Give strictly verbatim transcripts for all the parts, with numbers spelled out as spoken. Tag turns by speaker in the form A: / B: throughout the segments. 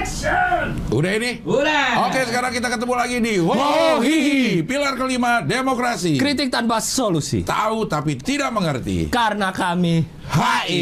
A: Action!
B: Udah ini?
A: Udah.
B: Oke, sekarang kita ketemu lagi di Wow Hihi, pilar kelima demokrasi.
C: Kritik tanpa solusi.
B: Tahu tapi tidak mengerti.
C: Karena kami
B: H I.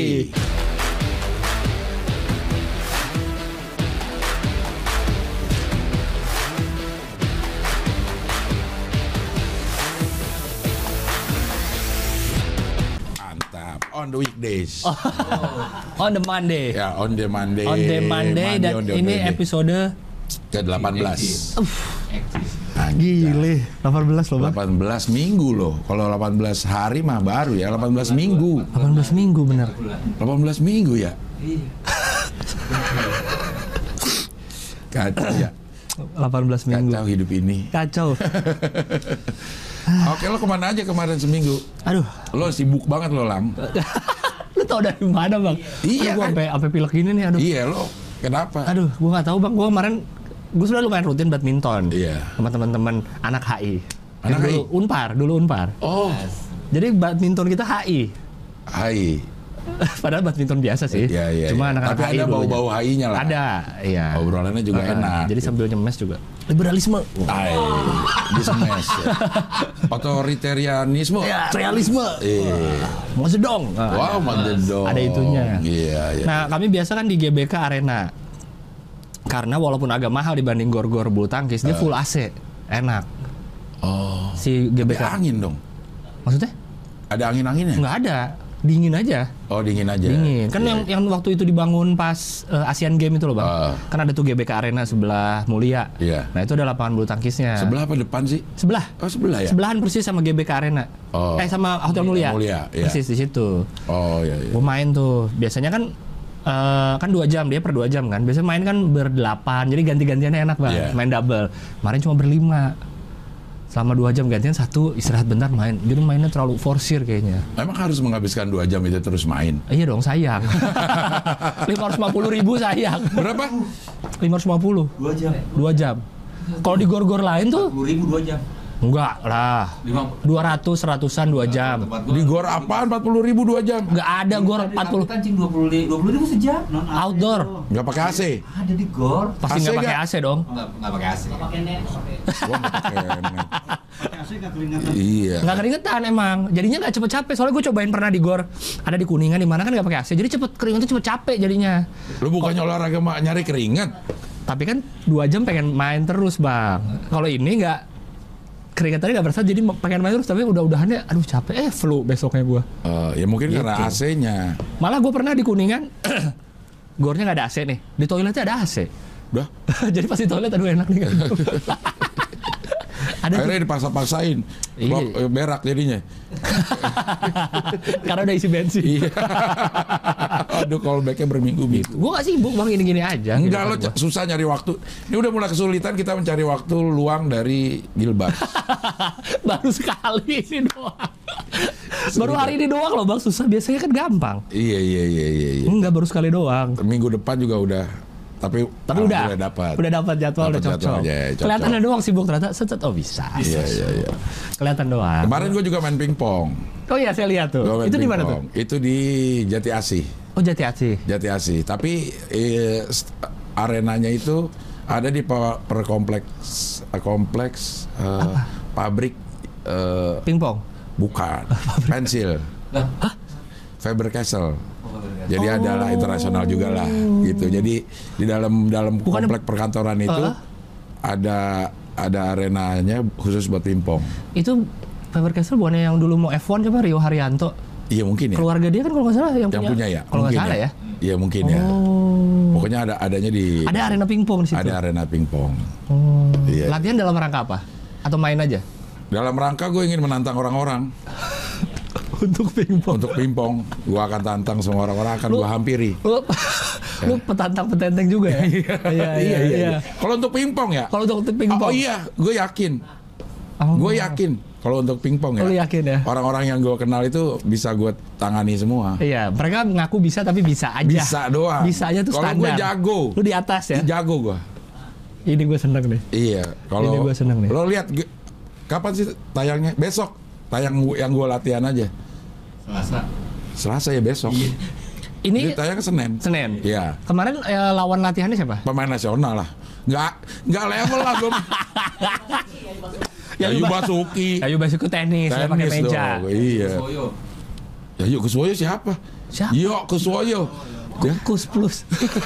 B: Mantap. On the weekdays.
C: Oh. On the Monday.
B: Ya, on the Monday.
C: On the Monday
B: Monday,
C: dan
B: on the
C: ini
B: Monday.
C: episode
B: ke delapan belas.
C: gile delapan belas loh, Bang.
B: delapan belas minggu loh. Kalau delapan belas hari mah baru ya, delapan belas minggu.
C: delapan belas minggu bener.
B: delapan belas minggu ya. Kacau ya.
C: delapan belas minggu.
B: Kacau hidup ini.
C: Kacau.
B: Oke, lo kemana aja kemarin seminggu?
C: Aduh.
B: Lo sibuk banget lo, Lang.
C: Lu tau dari mana, Bang?
B: Iya,
C: Aduh, gua
B: kan?
C: sampai sampai pilek gini nih, aduh.
B: Iya, lo kenapa?
C: Aduh, gua nggak tahu, Bang. Gua kemarin gua sudah lumayan rutin badminton.
B: Iya.
C: Sama teman-teman anak H I.
B: Anak
C: Yang
B: H I?
C: dulu Unpar, dulu Unpar.
B: Oh,
C: Jadi badminton kita H I.
B: hai.
C: Padahal badminton biasa sih.
B: Iya, iya.
C: Cuma
B: iya.
C: anak-anak
B: Tapi
C: H I
B: ada
C: dulunya.
B: bau-bau H I-nya lah.
C: Ada, iya.
B: Obrolannya juga
C: Uh,
B: enak.
C: Jadi
B: gitu.
C: sambil nyemes juga. Liberalisme.
B: Hai, di smash. Ya. Otoritarianisme.
C: Ya, realisme.
B: Iya.
C: Mau sedong. Nah,
B: Wow, mandedong.
C: Ada itunya.
B: Iya, iya.
C: Nah, kami biasa kan di G B K Arena. Karena walaupun agak mahal dibanding gor-gor bulu tangkis, dia full A C. Enak.
B: Oh.
C: Si G B
B: Tapi
C: K.
B: angin dong.
C: Maksudnya?
B: Ada angin-anginnya?
C: Nggak ada. Dingin aja.
B: Oh, dingin aja.
C: Dingin. Kan
B: Iya.
C: yang yang waktu itu dibangun pas uh, Asian Games itu loh, Bang.
B: Ah.
C: Kan ada tuh G B K Arena sebelah Mulia.
B: Iya.
C: Nah, itu ada lapangan bulu tangkisnya.
B: Sebelah apa depan sih?
C: Sebelah.
B: Oh, sebelah ya?
C: Sebelahan persis sama G B K Arena.
B: Oh.
C: Eh, sama Hotel Mulia.
B: Mulia, iya.
C: Persis di situ.
B: Oh, iya, iya.
C: Gue main tuh. Biasanya kan eh, kan dua jam, dia per dua jam kan. Biasanya main kan berdelapan, jadi ganti-gantiannya enak, Bang.
B: Iya.
C: Main double. Kemarin cuma berlima. Selama dua jam gantian, satu istirahat bentar main. Jadi mainnya terlalu forsir kayaknya.
B: Emang harus menghabiskan dua jam itu terus main?
C: Eh, iya dong, sayang. lima ratus lima puluh ribu sayang.
B: Berapa?
C: lima ratus lima puluh.
A: Dua jam.
C: Dua jam. Kalau di gor-gor lain tuh,
A: Sepuluh ribu dua jam.
C: enggak lah. dua ratus, seratusan dua jam.
B: Di gor apaan empat puluh ribu dua jam?
C: Enggak ada gor empat puluh.
A: Kancing dua puluh ribu sejam. Non
C: Outdoor.
B: Nggak pakai A C?
A: Ada di gor.
C: Pasti
B: A C
C: nggak pakai
B: nggak?
C: A C dong.
A: Enggak enggak pakai A C. Enggak pakai net.
B: Gua nggak pakai net.
A: Pakai A C enggak keringetan.
B: Iya.
C: Nggak keringetan emang. Jadinya nggak cepet capek. Soalnya gue cobain pernah di gor. Ada di Kuningan di mana kan nggak pakai A C. Jadi cepet keringetan cepet capek jadinya.
B: Lu bukannya olahraga mak nyari keringat?
C: Tapi kan dua jam pengen main terus, Bang. Kalau ini nggak keringetannya nggak berasa. Jadi pengen main terus tapi udah-udahannya aduh capek. Eh flu besoknya gue.
B: Eh, ya mungkin
C: Gitu.
B: karena A C-nya.
C: Malah gue pernah di Kuningan. Gornya nggak ada A C nih. Di toiletnya ada A C.
B: Udah.
C: Jadi pas di toilet aduh enak nih kan. Ada tuh.
B: Akhirnya dipaksa-paksain.
C: Iya.
B: Bak- eh, Berak jadinya.
C: Karena udah isi bensin.
B: Iya. Aduh, callback-nya berminggu-minggu.
C: Gue gak sibuk, Bang, gini-gini aja.
B: Enggak, lo
C: kehidupan gua.
B: susah nyari waktu. Ini udah mulai kesulitan kita mencari waktu luang dari Gilbert.
C: Baru sekali ini doang. Baru hari ini doang loh, Bang, susah. Biasanya kan gampang.
B: Iya, iya, iya, iya. iya.
C: Enggak, baru sekali doang.
B: Minggu depan juga udah. Tapi,
C: Tapi udah,
B: udah dapat.
C: udah dapat jadwal,
B: Dapat
C: udah cocok.
B: jadwalnya, ya, cocok.
C: Kelihatannya doang sibuk ternyata. Set, set, oh bisa.
B: Iya, iya, iya.
C: Kelihatan doang.
B: Kemarin gue juga main pingpong.
C: Oh iya, saya lihat tuh.
B: Gua main
C: Itu di mana tuh?
B: pingpong. Itu di Jati Asih.
C: Oh, Jati Asih.
B: Jati Asih. Tapi eh, st- arenanya itu ada di pa- per kompleks eh, kompleks eh, pabrik eh,
C: Pingpong.
B: bukan pensil. Faber Castle. Jadi adalah internasional juga lah gitu. Jadi di dalam dalam
C: Bukannya-
B: komplek perkantoran itu
C: Uh.
B: ada ada arenanya khusus buat pingpong.
C: Itu Faber Castle bukannya yang dulu mau F satu coba Rio Haryanto.
B: Iya mungkin ya.
C: Keluarga dia kan kalau nggak salah yang,
B: Yang punya ya.
C: Kalau nggak
B: Mungkin
C: salah ya.
B: Iya mungkin ya.
C: Oh.
B: Pokoknya ada adanya di
C: Ada arena pingpong di situ.
B: ada arena pingpong.
C: Oh.
B: Iya.
C: Latihan dalam rangka apa? Atau main aja?
B: Dalam rangka gue ingin menantang orang-orang
C: Untuk pingpong.
B: untuk pingpong. Gue akan tantang semua orang-orang akan
C: Lu-
B: gue hampiri.
C: Lu, lu petantang petenteng juga ya? Iya, iya, iya.
B: Kalau untuk pingpong ya?
C: Kalau untuk pingpong.
B: Oh iya, gue yakin.
C: Oh.
B: Gue yakin kalau untuk pingpong ya.
C: Lu yakin ya?
B: Orang-orang yang gue kenal itu bisa gue tangani semua.
C: Iya, mereka ngaku bisa tapi bisa aja.
B: Bisa doang.
C: Bisa aja tuh
B: Kalau
C: standar.
B: gue jago.
C: Lu di atas ya?
B: Jago gue.
C: Ini gue seneng nih.
B: Iya.
C: Ini
B: Kalau
C: gua seneng nih.
B: lo lihat ge- kapan sih tayangnya? Besok. Tayang gu- yang gue latihan aja.
A: Selasa.
B: Selasa ya besok.
C: Iya. Ini
B: Jadi tayang Senin.
C: Senin.
B: Iya.
C: Kemarin eh, lawan latihannya siapa?
B: Pemain nasional lah. Nggak, nggak level lah gue.
C: Yayu
B: Yayu
C: Ba-
B: Basuki.
C: Yayu Basuki tenis, dia pakai
B: Tenis
C: meja.
B: dong. Iya.
A: Soyo.
B: Yayu Kuswoyo siapa?
C: Siapa?
B: Yo Kuswoyo. Ya.
C: Kus plus.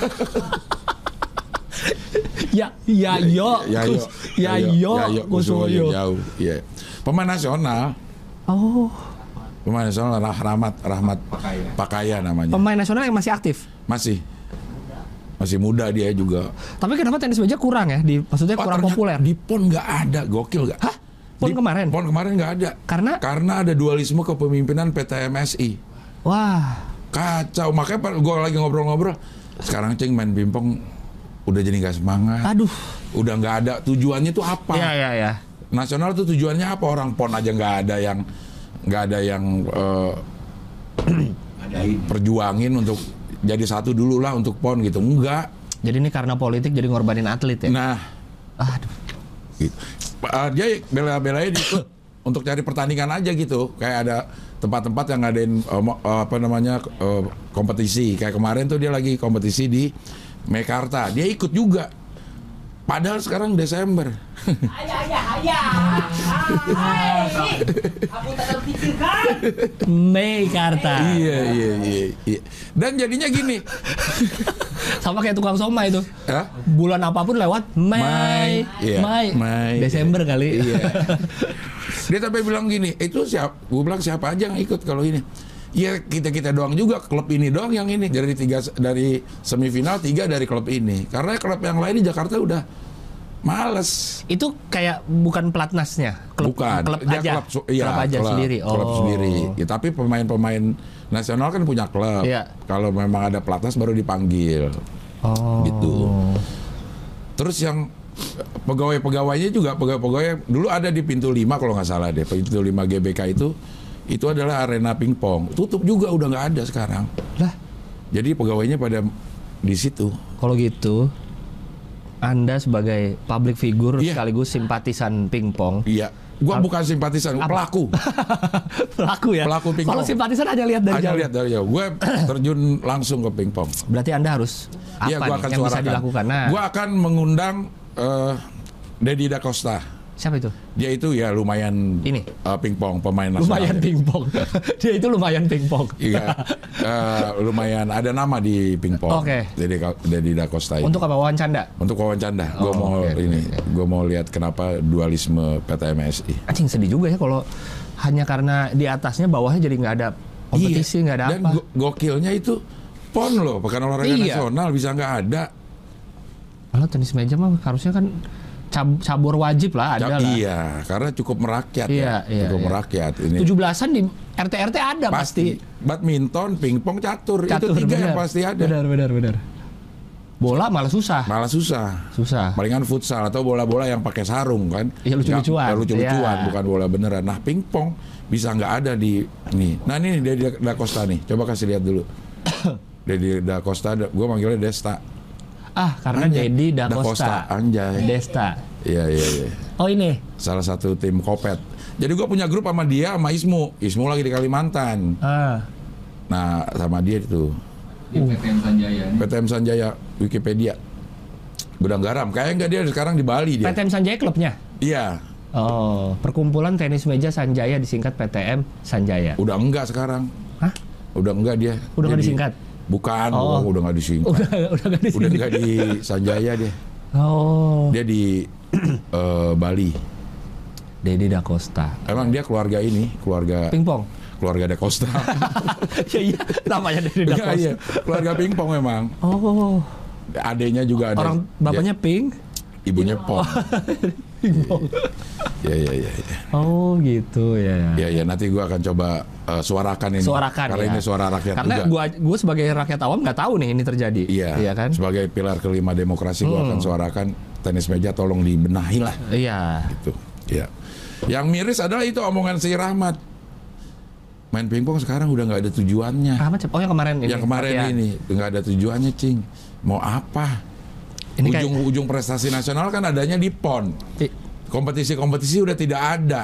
C: ya, ya, yo,
B: Ya,
C: kus, ya, yo, Kuswoyo.
B: Jauh. Iya. Pemain nasional.
C: Oh,
B: Pemain nasional Rah- Rahmat Rahmat
A: Pakaya.
B: Pakaya namanya.
C: pemain nasional yang masih aktif.
B: Masih. Masih muda dia juga.
C: Tapi kenapa tenis meja kurang ya? Di, maksudnya
B: Oh,
C: kurang
B: ternyata
C: populer.
B: Di PON nggak ada, gokil nggak?
C: Hah? PON
B: Di
C: kemarin?
B: PON kemarin nggak ada.
C: Karena?
B: Karena ada dualisme kepemimpinan P T M S I.
C: Wah,
B: Kacau. Makanya gue lagi ngobrol-ngobrol. Sekarang Cing main pingpong udah jadi nggak semangat.
C: aduh.
B: Udah nggak ada tujuannya tuh apa?
C: Ya, ya, ya.
B: Nasional tuh tujuannya apa? Orang PON aja nggak ada yang nggak ada yang eh,
A: Ada ini.
B: perjuangin untuk jadi satu dulu lah untuk PON gitu. Enggak.
C: Jadi ini karena politik jadi ngorbanin atlet ya?
B: Nah,
C: Aduh.
B: gitu. Uh, dia bela-belain ikut untuk cari pertandingan aja gitu. Kayak ada tempat-tempat yang ngadain uh, mo- uh, apa namanya uh, kompetisi. Kayak kemarin tuh dia lagi kompetisi di Mekarta. Dia ikut juga. Padahal sekarang Desember.
D: Ayah, ayah, ayah. Hai. Aku tak terpikirkan.
C: Meikarta.
B: Iya, iya, iya, iya. Dan jadinya gini.
C: Sama kayak tukang somai itu.
B: Hah?
C: Bulan apapun lewat Mei,
B: Mei. Iya,
C: Mei,
B: Mei.
C: Desember kali.
B: Iya. Dia sampai bilang gini, itu siapa? Gue bilang siapa aja yang ikut kalau ini? Ya kita kita doang juga, klub ini doang yang ini dari tiga dari semifinal tiga dari klub ini. Karena klub yang lain di Jakarta udah males.
C: Itu kayak bukan pelatnasnya, klub,
B: Bukan,
C: klub
B: dia
C: aja,
B: klub, su- iya,
C: klub aja
B: klub,
C: sendiri. Oh.
B: klub sendiri. Ya, tapi pemain-pemain nasional kan punya klub.
C: Iya.
B: Kalau memang ada pelatnas baru dipanggil.
C: Oh.
B: Gitu. Terus yang pegawai-pegawainya juga pegawai-pegawai dulu ada di pintu lima kalau nggak salah deh, pintu lima G B K itu itu adalah arena pingpong. Tutup juga udah nggak ada sekarang.
C: Lah,
B: Jadi pegawainya pada di situ.
C: kalau gitu Anda sebagai public figure
B: Iya.
C: sekaligus simpatisan pingpong.
B: Iya. Gua
C: Ap-
B: bukan simpatisan,
C: Apa?
B: pelaku.
C: Pelaku ya.
B: Pelaku pingpong.
C: Kalau simpatisan hanya lihat dari
B: Hanya
C: jauh.
B: lihat dari jauh. Gue terjun langsung ke pingpong.
C: Berarti Anda harus apa
B: Iya, gua
C: nih
B: akan
C: yang bisa
B: suarakan.
C: dilakukan? Nah,
B: Gua akan mengundang eh, Deddy Da Costa.
C: siapa itu?
B: Dia itu ya lumayan
C: Ini?
B: eh, pingpong, pemain nasional.
C: Lumayan pingpong. Dia itu lumayan pingpong.
B: Iya, eh, lumayan ada nama di pingpong.
C: Oke.
B: Deddy, Deddy Da Costa itu.
C: Untuk apa wawancara?
B: Untuk wawancara. Gue
C: Oh,
B: mau
C: oke,
B: ini,
C: oke.
B: gue mau lihat kenapa dualisme P T M S I.
C: Anjing sedih juga ya kalau hanya karena di atasnya bawahnya jadi nggak ada kompetisi, nggak ada
B: Dan
C: apa.
B: go- gokilnya itu PON loh, pekan olahraga
C: Iya.
B: nasional bisa nggak ada.
C: Kalau tenis meja mah harusnya kan cab- cabur wajib lah, ada lah.
B: Iya, karena cukup merakyat
C: Iya,
B: ya,
C: iya,
B: cukup
C: iya.
B: merakyat ini.
C: tujuh belasan di R T R T ada pasti.
B: Pasti. Badminton, pingpong, catur,
C: Catur,
B: itu tiga
C: benar.
B: yang pasti ada.
C: Benar, benar, benar. Bola malah susah.
B: Malah susah.
C: Susah.
B: Palingan futsal atau bola-bola yang pakai sarung kan.
C: Iya, lucu-lucuan.
B: Nggak- lucu-lucuan,
C: Iya.
B: bukan bola beneran. Nah, pingpong bisa nggak ada di nih. Nah, ini Deddy Da Costa nih. Coba kasih lihat dulu. Deddy Da Costa, gue manggilnya Desta.
C: Ah, karena
B: Anjay.
C: Deddy Da
B: Da Costa,
C: Costa.
B: anjay.
C: Desta.
B: Iya, iya, iya.
C: Oh ini.
B: Salah satu tim Kopet. Jadi gue punya grup sama dia, sama Ismu. Ismu lagi di Kalimantan.
C: Ah.
B: Nah, sama dia itu.
A: Di P T M Sanjaya nih.
B: P T M Sanjaya Wikipedia. Gudang Garam. Kayaknya nggak dia sekarang di Bali
C: P
B: dia.
C: T M Sanjaya klubnya.
B: Iya.
C: Oh, perkumpulan tenis meja Sanjaya disingkat P T M Sanjaya.
B: Udah enggak sekarang.
C: Hah?
B: Udah enggak dia.
C: Udah nggak
B: Jadi-
C: disingkat?
B: Bukan,
C: Oh.
B: udah nggak disingkat.
C: Udah udah nggak di
B: Udah
C: sini.
B: enggak di Sanjaya dia.
C: Oh,
B: Dia di eh, Bali.
C: Deddy Da Costa.
B: Emang dia keluarga ini, keluarga
C: Pingpong.
B: keluarga Da Costa.
C: Ya iya, namanya Deddy Da
B: Enggak,
C: Costa.
B: iya. Keluarga pingpong memang.
C: Oh,
B: Adenya juga ada.
C: orang bapaknya Pink.
B: Ya, ibunya Pong.
C: Pingpong.
B: Ya, ya, ya, ya.
C: Oh, gitu ya.
B: Ya, ya, nanti gua akan coba eh, suarakan ini.
C: Suarakan
B: Karena
C: ya.
B: ini suara rakyat
C: Karena
B: juga.
C: gua gua sebagai rakyat awam nggak tahu nih ini terjadi.
B: Iya,
C: Iya kan?
B: sebagai pilar kelima demokrasi gua
C: Hmm.
B: akan suarakan tenis meja tolong dibenahi lah.
C: Iya.
B: Gitu. Ya. Yang miris adalah itu omongan si Rahmat. Main pingpong sekarang udah nggak ada tujuannya.
C: Rahmat siapa? Oh yang kemarin ini.
B: Yang kemarin
C: latihan.
B: ini nggak ada tujuannya, Cing. Mau apa?
C: Ini kayak-
B: Ujung-ujung prestasi nasional kan adanya di PON.
C: I-
B: Kompetisi-kompetisi udah tidak ada.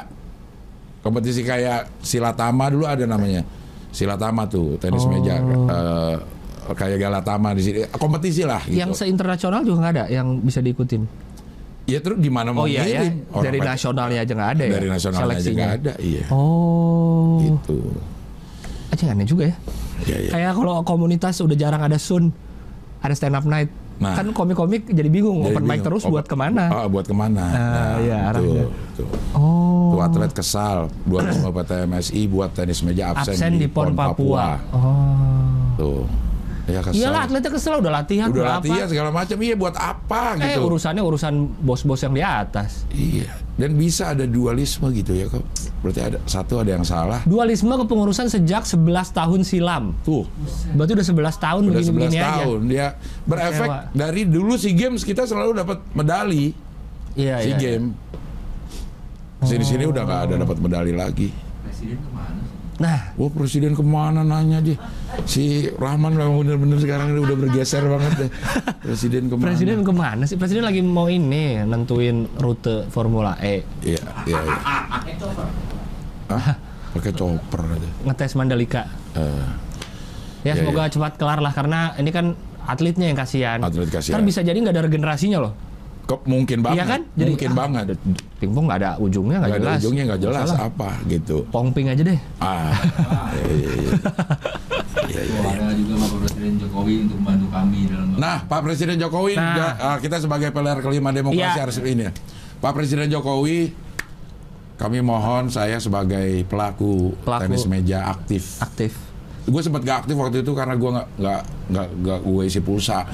B: Kompetisi kayak silatama dulu ada namanya. Silatama tuh tenis
C: Oh.
B: meja. Eh, kayak Galatama di sini kompetisi lah gitu.
C: Yang se-internasional juga nggak ada yang bisa diikutin.
B: Ya terus gimana mau
C: Oh iya ya,
B: ngirim? Orang
C: dari
B: pada-
C: nasionalnya aja nggak ada ya.
B: dari nasionalnya aja
C: seleksinya.
B: nggak ada, iya.
C: Oh,
B: Gitu.
C: aja aneh juga ya.
B: Ya, ya.
C: Kayak kalau komunitas udah jarang ada Sun, ada stand up night.
B: Nah.
C: Kan komik-komik jadi bingung,
B: Jadi
C: open mic
B: bingung.
C: terus
B: Open-
C: buat kemana?
B: Ah, buat kemana?
C: Ah, iya, arahnya.
B: tuh, tuh.
C: Oh.
B: Tuh atlet kesal, dualisme P T M S I buat tenis meja absen,
C: Absen di Pon Papua. Oh.
B: Tuh. Ya kesal.
C: Iyalah atletnya kesel udah latihan,
B: Udah
C: udah
B: latihan
C: apa.
B: segala macam, iya buat apa
C: Eh
B: gitu.
C: urusannya urusan bos-bos yang di atas.
B: Iya. Dan bisa ada dualisme gitu ya. Kok berarti ada satu ada yang salah.
C: Dualisme kepengurusan sejak sebelas tahun silam.
B: Tuh.
C: Berarti udah sebelas tahun
B: Udah sebelas
C: begini-begini aja.
B: tahun dia berefek
C: Kecewa.
B: dari dulu SEA Games kita selalu dapat medali.
C: Iya,
B: SEA
C: iya.
B: Games. Sini-sini udah nggak ada dapat medali lagi.
A: Presiden kemana sih?
C: Nah,
B: Wah presiden kemana nanya dia. Si Rahman memang bener-bener sekarang udah bergeser banget deh. Presiden kemana?
C: presiden kemana sih? Presiden lagi mau ini nentuin rute Formula E,
B: Iya, iya, iya. Hah? Pakai chopper aja.
C: ngetes Mandalika.
B: Eh,
C: Ya
B: Iya,
C: semoga cepat kelar lah karena ini kan atletnya yang kasihan.
B: Atlet kasihan.
C: Ntar bisa jadi nggak ada regenerasinya loh.
B: Kok mungkin banget.
C: Iya kan?
B: mungkin
C: ah,
B: banget.
C: Pingpong nggak ada ujungnya, nggak
B: Nggak ada
C: jelas.
B: ujungnya nggak jelas
C: Salah.
B: apa gitu.
C: Pongping aja deh.
B: Ah. Iya, iya, iya. Iya, iya,
A: Oh,
B: iya.
A: ada juga Bapak Presiden Jokowi untuk membantu kami dalam
B: Nah, Pak Presiden Jokowi,
C: Nah.
B: juga, ah, kita sebagai pilar kelima demokrasi
C: Iya.
B: harus ini ya. Pak Presiden Jokowi, kami mohon saya sebagai pelaku,
C: Pelaku.
B: tenis meja aktif.
C: Aktif.
B: Gue sempat gak aktif waktu itu karena gue nggak nggak nggak nggak gue isi pulsa.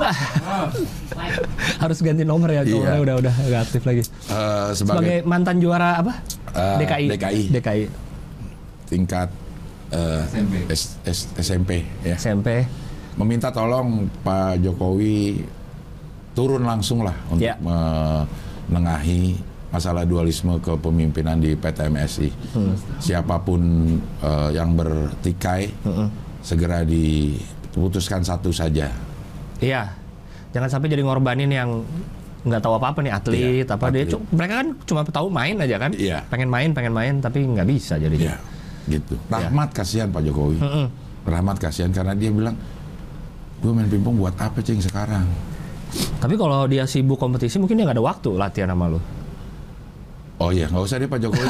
C: Harus ganti nomor ya,
B: Iya.
C: nomornya udah udah nggak aktif lagi.
B: Eh,
C: Sebagai
B: sebagai,
C: mantan juara apa?
B: Eh,
C: D K I.
B: D K I.
C: D K I.
B: tingkat eh,
A: S M P.
B: S- S- S M P ya,
C: S M P.
B: meminta tolong Pak Jokowi turun langsung lah untuk
C: Ya.
B: menengahi masalah dualisme kepemimpinan di P T M S I.
C: Hmm.
B: Siapapun eh, yang bertikai segera diputuskan satu saja.
C: Iya. Jangan sampai jadi ngorbanin yang nggak tahu apa-apa nih atlet
B: Iya,
C: apa dia.
B: atlet.
C: cu- Mereka kan cuma tahu main aja kan.
B: Iya.
C: Pengen main, pengen main tapi nggak bisa jadinya.
B: Ya, gitu. Rahmat kasihan Pak Jokowi.
C: Mm-mm.
B: Rahmat kasihan karena dia bilang, gue main pingpong buat apa cing sekarang?
C: Tapi kalau dia sibuk kompetisi mungkin dia nggak ada waktu latihan sama lu.
B: Oh iya, nggak usah deh Pak Jokowi.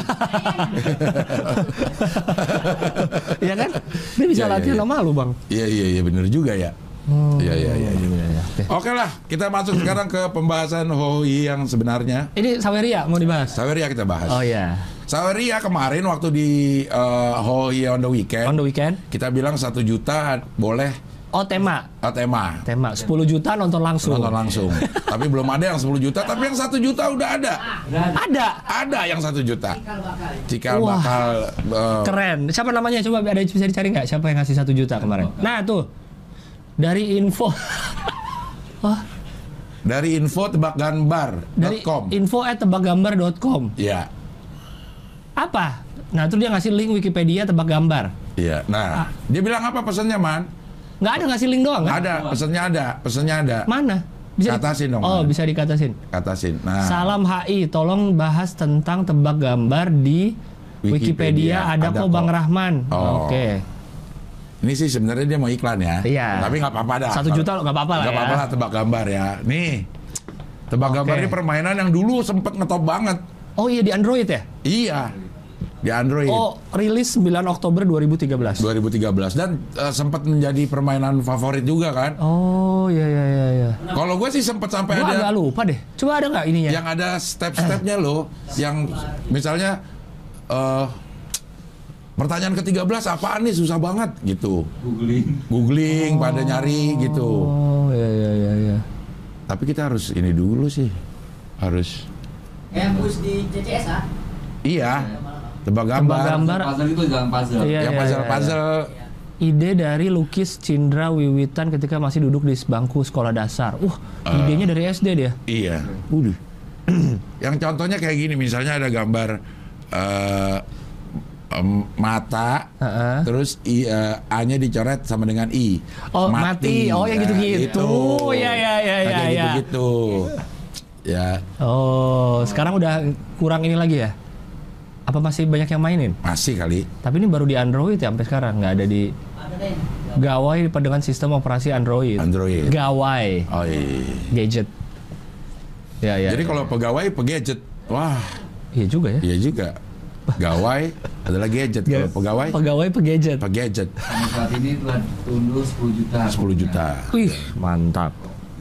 C: Iya kan? Dia bisa
B: Iya, iya,
C: latihan
B: iya.
C: sama lu, Bang.
B: Iya iya iya bener juga ya. Iya iya iya. iya.
C: Oke.
B: Oke lah, kita masuk sekarang ke pembahasan Hoi yang sebenarnya.
C: Ini Saweria mau dibahas.
B: Saweria kita bahas.
C: Oh iya.
B: Saweria kemarin waktu di eh, Hoi on the weekend,
C: On the weekend.
B: kita bilang satu juta boleh
C: Oh tema.
B: eh, tema
C: Tema sepuluh juta nonton langsung.
B: nonton langsung. Tapi belum ada yang sepuluh juta, tapi yang satu juta udah ada.
C: Ada.
B: Ada yang satu juta. Cikal
C: Wah.
B: bakal eh,
C: Keren. Siapa namanya? Coba ada bisa dicari nggak? Siapa yang ngasih satu juta kemarin? Nah tuh dari info. Oh,
B: dari info tebakgambar dot
C: dari
B: com.
C: info at tebakgambar dot com.
B: Iya.
C: Apa? Nah terus dia ngasih link Wikipedia tebak gambar.
B: Iya. Nah, dia bilang apa pesannya, Man?
C: Nggak ada ngasih link doang kan?
B: Ada, pesannya ada, pesannya ada.
C: Mana? Bisa di-
B: Katasin dong,
C: Oh
B: Man.
C: bisa dikatasin.
B: Katasin. Nah,
C: Salam H I, tolong bahas tentang tebak gambar di Wikipedia,
B: Wikipedia,
C: ada,
B: ada
C: kok
B: kok.
C: Bang Rahman.
B: Oh.
C: Oke.
B: ini sih sebenarnya dia mau iklan ya.
C: Iya.
B: Tapi nggak apa-apa dah.
C: Satu juta nggak apa-apa lah
B: Nggak
C: ya.
B: apa-apa lah tebak gambar ya. Nih, tebak
C: Oke.
B: gambar ini permainan yang dulu sempet ngetop banget.
C: Oh iya di Android ya?
B: Iya. Di Android.
C: Oh rilis sembilan Oktober dua ribu tiga belas.
B: dua ribu tiga belas dan eh, sempat menjadi permainan favorit juga kan.
C: Oh iya iya iya. iya.
B: Kalau gue sih sempat sampai
C: Gua
B: ada
C: agak lupa deh. Coba ada nggak ininya?
B: yang ada step-stepnya loh, yang misalnya eh pertanyaan ke tiga belas apaan nih susah banget gitu.
A: Googling.
B: Googling pada nyari gitu.
C: Oh iya iya iya. iya.
B: Tapi kita harus ini dulu sih. Harus
D: Yang bus di C C S ah.
B: iya. Tebak gambar.
C: Tebak gambar.
A: Puzzle itu jangan puzzle.
C: Iya,
B: Yang
C: iya,
B: puzzle-puzzle.
C: Ide dari Lukis Cindra Wiwitan ketika masih duduk di bangku sekolah dasar. Uh, idenya dari S D dia.
B: Iya. Udah. Yang contohnya kayak gini, misalnya ada gambar eh, em, mata,
C: Heeh.
B: terus i, eh, A-nya dicoret sama dengan I.
C: Oh, mati. Oh, yang
B: Nah,
C: gitu-gitu.
B: itu.
C: Iya, iya, iya,
B: Nah,
C: iya,
B: kayak
C: iya.
B: gitu-gitu. Ya,
C: Oh, sekarang udah kurang ini lagi ya? Apa masih banyak yang mainin?
B: masih kali.
C: Tapi ini baru di Android ya sampai sekarang, nggak ada di
D: Ada deh.
C: Gawai dengan sistem operasi Android.
B: Android.
C: Gawai.
B: Oh iya.
C: Gadget. Ya, ya.
B: Jadi kalau pegawai pegadget, wah,
C: Iya juga ya.
B: iya juga. Gawai adalah gadget. Kalau pegawai
C: Pegawai pegadget.
B: pegadget.
A: Sampai saat ini telah diunduh sepuluh juta.
B: sepuluh juta.
C: Wih, mantap.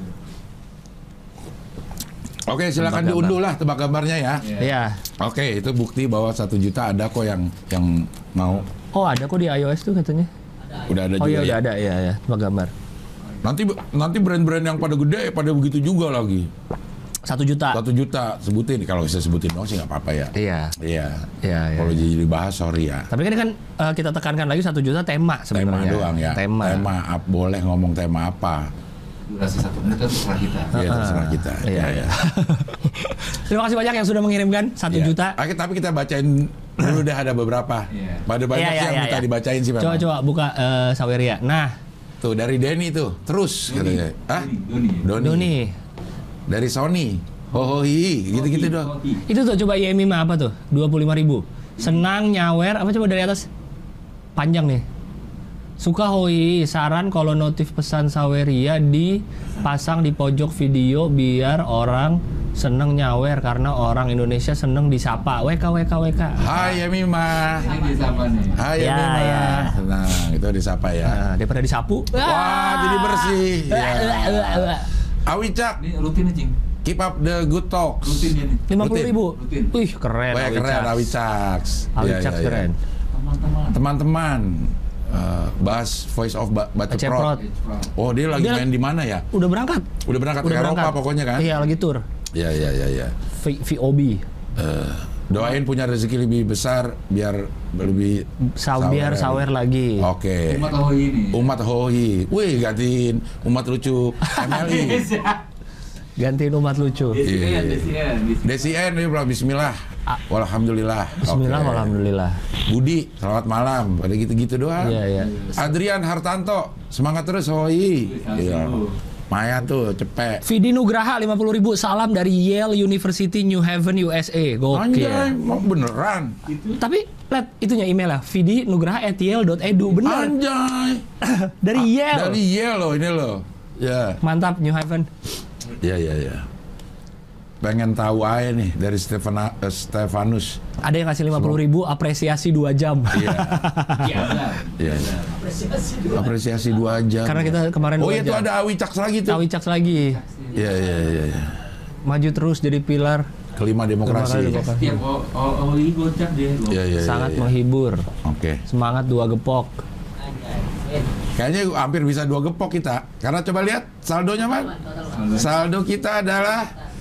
B: Oke, silakan
C: Tebak
B: diunduh lah tebak gambarnya ya.
A: Iya.
C: Iya.
B: Oke, itu bukti bahwa satu juta ada kok yang yang mau.
C: Oh, ada kok di iOS tuh katanya.
B: Udah ada
C: Oh iya,
B: juga
C: udah
B: ya.
C: ada ya ya, tebak gambar.
B: Nanti nanti brand-brand yang pada gede pada begitu juga lagi.
C: Satu juta.
B: Satu juta sebutin, kalau bisa sebutin dong sih nggak apa-apa ya.
C: Iya.
B: Iya.
C: Iya, iya.
B: Kalau jadi dibahas sorry ya.
C: Tapi kan kan eh, kita tekankan lagi satu juta tema
B: Tema
C: sebenarnya.
B: doang ya.
C: Tema.
B: Tema ap- boleh ngomong tema apa?
A: Durasi satu menit itu terserah kita.
B: Iya terserah kita.
C: Iya,
B: Iya
C: iya. Terima kasih banyak yang sudah mengirimkan satu
B: Iya.
C: juta.
B: Oke, tapi kita bacain dulu deh ada beberapa.
A: Iya.
B: Pada banyak
C: Iya,
B: sih
C: iya,
B: yang
C: iya,
B: minta
C: iya.
B: dibacain sih memang.
C: Coba coba buka eh, Saweria. Nah,
B: Tuh dari Denny tuh, terus
A: Doni.
B: katanya. Hah?
A: Doni. Doni.
B: Doni.
C: Doni.
B: Dari Sony. Hohohi, gitu-gitu
A: Kopi,
B: doang.
A: kopi.
C: Itu tuh coba I M I M A apa tuh? dua puluh lima ribu. Senang nyawer apa coba dari atas? Panjang nih. Suka hoi, saran kalau notif pesan Saweria dipasang di pojok video biar orang seneng nyawer karena orang Indonesia seneng disapa. W K W K W K.
B: Hai Emima.
A: Ini disapa nih.
B: Hai
C: Ya,
B: Emima.
C: ya.
B: Nah, itu disapa ya.
C: Nah, daripada disapu.
B: Wah, jadi bersih. Ya. Awicak,
A: Ini rutin nih, Cing.
B: keep up the good talks.
A: Rutin dia nih.
C: lima puluh ribu.
A: Rutin.
C: Wih, keren.
B: Wah, keren Awicak.
C: Awicak keren.
A: Teman-teman.
B: Teman-teman, eh, bahas Voice of ba Baca
C: Ceprot.
B: Prod. Oh, dia lagi
C: Dia-
B: main di mana ya?
C: Udah berangkat.
B: Udah berangkat
C: Udah
B: ke Eropa
C: berangkat.
B: pokoknya kan?
C: Iya, lagi tur.
B: Iya, iya, iya, iya.
C: V- VOB.
B: Eh, doain punya rezeki lebih besar biar lebih
C: Sa biar sawer lagi.
B: Oke.
A: Umat Ahoy ini.
B: Umat Hoi. Wih, gantiin umat lucu M L I.
C: Gantiin umat lucu.
B: Iya.
A: Desien, Desien.
B: Desi N ini bilang bismillah. Walhamdulillah.
C: Bismillah,
B: Oke.
C: alhamdulillah.
B: Budi, selamat malam. Pada gitu-gitu doang.
C: Iya, iya.
B: Adrian Hartanto, semangat terus Hoi. Iya. Maya tuh cepet.
C: Vidi Nugraha lima puluh ribu salam dari Yale University New Haven U S A. Gokil.
B: Anjay, mau beneran.
C: Tapi lihat itunya email lah. Vidi Nugraha at yale dot edu. Bener.
B: Anjay.
C: Dari Yale.
B: Dari Yale loh ini loh. Ya.
C: Mantap New Haven.
B: Ya, ya, ya. Pengen tahu aja nih dari Stefana, eh, Stefanus.
C: Ada yang kasih lima puluh ribu apresiasi dua jam.
B: Iya.
A: Iya, benar.
B: Iya.
A: Benar.
D: Apresiasi dulu.
B: Apresiasi dua jam.
C: Karena kita kemarin
B: Oh
C: dua
B: iya tuh
C: jam.
B: ada Awicak lagi tuh.
C: Awicak lagi.
B: Iya, iya, iya, iya.
C: Maju terus jadi pilar.
B: Kelima demokrasi.
C: Kelima kali demokrasi.
A: Tiap O- O- Ahoy gocap dia.
B: Iya, iya, iya.
C: Sangat
B: iya.
C: menghibur.
B: Oke.
C: Semangat dua gepok.
B: Kayaknya hampir bisa dua gepok kita. Karena coba lihat saldonya, Man. Saldo kita adalah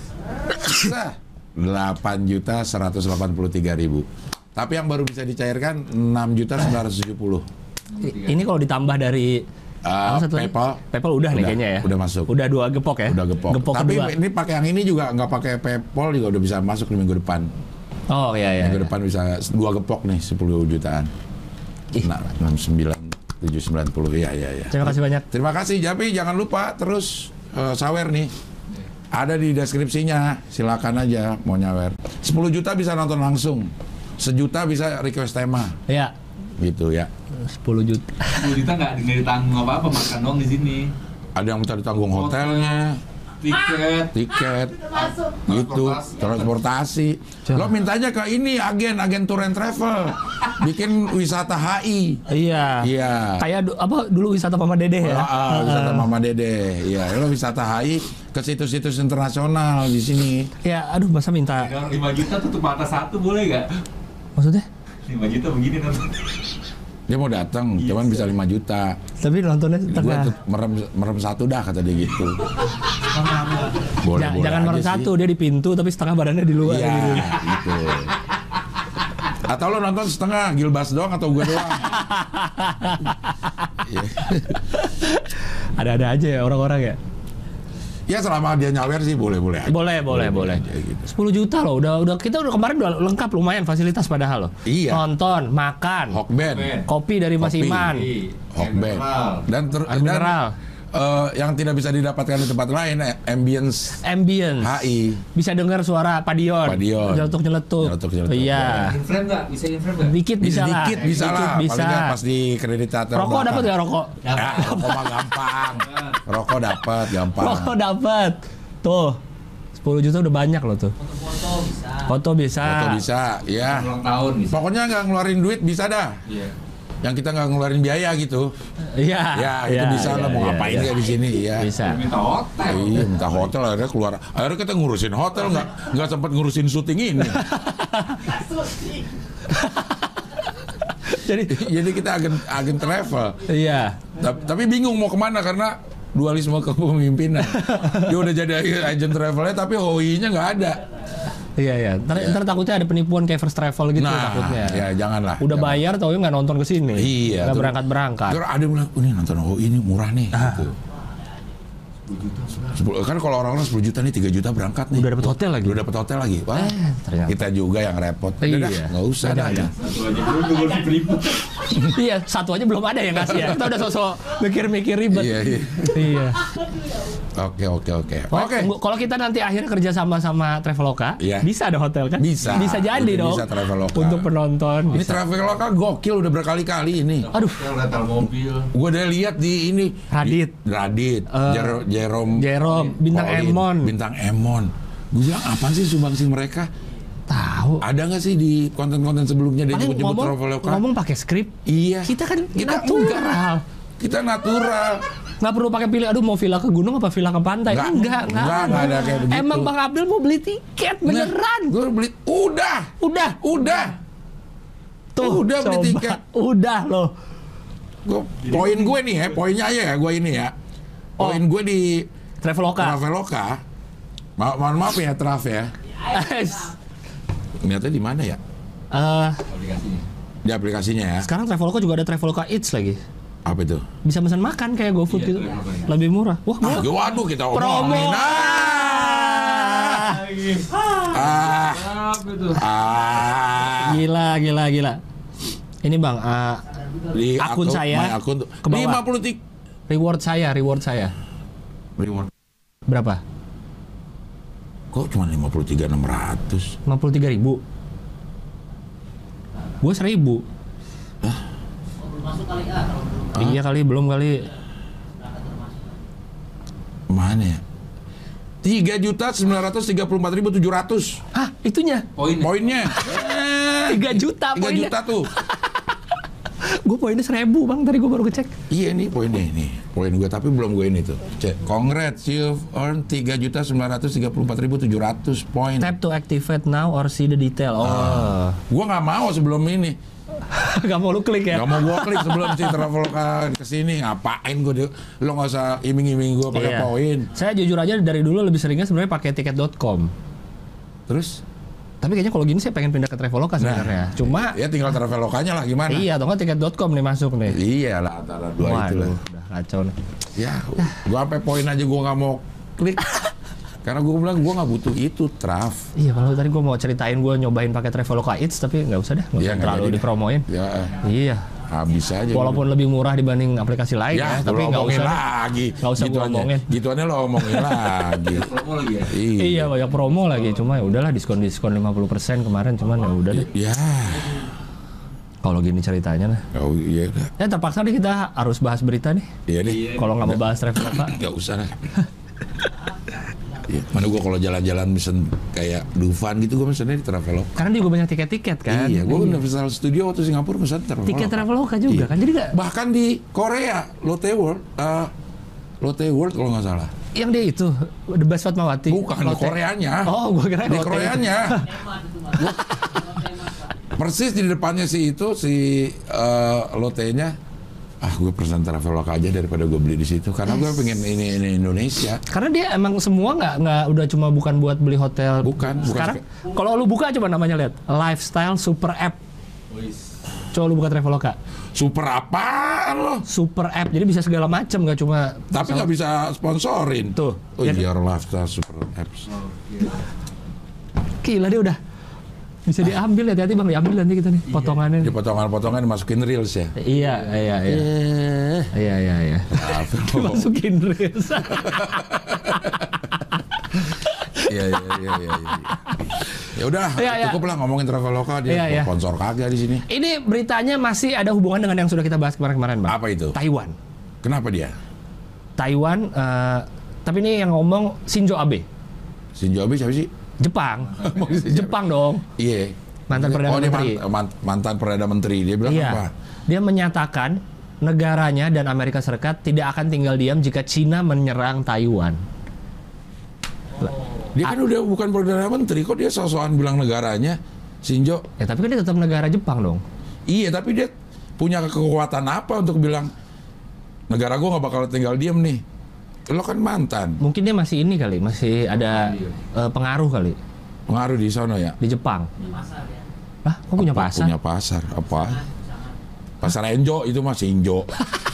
B: delapan juta seratus delapan puluh tiga ribu. Tapi yang baru bisa dicairkan enam juta sembilan ratus tujuh puluh.
C: I- Ini kalau ditambah dari
B: Uh,
C: apa satu lagi?
B: PayPal.
C: PayPal udah, nih
B: Udah,
C: kayaknya ya.
B: udah masuk.
C: Udah dua gepok ya.
B: Udah gepok. Tapi
C: kedua.
B: ini pakai yang ini juga nggak pakai PayPal juga udah bisa masuk di minggu depan.
C: Oh iya iya.
B: Minggu
C: iya.
B: depan bisa dua gepok nih sepuluh jutaan. Nah, enam sembilan tujuh sembilan puluh. Iya, iya, iya.
C: Terima kasih banyak.
B: Terima kasih, Japi. Jangan lupa terus eh, sawer nih. Ada di deskripsinya. Silakan aja mau nyawer. sepuluh juta bisa nonton langsung. Sejuta bisa request tema.
C: Ya,
B: Gitu ya.
C: sepuluh juta.
A: sepuluh juta nggak nggak ditanggung apa-apa, makan doang di sini.
B: Ada yang minta ditanggung hotelnya,
A: Tiket.
B: tiket,
D: Masuk.
B: gitu,
A: Transportasi.
B: transportasi. Lo mintanya ke ini agen, agen tour and travel. Bikin wisata H I.
C: Iya.
B: Iya.
C: Kayak du- apa dulu wisata Mama Dede ya?
B: Ah, ah, wisata Mama Dede. Iya, lo wisata H I ke situs-situs internasional di sini.
C: Ya, aduh masa minta.
A: Kalau lima juta tutup mata satu boleh nggak?
C: Maksudnya?
A: lima juta begini nonton.
B: Dia mau datang, cuman bisa lima juta.
C: Tapi nontonnya
B: Gue
C: setengah.
B: tuh merem merem satu dah kata dia gitu. Boleh,
C: Ja-
B: boleh
C: jangan
B: aja
C: merem
B: sih.
C: satu, dia di pintu tapi setengah badannya di luar.
B: Iya,
C: gitu.
B: gitu. Atau lo nonton setengah, Gilbas doang atau gue doang? Iya.
C: Ada-ada aja ya orang-orang ya.
B: Ya selama dia nyawer sih boleh-boleh aja.
C: Boleh, boleh, boleh.
B: aja gitu.
C: sepuluh juta loh, udah udah kita udah kemarin udah lengkap lumayan fasilitas padahal loh.
B: Iya.
C: Nonton, makan,
B: Hokben,
A: Ben.
C: kopi dari Mas
B: Kopi.
C: Iman,
B: Hokben. Dan ter-
C: air
B: dan
C: mineral.
B: eh, yang tidak bisa didapatkan di tempat lain, eh, ambience
C: Ambience.
B: H I.
C: Bisa dengar suara padion.
B: Padion.
C: Nyeletuk-nyeletuk.
B: Nyeletuk-nyeletuk.
C: Iya.
A: Inframe nggak? Bisa inframe nggak?
C: Dikit bisa lah.
B: Dikit bisa
C: Dikit
B: lah,
C: bisa.
B: paling nggak pas di kreditator.
C: Rokok dapat nggak rokok?
B: Ya, rokok mah gampang. Rokok dapat gampang.
C: Rokok dapat. Tuh. sepuluh juta udah banyak loh tuh.
D: Foto bisa.
C: Foto bisa.
B: Foto bisa, ya.
A: Ulang tahun bisa.
B: Pokoknya nggak ngeluarin duit bisa dah.
A: Iya.
B: Yang kita nggak ngeluarin biaya gitu.
C: Iya.
B: Ya, itu
C: iya,
B: bisa
C: iya,
B: lah mau
C: iya,
B: ngapain
C: iya.
B: kayak di sini ya.
C: Bisa.
A: Minta hotel.
B: Iya, minta hotel akhirnya keluar. Akhirnya kita ngurusin hotel nggak nggak sempat ngurusin syuting ini.
C: Jadi
B: Jadi kita agen agen travel.
C: iya.
B: Ta- Tapi bingung mau kemana karena dualisme kepemimpinan. Dia udah jadi agen travelnya tapi H O I-nya nggak ada.
C: Iya iya. Ntar,
B: Iya.
C: ntar takutnya ada penipuan kayak first travel gitu
B: Nah,
C: takutnya.
B: ya janganlah.
C: Udah
B: Jangan.
C: bayar tau nggak nonton ke sini.
B: Iya.
C: Nggak
B: tuh.
C: berangkat berangkat.
B: Terus ada yang bilang, "Oh, ini nonton H O I ini murah nih." Gitu. sepuluh kan kalau orang-orang sepuluh juta nih tiga juta berangkat nih.
C: Udah dapet hotel lagi.
B: Udah dapet hotel lagi. Wah,
C: Eh, ternyata.
B: kita juga yang repot. Udah
C: Iya.
B: dah, nggak usah dah.
C: Ada.
A: Satu aja dulu dua puluh ribu.
C: Iya, satu aja belum ada yang ngasih ya. Kita udah sosok mikir-mikir ribet.
B: Iya, iya.
C: Iya.
B: Oke, oke, oke.
C: Oh,
B: Oke.
C: tunggu, kalau kita nanti akhirnya kerja sama sama Traveloka,
B: Iya.
C: bisa ada hotel kan?
B: Bisa.
C: Bisa jadi
B: Bisa
C: dong.
B: Traveloka.
C: Untuk penonton.
B: Ini
C: Bisa.
B: Traveloka gokil udah berkali-kali ini.
C: Aduh,
A: Hotel, rental mobil.
B: Gue udah lihat di ini
C: Radit.
B: di- Radit,
C: Eh,
B: Jero- Jerome,
C: Jerome, Bintang
B: Colin,
C: Emon.
B: Bintang Emon. Gue bilang apa sih sumbangsi mereka?
C: Tahu.
B: Ada nggak sih di konten-konten sebelumnya dia
C: Paling
B: nyebut-nyebut
C: ngomong,
B: Traveloka?
C: ngomong pakai skrip.
B: Iya.
C: Kita kan
B: Kita
C: natural.
B: Kita natural.
C: Nggak perlu pakai pilih, aduh mau villa ke gunung apa villa ke pantai.
B: Nggak.
C: Enggak, enggak.
B: Nggak, nggak ada kayak begitu.
C: Emang Bang Abdul mau beli tiket beneran.
B: Gue beli, udah,
C: Udah,
B: udah.
C: tuh.
B: Udah beli
C: coba.
B: tiket.
C: Udah loh.
B: Gua, poin gue nih ya, poinnya aja ya gue ini ya. Poin gue di
C: Traveloka.
B: Traveloka. Ma mohon maaf ya, Trav ya. Ternyata di mana ya?
C: Eh,
A: Aplikasinya.
B: Di aplikasinya ya.
C: sekarang Traveloka juga ada Traveloka Eats lagi.
B: Apa itu?
C: Bisa pesan makan kayak GoFood
A: Iya,
C: gitu.
A: Traveloka Eats.
C: Lebih murah. Wah,
B: Ah,
C: murah.
B: waduh kita
C: Promo.
B: omongin. Ah, ah,
A: Apa itu?
B: ah.
C: Gila, gila, gila. Ini Bang, eh,
B: Di
C: Akun saya
B: my akun tuh.
C: ke bawah.
B: lima puluh tiga
C: reward saya, reward saya.
B: reward.
C: Berapa?
B: Kok cuma lima puluh tiga enam ratus?
C: lima puluh tiga ribu. Gue seribu.
D: Belum masuk kali ah kalau belum.
C: Iya kali, belum kali.
B: Mana ya? tiga juta sembilan ratus tiga puluh empat ribu tujuh ratus
C: Hah, itunya?
A: Poin.
B: poinnya.
C: tiga juta
B: tiga
C: poinnya.
B: juta tuh.
C: Gue poinnya seribu Bang, tadi gue baru ngecek.
B: Iya nih poinnya ini. Poin gue tapi belum gue ini tuh. Cek. Congrats, you've earned tiga juta sembilan ratus tiga puluh empat ribu tujuh ratus poin.
C: Tap to activate now or see the detail. Oh.
B: Gue nggak mau sebelum ini.
C: Gak mau lu klik ya?
B: Gak mau gue klik sebelum si Traveloka kesini. Ngapain gue dia? Lo nggak usah iming-iming gue pakai
C: Iya.
B: poin.
C: Saya jujur aja dari dulu lebih seringnya sebenarnya pakai tiket dot com.
B: Terus?
C: Tapi kayaknya kalau gini saya pengen pindah ke Traveloka sebenarnya. Cuma
B: Ya tinggal Travelokanya lah gimana?
C: iya, atau nggak tiket dot com nih masuk nih.
B: Iya lah antara dua itu lah.
C: Waduh, udah kacau nih.
B: Ya, gue sampai poin aja gue nggak mau klik. Karena gue bilang gue nggak butuh itu, Trav.
C: Iya, kalau tadi gue mau ceritain gue nyobain pakai Traveloka Eats, tapi nggak usah deh, nggak
B: Iya,
C: usah
B: nggak
C: terlalu
B: jadi.
C: dipromoin.
B: Ya,
C: Iya,
B: habis aja.
C: walaupun lebih murah dibanding aplikasi lain
B: ya,
C: ya,
B: tapi
C: tapi nggak
B: ngomongin
C: usah. deh.
B: lagi.
C: Nggak usah gua
B: Gituannya.
C: omongin.
B: Gituannya lo omongin lagi.
A: Promo lagi ya.
C: Iya, banyak promo lagi, cuma ya udahlah diskon-diskon lima puluh persen kemarin, cuman ya udah deh.
B: Ya,
C: Kalau gini ceritanya nah.
B: oh iya udah.
C: Ya terpaksa nih kita harus bahas berita nih.
B: Iya deh.
C: Kalau nggak mau bahas Traveloka.
B: Nggak usah lah. Ya, mana gue kalau jalan-jalan mesen kayak Dufan gitu gue mesennya di Traveloka.
C: Karena dia juga banyak tiket-tiket kan.
B: Iya, gue Universal Studio waktu Singapura mesen Traveloka.
C: Tiket Traveloka juga
B: Iya.
C: kan. Jadi nggak
B: Bahkan di Korea, Lotte World, eh, Lotte World kalau nggak salah.
C: yang dia itu The Best Fatmawati.
B: Bukan, di
C: Lotte.
B: Koreanya.
C: Oh, gue kira
B: Di
C: Lotte.
B: Koreanya. Persis di depannya si itu, si eh, Lotte-nya. Ah, gue pesan Traveloka aja daripada gue beli di situ. Karena gue pengen ini, ini Indonesia.
C: Karena dia emang semua nggak nggak udah cuma bukan buat beli hotel.
B: Bukan, bukan.
C: Sekarang kalau lu buka coba namanya lihat Lifestyle Super App. Coba lu buka Traveloka.
B: Super apaan lo?
C: Super App. Jadi bisa segala macam nggak cuma.
B: Tapi nggak bisa sponsorin.
C: Tuh,
B: Oh
C: ya
B: iya, Lifestyle Super Apps.
C: Gila dia udah Bisa diambil, hati-hati Bang, diambil nanti kita nih potongannya.
B: Di potongan-potongan dimasukin reels ya.
C: Iya, iya, iya. Iya, iya, iya. Dimasukin reels.
B: Iya, iya, iya, iya. Ya udah,
C: Ya, ya.
B: cukup lah ngomongin Traveloka, dia
C: Ya, ya.
B: sponsor kagak di sini.
C: Ini beritanya masih ada hubungan dengan yang sudah kita bahas kemarin-kemarin, Bang.
B: Apa itu?
C: Taiwan.
B: Kenapa dia?
C: Taiwan, eh, tapi ini yang ngomong Shinzo Abe.
B: Shinzo Abe siapa sih?
C: Jepang. Jepang dong.
B: Iya.
C: Mantan Perdana
B: oh, dia
C: Menteri.
B: mant- mant- mantan Perdana Menteri. Dia bilang
C: Iya.
B: apa?
C: Dia menyatakan negaranya dan Amerika Serikat tidak akan tinggal diam jika Cina menyerang Taiwan.
B: Dia kan udah bukan Perdana Menteri, kok dia sosokan bilang negaranya Shinzo.
C: Ya tapi kan dia tetap negara Jepang dong.
B: Iya, tapi dia punya kekuatan apa untuk bilang negara gua nggak bakal tinggal diem nih. Lo kan mantan.
C: Mungkin dia masih ini kali, masih ada eh, pengaruh kali
B: Pengaruh di sana ya.
C: di Jepang.
D: Punya pasar ya.
C: Hah, kok punya
B: Apa
C: pasar?
B: Punya pasar apa? Pasar Enjo itu mah Shinjo.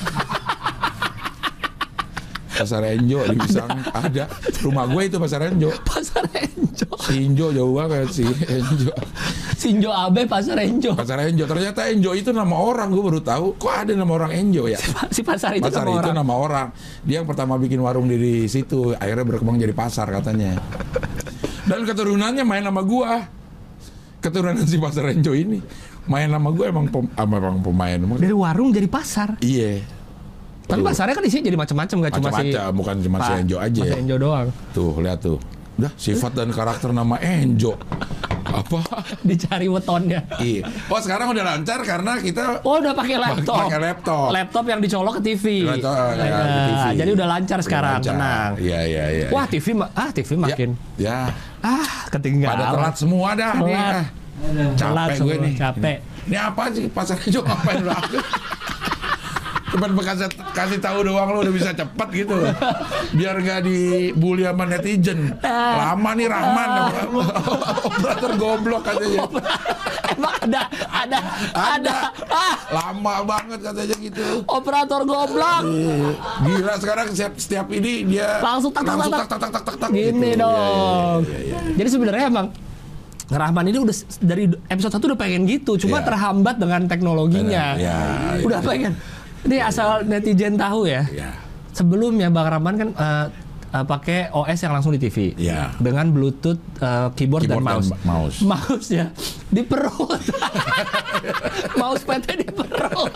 B: Pasar Enjo di Pisang ada. Rumah gue itu Pasar Enjo.
C: Pasar Enjo.
B: Shinjo jauh banget sih Enjo.
C: Shinzo Abe Pasar Enjo.
B: Pasar Enjo. Ternyata Enjo itu nama orang, gue baru tahu. Kok ada nama orang Enjo ya?
C: Si pasar itu
B: Pasar
C: sama
B: itu
C: orang.
B: nama orang. Dia yang pertama bikin warung di situ, akhirnya berkembang jadi pasar katanya. Dan keturunannya main sama gua. Keturunan si Pasar Enjo ini main sama gua emang pem, emang pemain.
C: Dari warung jadi pasar.
B: Iya.
C: Tapi pasarnya kan isinya jadi macam-macam, nggak cuma si
B: Macam-macam, bukan cuma si
C: Pak-
B: Enjo aja.
C: Mas Enjo doang.
B: Tuh, lihat tuh. Udah, sifat dan karakter nama Enjo. Apa?
C: Dicari wetonnya.
B: Iya. Oh, sekarang udah lancar karena kita
C: Oh, udah pakai laptop.
B: Pakai laptop.
C: Laptop yang dicolok ke T V.
B: Laptop, ya,
C: Ya,
B: di T V.
C: jadi udah lancar sekarang,
B: lancar.
C: tenang.
B: Iya, iya, iya.
C: Wah, T V ma- ah T V makin
B: Ya,
C: ah ketinggalan.
B: pada telat semua dah nih.
C: Telat.
B: Capek
C: Telat
B: gue
C: semua,
B: nih.
C: capek.
B: Ini apa sih Pasar Enjo ngapain lu? Cuman kasih, kasih tahu doang lu udah bisa cepet gitu loh. Biar gak dibully sama netizen. Lama nih Rahman. Operator goblok katanya.
C: Emang ada ada ada ah
B: Lama banget katanya gitu.
C: operator goblok.
B: Gila sekarang setiap, setiap ini dia
C: Langsung tak, tak,
B: langsung
C: tak,
B: tak tak tak tak tak
C: Gini
B: gitu.
C: dong.
B: Iya, iya, iya, iya.
C: Jadi sebenarnya emang Rahman ini udah s- dari episode satu udah pengen gitu, cuma
B: Iya.
C: terhambat dengan teknologinya.
B: Iya, iya.
C: Udah pengen. Ini asal netizen tahu ya.
B: Iya.
C: Sebelumnya Bang Rahman kan eh, eh, pakai O S yang langsung di T V.
B: Iya.
C: Dengan Bluetooth eh, keyboard, dan
B: Keyboard
C: mouse.
B: dan mouse.
C: Mouse-nya di perut. Mousepad-nya di perut.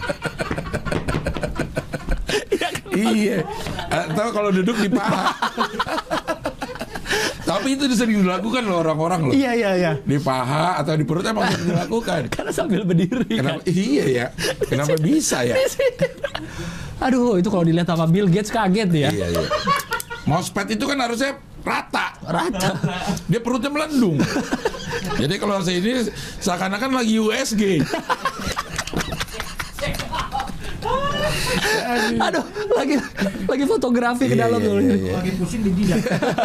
B: Iya. Atau kalau duduk di paha. Tapi itu sering dilakukan loh orang-orang loh.
C: Iya iya iya.
B: Di paha atau di perut emang sering dilakukan.
C: Karena sambil berdiri
B: Kenapa?
C: kan.
B: Iya ya. Kenapa bisa ya?
C: Aduh, itu kalau dilihat sama Bill Gates kaget ya.
B: Iya iya. Mousepad itu kan harusnya rata.
C: Rata.
B: Dia perutnya melendung. Jadi kalau saya ini seakan-akan lagi U S G.
C: Aduh, lagi lagi fotografi ke
B: Iya,
C: dalam
B: iya,
C: tuh.
B: iya, iya.
A: Lagi pusing di jidat.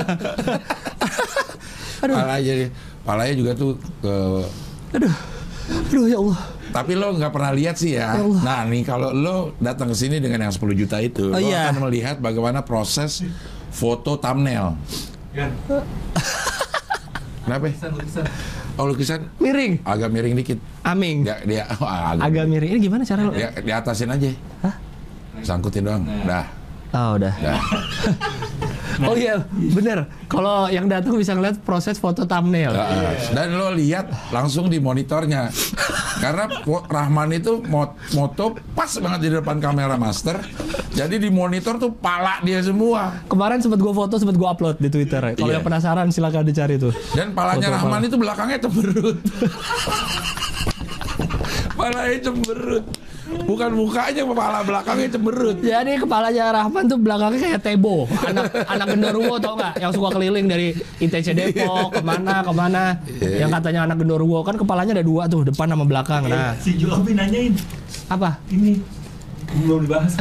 C: Aduh.
B: Palanya, palanya juga tuh ke.
C: Aduh. Aduh ya Allah.
B: Tapi lo nggak pernah lihat sih ya.
C: Ya Allah.
B: Nah nih kalau lo datang ke sini dengan yang sepuluh juta itu,
C: Oh,
B: lo
C: iya.
B: akan melihat bagaimana proses foto thumbnail.
A: Kan.
B: Kenapa?
A: Lukisan, lukisan.
B: Oh lukisan
C: Miring.
B: agak miring dikit.
C: Aming.
B: Dia, dia oh, agak,
C: Agak miring. Ini gimana cara lo?
B: dia, di atasin aja.
C: Hah?
B: Sangkutin doang. Dah,
C: Oh, udah.
B: dah.
C: Oh iya, bener. Kalau yang datang bisa ngeliat proses foto thumbnail.
B: Nah, dan lo lihat langsung di monitornya. Karena po- Rahman itu mot- moto pas banget di depan kamera master. Jadi di monitor tuh pala dia semua.
C: Kemarin sempat gue foto, sempat gue upload di Twitter. Kalau
B: Iya.
C: yang penasaran silakan dicari tuh.
B: Dan palanya
C: Foto
B: Rahman
C: pala.
B: itu belakangnya cemberut. Palanya cemberut. Bukan mukanya, kepala belakangnya cemberut.
C: Jadi kepalanya Rahman tuh belakangnya kayak Tebo, anak anak genderuwo tau nggak? Yang suka keliling dari I T C Depok kemana kemana. Yang katanya anak genderuwo kan kepalanya ada dua tuh, depan sama belakang. Nah,
A: Si Jobi nanyain,
C: apa?
A: ini belum dibahas.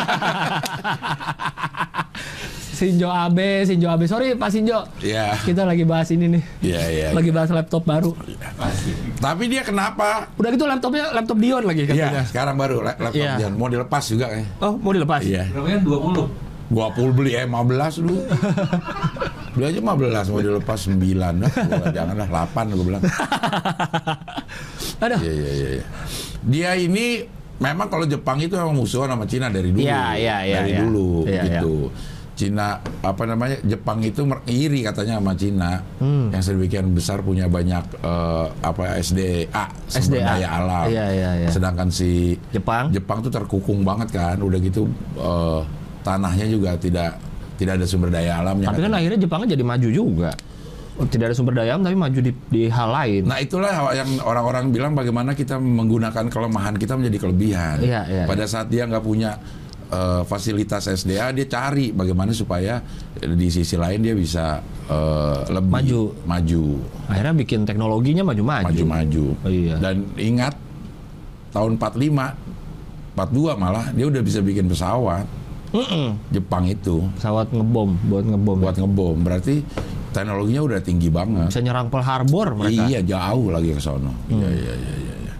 C: Shinzo Abe, Shinzo Abe. Sorry Pak Shinzo,
B: Iya.
C: kita lagi bahas ini nih.
B: Iya, iya.
C: Lagi bahas laptop baru.
B: Tapi dia kenapa?
C: Udah gitu laptopnya laptop Dion lagi
B: Iya,
C: katanya.
B: sekarang baru la- laptop
C: Iya.
B: jangan mau dilepas juga ya.
C: Oh, mau dilepas?
B: Iya.
A: Berapa kan? dua puluh.
B: Gua pul beli lima belas dulu. Beli aja lima belas, mau dilepas sembilan. Dah, gua bilang, janganlah delapan, gue bilang.
C: Aduh.
B: Iya, iya, iya. iya. Dia ini memang kalau Jepang itu memang musuhan sama Cina dari dulu.
C: Iya, iya, iya,
B: dari
C: iya.
B: dulu
C: Iya,
B: gitu. Cina apa namanya Jepang itu mer- iri katanya sama Cina
C: Hmm.
B: yang sedemikian besar punya banyak eh, apa S D A
C: S D A.
B: sumber daya alam.
C: Iya, iya, iya.
B: Sedangkan si
C: Jepang?
B: Jepang tuh terkukung banget kan, udah gitu eh, tanahnya juga tidak tidak ada sumber daya alamnya.
C: Tapi kan
B: katanya.
C: akhirnya Jepangnya jadi maju juga. Tidak ada sumber daya alam tapi maju di, di hal lain.
B: Nah itulah yang orang-orang bilang bagaimana kita menggunakan kelemahan kita menjadi kelebihan.
C: Iya, iya,
B: Pada saat dia nggak punya uh, fasilitas S D A, dia cari bagaimana supaya di sisi lain dia bisa uh, lebih
C: Maju.
B: maju,
C: Akhirnya bikin teknologinya maju-maju.
B: maju-maju.
C: Oh, iya.
B: Dan ingat tahun empat puluh lima, empat puluh dua malah dia udah bisa bikin pesawat.
C: Mm-mm.
B: Jepang itu
C: Pesawat ngebom, buat ngebom.
B: buat ngebom, berarti teknologinya udah tinggi banget.
C: Bisa nyerang Pearl Harbor mereka.
B: Iya, jauh lagi ke sono.
C: Hmm.
B: Iya, iya, iya, iya, iya.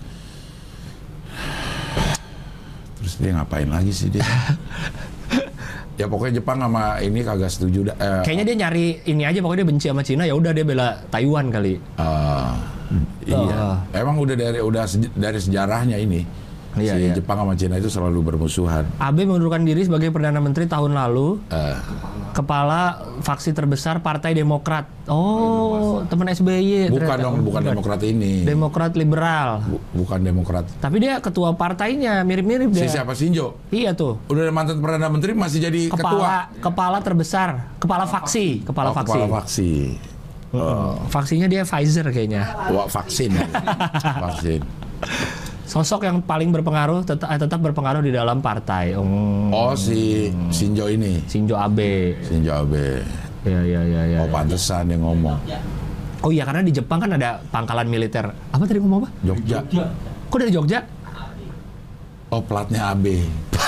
B: Terus dia ngapain lagi sih dia? Ya pokoknya Jepang sama ini kagak setuju. Eh,
C: Kayaknya dia nyari ini aja, pokoknya dia benci sama Cina, ya udah dia bela Taiwan kali.
B: eh, iya.
C: Oh.
B: Emang udah dari udah sej- dari sejarahnya ini.
C: Iya,
B: si
C: iya.
B: Jepang sama Cina itu selalu bermusuhan.
C: Abe mengundurkan diri sebagai Perdana Menteri tahun lalu.
B: Eh,
C: Kepala faksi terbesar Partai Demokrat. Oh, teman S B Y.
B: bukan
C: ternyata.
B: dong, bukan Demokrat ini.
C: Demokrat liberal.
B: Bu- bukan Demokrat.
C: Tapi dia ketua partainya, mirip-mirip
B: Si
C: dia.
B: siapa Shinzo?
C: Iya tuh.
B: Udah mantan Perdana Menteri masih jadi ketua.
C: Kepala kepala terbesar, kepala faksi, kepala
B: Oh,
C: faksi.
B: kepala faksi.
C: Oh, Faksinya dia Pfizer kayaknya.
B: Wah, vaksin. ya. Vaksin.
C: Sosok yang paling berpengaruh tetap eh, tetap berpengaruh di dalam partai. Oh,
B: Oh, si Shinzo ini.
C: Shinzo Abe.
B: Shinzo Abe.
C: Ya ya ya ya.
B: Oh,
C: ya.
B: pantesan dia ngomong.
C: Oh iya, karena di Jepang kan ada pangkalan militer. Apa tadi ngomong apa?
B: Jogja.
A: Ya.
C: Kok dari Jogja?
B: Oh, platnya A B.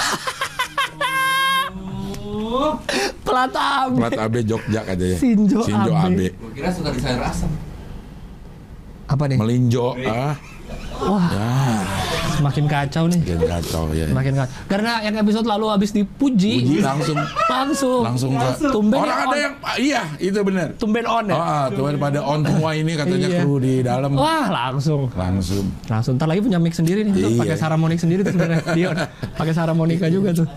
C: Plat Abe.
B: Plat A B Jogja katanya.
C: Shinzo
B: A B.
C: Abe.
A: Gua kira suka di sayur asam.
C: Apa nih?
B: Melinjo. Ah,
C: Wah,
B: ya,
C: semakin kacau nih.
B: jadi kacau ya.
C: Semakin kacau. Karena yang episode lalu habis dipuji,
B: Puji langsung
C: langsung
B: langsung ke
C: Tumben
B: orang
C: yang
B: ada
C: on.
B: yang ah, iya, itu benar.
C: tumben on ya.
B: Oh, ah, tuh pada on semua ini katanya
C: Iya.
B: kru di dalam.
C: Wah, langsung.
B: Langsung.
C: Langsung ntar lagi punya mic sendiri nih, tuh,
B: Iya.
C: pakai harmonik sendiri tuh sebenarnya. Dion pakai harmonika juga tuh.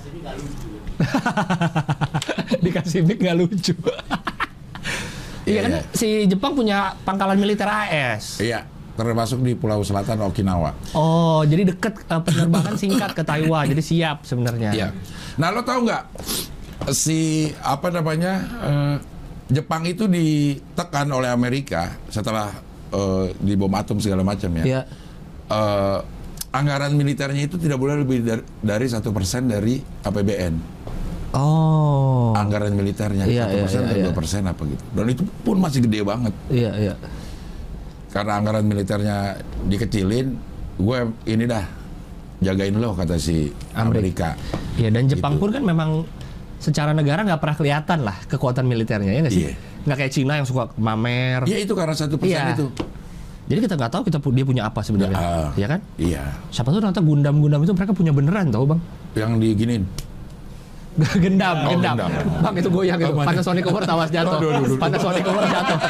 C: Dikasih mic nggak lucu. Iya kan,
B: Iya.
C: si Jepang punya pangkalan militer A S.
B: Iya, termasuk di Pulau Selatan Okinawa.
C: Oh, jadi deket eh, penerbangan singkat ke Taiwan, jadi siap sebenarnya.
B: Iya. Nah, lo tahu nggak si apa namanya eh, Jepang itu ditekan oleh Amerika setelah eh, dibom atom segala macam ya.
C: Iya.
B: Eh, anggaran militernya itu tidak boleh lebih dar- dari satu persen dari A P B N.
C: Oh.
B: Anggaran militernya
C: Iya,
B: satu
C: iya,
B: persen
C: iya,
B: atau
C: iya.
B: dua persen apa gitu. Dan itu pun masih gede banget.
C: Iya, iya.
B: Karena anggaran militernya dikecilin, gue ini dah jagain lo kata si Amerika.
C: Iya, dan Jepang
B: Gitu.
C: pun kan memang secara negara nggak pernah kelihatan lah kekuatan militernya, ya nggak sih?
B: Iya.
C: Nggak kayak Cina yang suka mamer.
B: Ya itu karena satu persen
C: Iya.
B: itu.
C: Jadi kita nggak tahu kita pu- dia punya apa sebenarnya,
B: Ya,
C: ya kan?
B: Iya.
C: Siapa tuh ternyata Gundam-Gundam itu mereka punya beneran tau bang?
B: Yang diginin.
C: gendam,
B: Oh,
C: gendam.
B: gendam.
C: Bang itu goyang itu.
B: Oh, mana?
C: Panasonic Over tawas jatuh.
B: Aduh, aduh, aduh.
C: Panasonic Over jatuh.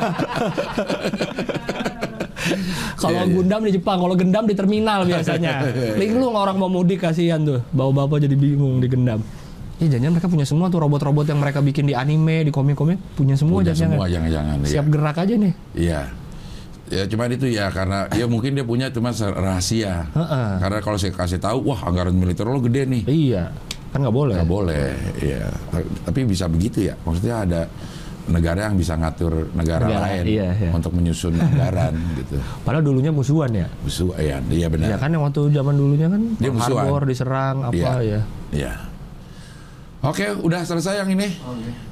C: Kalau
B: Iya, iya.
C: Gundam di Jepang, kalau gendam di terminal biasanya. Linglung orang mau mudik kasihan tuh. Bawa bapak jadi bingung di gendam. Ya jangan mereka punya semua tuh robot-robot yang mereka bikin di anime, di komik-komik punya semua
B: Punya
C: jangan-jangan.
B: semua jangan-jangan.
C: Siap
B: Iya.
C: gerak aja nih.
B: Iya. Ya cuman itu ya karena ya mungkin dia punya cuma rahasia.
C: Heeh.
B: Karena kalau saya kasih tahu, wah anggaran militer lo gede nih.
C: Iya, kan nggak boleh.
B: Nggak boleh. Iya. Tapi bisa begitu ya. Maksudnya ada negara yang bisa ngatur negara,
C: Negara,
B: lain
C: iya, iya.
B: untuk menyusun anggaran gitu.
C: Padahal dulunya musuhan ya.
B: Musuh, ya, iya benar.
C: Iya kan yang waktu zaman dulunya kan
B: Dia
C: Pearl
B: musuhan.
C: Harbor diserang apa
B: Iya.
C: ya.
B: Iya. Oke, udah selesai yang ini.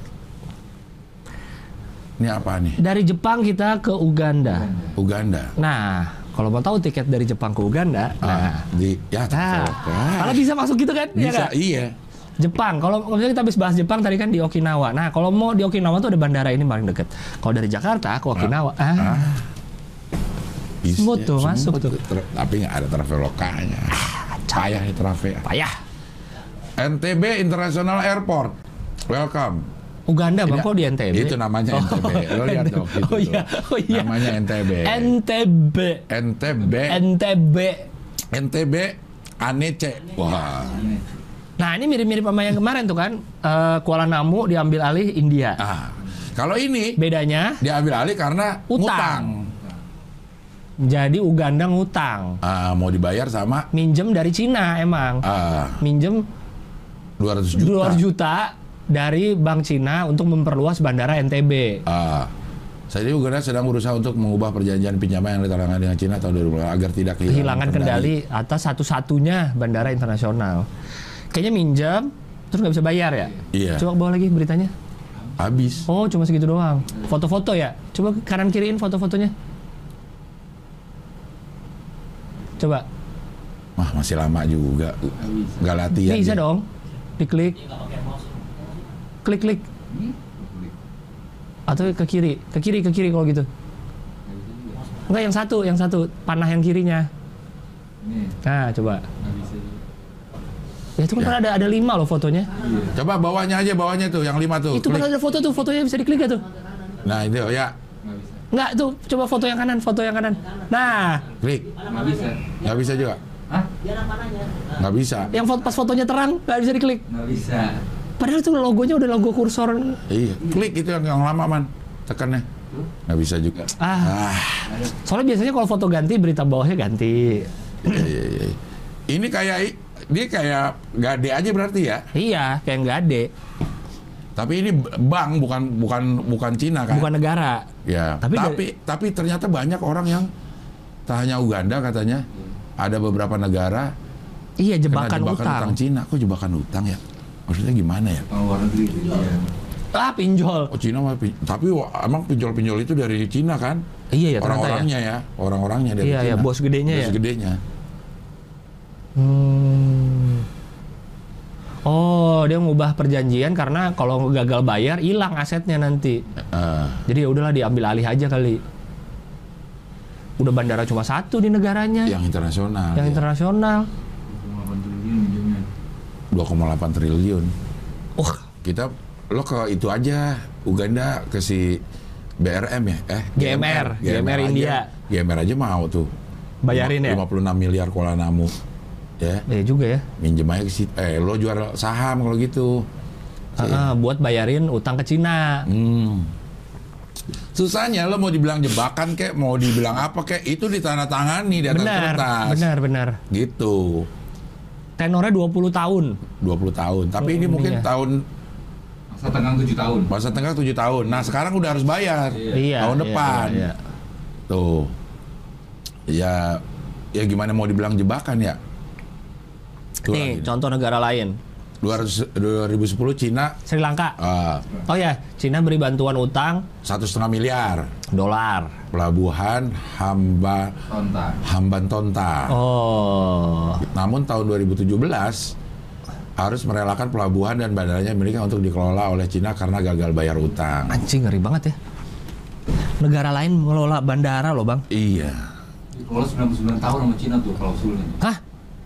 B: Ini apa nih?
C: Dari Jepang kita ke Uganda.
B: Uganda.
C: Nah, kalau mau tahu tiket dari Jepang ke Uganda,
B: Ah,
C: nah,
B: di ya
C: nah,
B: ah,
C: kalau bisa masuk gitu kan? Ya
B: bisa
C: nggak?
B: iya.
C: Jepang, kalau misalnya kita habis bahas Jepang tadi kan di Okinawa. Nah, kalau mau di Okinawa tuh ada bandara ini paling deket. Kalau dari Jakarta ke Okinawa, ah,
B: Ah. Bisa,
C: Smooth tuh,
B: semua
C: masuk tuh.
B: Ter- tapi nggak ada travelokanya. Payah nih travel.
C: payah.
B: N T B International Airport. Welcome.
C: Uganda bang,
B: Ini-
C: kok di N T B?
B: Itu namanya N T B. Lo lihat dong. Gitu
C: Oh iya,
B: tuh.
C: oh iya.
B: Namanya N T B.
C: N T B.
B: N T B.
C: N T B.
B: N T B. Anece. Wah.
C: Nah ini mirip-mirip sama yang kemarin tuh kan, eh, Kuala Namu diambil alih India.
B: Ah. Kalau ini
C: Bedanya,
B: diambil alih karena
C: Utang.
B: ngutang.
C: jadi Uganda ngutang,
B: Ah, mau dibayar sama
C: minjem dari Cina emang,
B: ah,
C: minjem
B: dua ratus juta.
C: dua ratus juta dari Bank Cina untuk memperluas bandara N T B.
B: Ah. Saat ini Uganda sedang berusaha untuk mengubah perjanjian pinjaman yang ditandatangani dengan Cina tahun dua ribu dua agar tidak kehilangan
C: Kehilangan kendali atas satu-satunya bandara internasional. Kayaknya minjem, terus nggak bisa bayar ya?
B: Iya.
C: Coba bawa lagi beritanya.
B: Habis.
C: Oh, cuma segitu doang. Foto-foto ya? Coba kanan kiriin foto-fotonya. Coba.
B: Wah, masih lama juga. Nggak latihan.
C: Bisa
B: dia.
C: dong. Diklik.
D: Dia nggak pakai mouse.
C: Klik-klik. Atau ke kiri. Ke kiri, ke kiri kalau gitu. Enggak, yang satu, yang satu. Panah yang kirinya. Nah, coba. Ya itu kan
B: Ya.
C: ada ada lima loh fotonya.
B: Coba bawahnya aja, bawahnya tuh, yang lima tuh.
C: Itu kan
B: Klik.
C: ada foto tuh, fotonya bisa diklik gak tuh?
B: Nah, itu ya.
C: Enggak tuh, coba foto yang kanan, foto yang kanan. Nah,
B: Klik.
D: Nggak bisa.
B: Nggak bisa juga.
D: Dia ada panahnya. Nah,
B: Nggak bisa.
C: yang foto pas fotonya terang nggak bisa diklik.
A: Nggak bisa.
C: Padahal tuh logonya udah logo kursor.
B: Iya, klik itu yang, yang lama man. Tekannya. Nggak bisa juga.
C: Ah,
B: Ah.
C: soalnya biasanya kalau foto ganti berita bawahnya ganti.
B: Iya, iya, iya. Ini kayak dia kayak gade aja berarti ya.
C: Iya, kayak nggak ada.
B: Tapi ini bank bukan bukan bukan Cina kan?
C: Bukan negara.
B: Ya.
C: Tapi
B: Tapi tapi, ternyata banyak orang yang tak hanya Uganda katanya, ada beberapa negara
C: Iya,
B: kena
C: jebakan,
B: jebakan
C: utang.
B: utang Cina. Kok jebakan utang ya? Maksudnya gimana ya?
A: Orang luar negeri. Iya.
C: Ah, pinjol.
B: Oh Cina mah pin- tapi wa- emang pinjol-pinjol itu dari Cina kan?
C: Iya ya, ternyata ya.
B: Orang-orangnya ya, orang-orangnya dari
C: Iya,
B: Cina.
C: iya, bos gedenya
B: Bos
C: ya.
B: gedenya.
C: Hmm. Oh, dia ngubah perjanjian karena kalau gagal bayar hilang asetnya nanti.
B: Eh,
C: Jadi ya udahlah diambil alih aja kali. Udah bandara cuma satu di negaranya,
B: yang internasional.
C: yang
B: ya.
C: internasional.
A: delapan triliun minjemnya.
B: dua koma delapan triliun.
C: Wah,
B: Kita lo ke itu aja Uganda ke si B R M ya? Eh,
C: G M R, G M R
B: aja.
C: India.
B: G M R aja mau tuh.
C: bayarin ya.
B: lima puluh enam miliar Kuala Namu. Ya,
C: Iya juga ya.
B: minjem aja ke situ. Eh, lo jual saham kalau gitu.
C: Ah, ah, buat bayarin utang ke Cina.
B: Hmm. Susahnya lo mau dibilang jebakan kek, mau dibilang apa kek, itu ditandatangani di atas
C: Benar,
B: kertas.
C: benar, benar.
B: Gitu.
C: Tenornya dua puluh tahun.
B: dua puluh tahun. Tapi
C: Oh,
B: ini mungkin
C: iya.
B: tahun
A: Masa tengah tujuh tahun.
B: masa tengah tujuh tahun. Nah, sekarang udah harus bayar.
C: Iya.
B: Tahun
C: iya,
B: depan.
C: iya, iya.
B: Tuh. Ya ya gimana mau dibilang jebakan ya? Tuh
C: Nih,
B: lagi.
C: contoh negara lain.
B: dua ribu sepuluh Cina
C: Sri Lanka.
B: ah,
C: Oh ya, Cina beri bantuan utang
B: satu setengah miliar
C: dolar.
B: pelabuhan hamba
A: Tonta.
B: Hamban Tonta.
C: Oh.
B: Namun tahun dua ribu tujuh belas harus merelakan pelabuhan dan bandaranya miliknya untuk dikelola oleh Cina karena gagal bayar utang.
C: Anjing, ngeri banget ya. Negara lain mengelola bandara loh, Bang.
B: Iya.
A: Dikelola sembilan puluh sembilan tahun sama Cina tuh klausulnya.
C: Hah?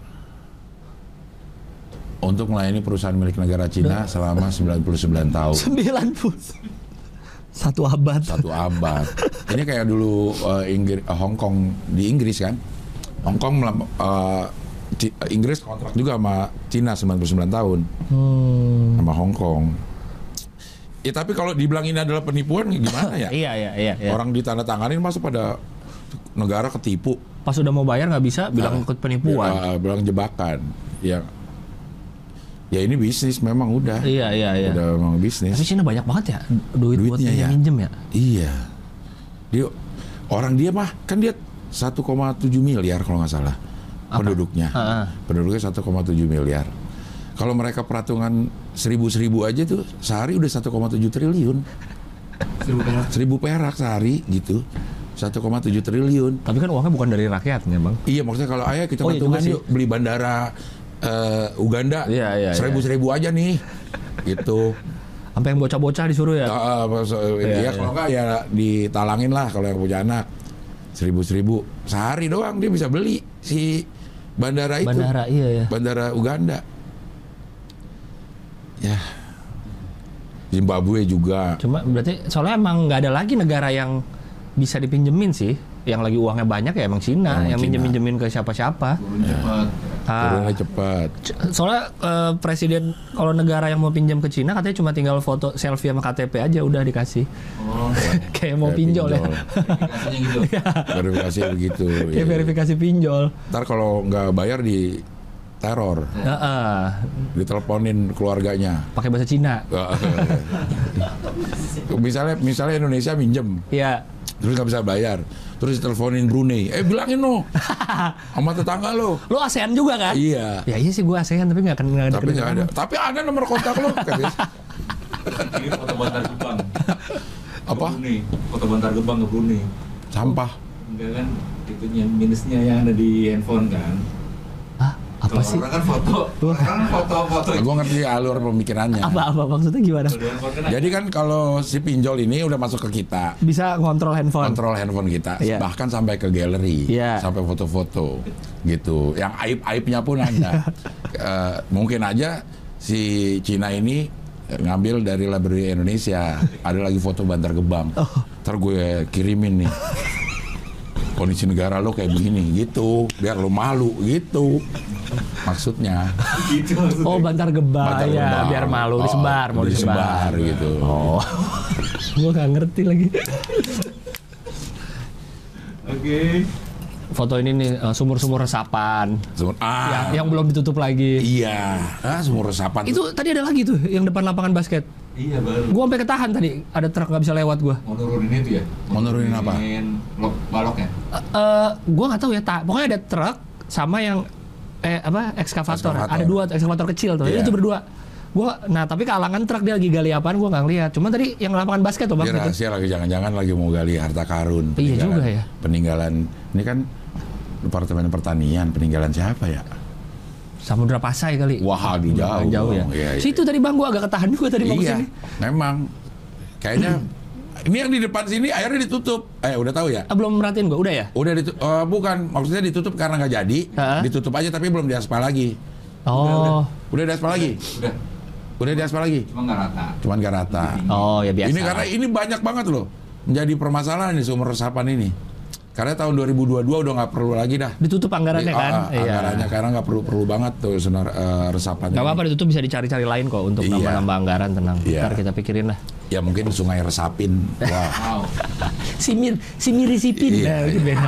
B: Untuk melayani perusahaan milik negara Cina selama sembilan puluh sembilan tahun.
C: sembilan puluh. Satu abad.
B: Satu abad. Ini kayak dulu uh, Inggris, uh, Hong Kong di Inggris kan. Hong Kong melam- uh, Ci- Inggris kontrak juga sama Cina sembilan puluh sembilan tahun
C: Hmm.
B: sama Hong Kong. Ya tapi kalau dibilang ini adalah penipuan gimana ya?
C: Iya, iya, iya. iya.
B: Orang ditandatanganin masa pada negara ketipu.
C: Pas udah mau bayar nggak bisa, bilang
B: Ah,
C: ikut penipuan.
B: uh, bilang jebakan. Ya, ya ini bisnis memang udah.
C: Iya, iya, iya.
B: Udah memang bisnis.
C: Tapi Cina banyak banget ya duit buat
B: Duitnya ya.
C: minjem ya.
B: Iya. Dia orang dia mah kan dia satu koma tujuh miliar kalau nggak salah
C: Apa?
B: penduduknya.
C: Ah, ah.
B: Penduduknya satu koma tujuh miliar. Kalau mereka peratungan seribu-seribu aja tuh sehari udah satu koma tujuh triliun.
A: Seribu perak.
B: Seribu perak sehari gitu. satu koma tujuh triliun.
C: Tapi kan uangnya bukan dari rakyatnya, Bang.
B: Iya, maksudnya kalau ayah kita
C: Oh, iya
B: patungan
C: juga sih.
B: yuk beli bandara eh, Uganda.
C: Iya, iya,
B: seribu-seribu aja nih. Gitu.
C: Sampai yang bocah-bocah disuruh ya.
B: Ah, ah, maksud-
C: Iya,
B: ya
C: iya.
B: kalau enggak ya ditalangin lah kalau yang punya anak. Seribu-seribu sehari doang dia bisa beli si bandara itu.
C: Bandara, iya ya.
B: Bandara Uganda. Ya. Zimbabwe juga.
C: Cuma berarti soalnya emang nggak ada lagi negara yang bisa dipinjemin sih. Yang lagi uangnya banyak ya emang Cina,
B: Emang
C: yang
B: Cina.
C: minjem-minjemin ke siapa-siapa.
A: Turun cepat.
C: Ah.
B: Turunnya cepat.
C: C- Soalnya eh, presiden kalau negara yang mau pinjam ke Cina katanya cuma tinggal foto selfie sama K T P aja udah dikasih.
A: Oh,
C: Kayak mau
B: Kayak
C: pinjol,
B: pinjol.
C: ya.
A: verifikasinya gitu.
B: Verifikasi begitu.
C: Kayak
B: iya.
C: verifikasi pinjol.
B: Ntar kalau nggak bayar di teror,
C: Heeh.
B: diteleponin keluarganya.
C: Pakai bahasa Cina.
B: misalnya misalnya Indonesia minjem,
C: Iya.
B: terus nggak bisa bayar, terus diteleponin Brunei, eh bilangin no, sama tetangga lo.
C: Lo ASEAN juga kan?
B: Iya.
C: Ya iya sih gue ASEAN tapi nggak kenal.
B: Tapi nggak ada. Tapi ada nomor kontak lo, katanya.
A: Ini foto Bantar Gebang.
B: Apa?
A: Ke Brunei. Foto Bantar Gebang ke Brunei.
B: Sampah.
A: Enggak kan itunya minusnya yang ada di handphone kan.
C: Hah? Apa
A: Kalau
C: sih?
A: orang kan foto, orang kan foto-foto.
B: Gue ngerti alur pemikirannya.
C: Apa-apa maksudnya gimana?
A: Kalau di handphone kan
B: Jadi kan kalau si pinjol ini udah masuk ke kita,
C: Bisa ngontrol handphone.
B: kontrol handphone kita,
C: Iya.
B: bahkan sampai ke galeri,
C: Iya.
B: sampai foto-foto, gitu. Yang aib-aibnya pun ada. Eh, mungkin aja si Cina ini ngambil dari library Indonesia, ada lagi foto Bantar Gebang.
C: Oh.
B: Ntar gue kirimin nih. Kondisi negara lo kayak begini, gitu. Biar lo malu, gitu. Maksudnya.
A: gitu maksudnya.
C: Oh Bantar Gebang
B: Bantar
C: ya,
B: Gebang.
C: biar malu
B: Oh,
C: disebar, mau
B: disebar,
C: disebar.
B: gitu.
C: Oh, gue nggak ngerti lagi.
A: Oke.
C: Foto ini nih eh, sumur-sumur resapan
B: Semua- ah,
C: yang, yang belum ditutup lagi.
B: iya. Ah, sumur resapan. tuh.
C: Itu tadi ada lagi tuh yang depan lapangan basket.
A: Iya baru.
C: Gue sampai ketahan tadi, ada truk nggak bisa lewat gue.
A: Mau nurunin itu ya?
B: Mau nurunin apa?
A: Lok, baloknya.
C: Uh, gue nggak tahu ya, ta- pokoknya ada truk sama yang eh apa ekskavator.
B: Ekskavator.
C: Ada dua ekskavator kecil tuh,
B: Iya.
C: itu berdua. Gua, nah tapi kealangan truk dia lagi gali apaan gue nggak ngeliat. Cuma tadi yang lapangan basket tuh bang.
B: Dia
C: gitu.
B: rahasia lagi, jangan-jangan lagi mau gali harta karun.
C: Iya
B: peninggalan-
C: juga ya.
B: Peninggalan, ini kan Departemen Pertanian, peninggalan siapa ya?
C: Samudra Pasai kali.
B: Wah, aduh, jauh.
C: jauh ya.
B: dong. Iya, iya.
C: Situ tadi bang gue agak ketahan juga tadi mau
B: Iya,
C: kesini.
B: memang. Kayaknya, ini yang di depan sini akhirnya ditutup. Eh, udah tahu ya?
C: Ah, belum merhatiin gue, udah ya?
B: Udah ditutup, bukan, maksudnya ditutup karena nggak jadi.
C: Hah?
B: Ditutup aja tapi belum diaspal lagi.
C: Oh,
B: Udah diaspal lagi?
A: Udah.
B: Udah diaspal lagi?
A: Cuma nggak rata.
B: Cuman nggak rata.
C: oh ya biasa.
B: Ini karena ini banyak banget loh menjadi permasalahan di sumur resapan ini. Karena tahun dua ribu dua puluh dua udah nggak perlu lagi dah.
C: Ditutup anggarannya
B: Di-
C: kan?
B: ah, ah, anggarannya karena nggak perlu perlu banget tuh senar uh, resapannya.
C: Gak apa-apa ditutup, bisa dicari-cari lain kok untuk
B: Iya.
C: nambah-nambah anggaran, tenang.
B: Iya.
C: Ntar kita pikirin lah.
B: Ya mungkin sungai resapin. Wah.
A: Wow.
C: Simir, Simiri Sipin.
B: Iya,
C: Nah, itu
B: iya.
C: beda.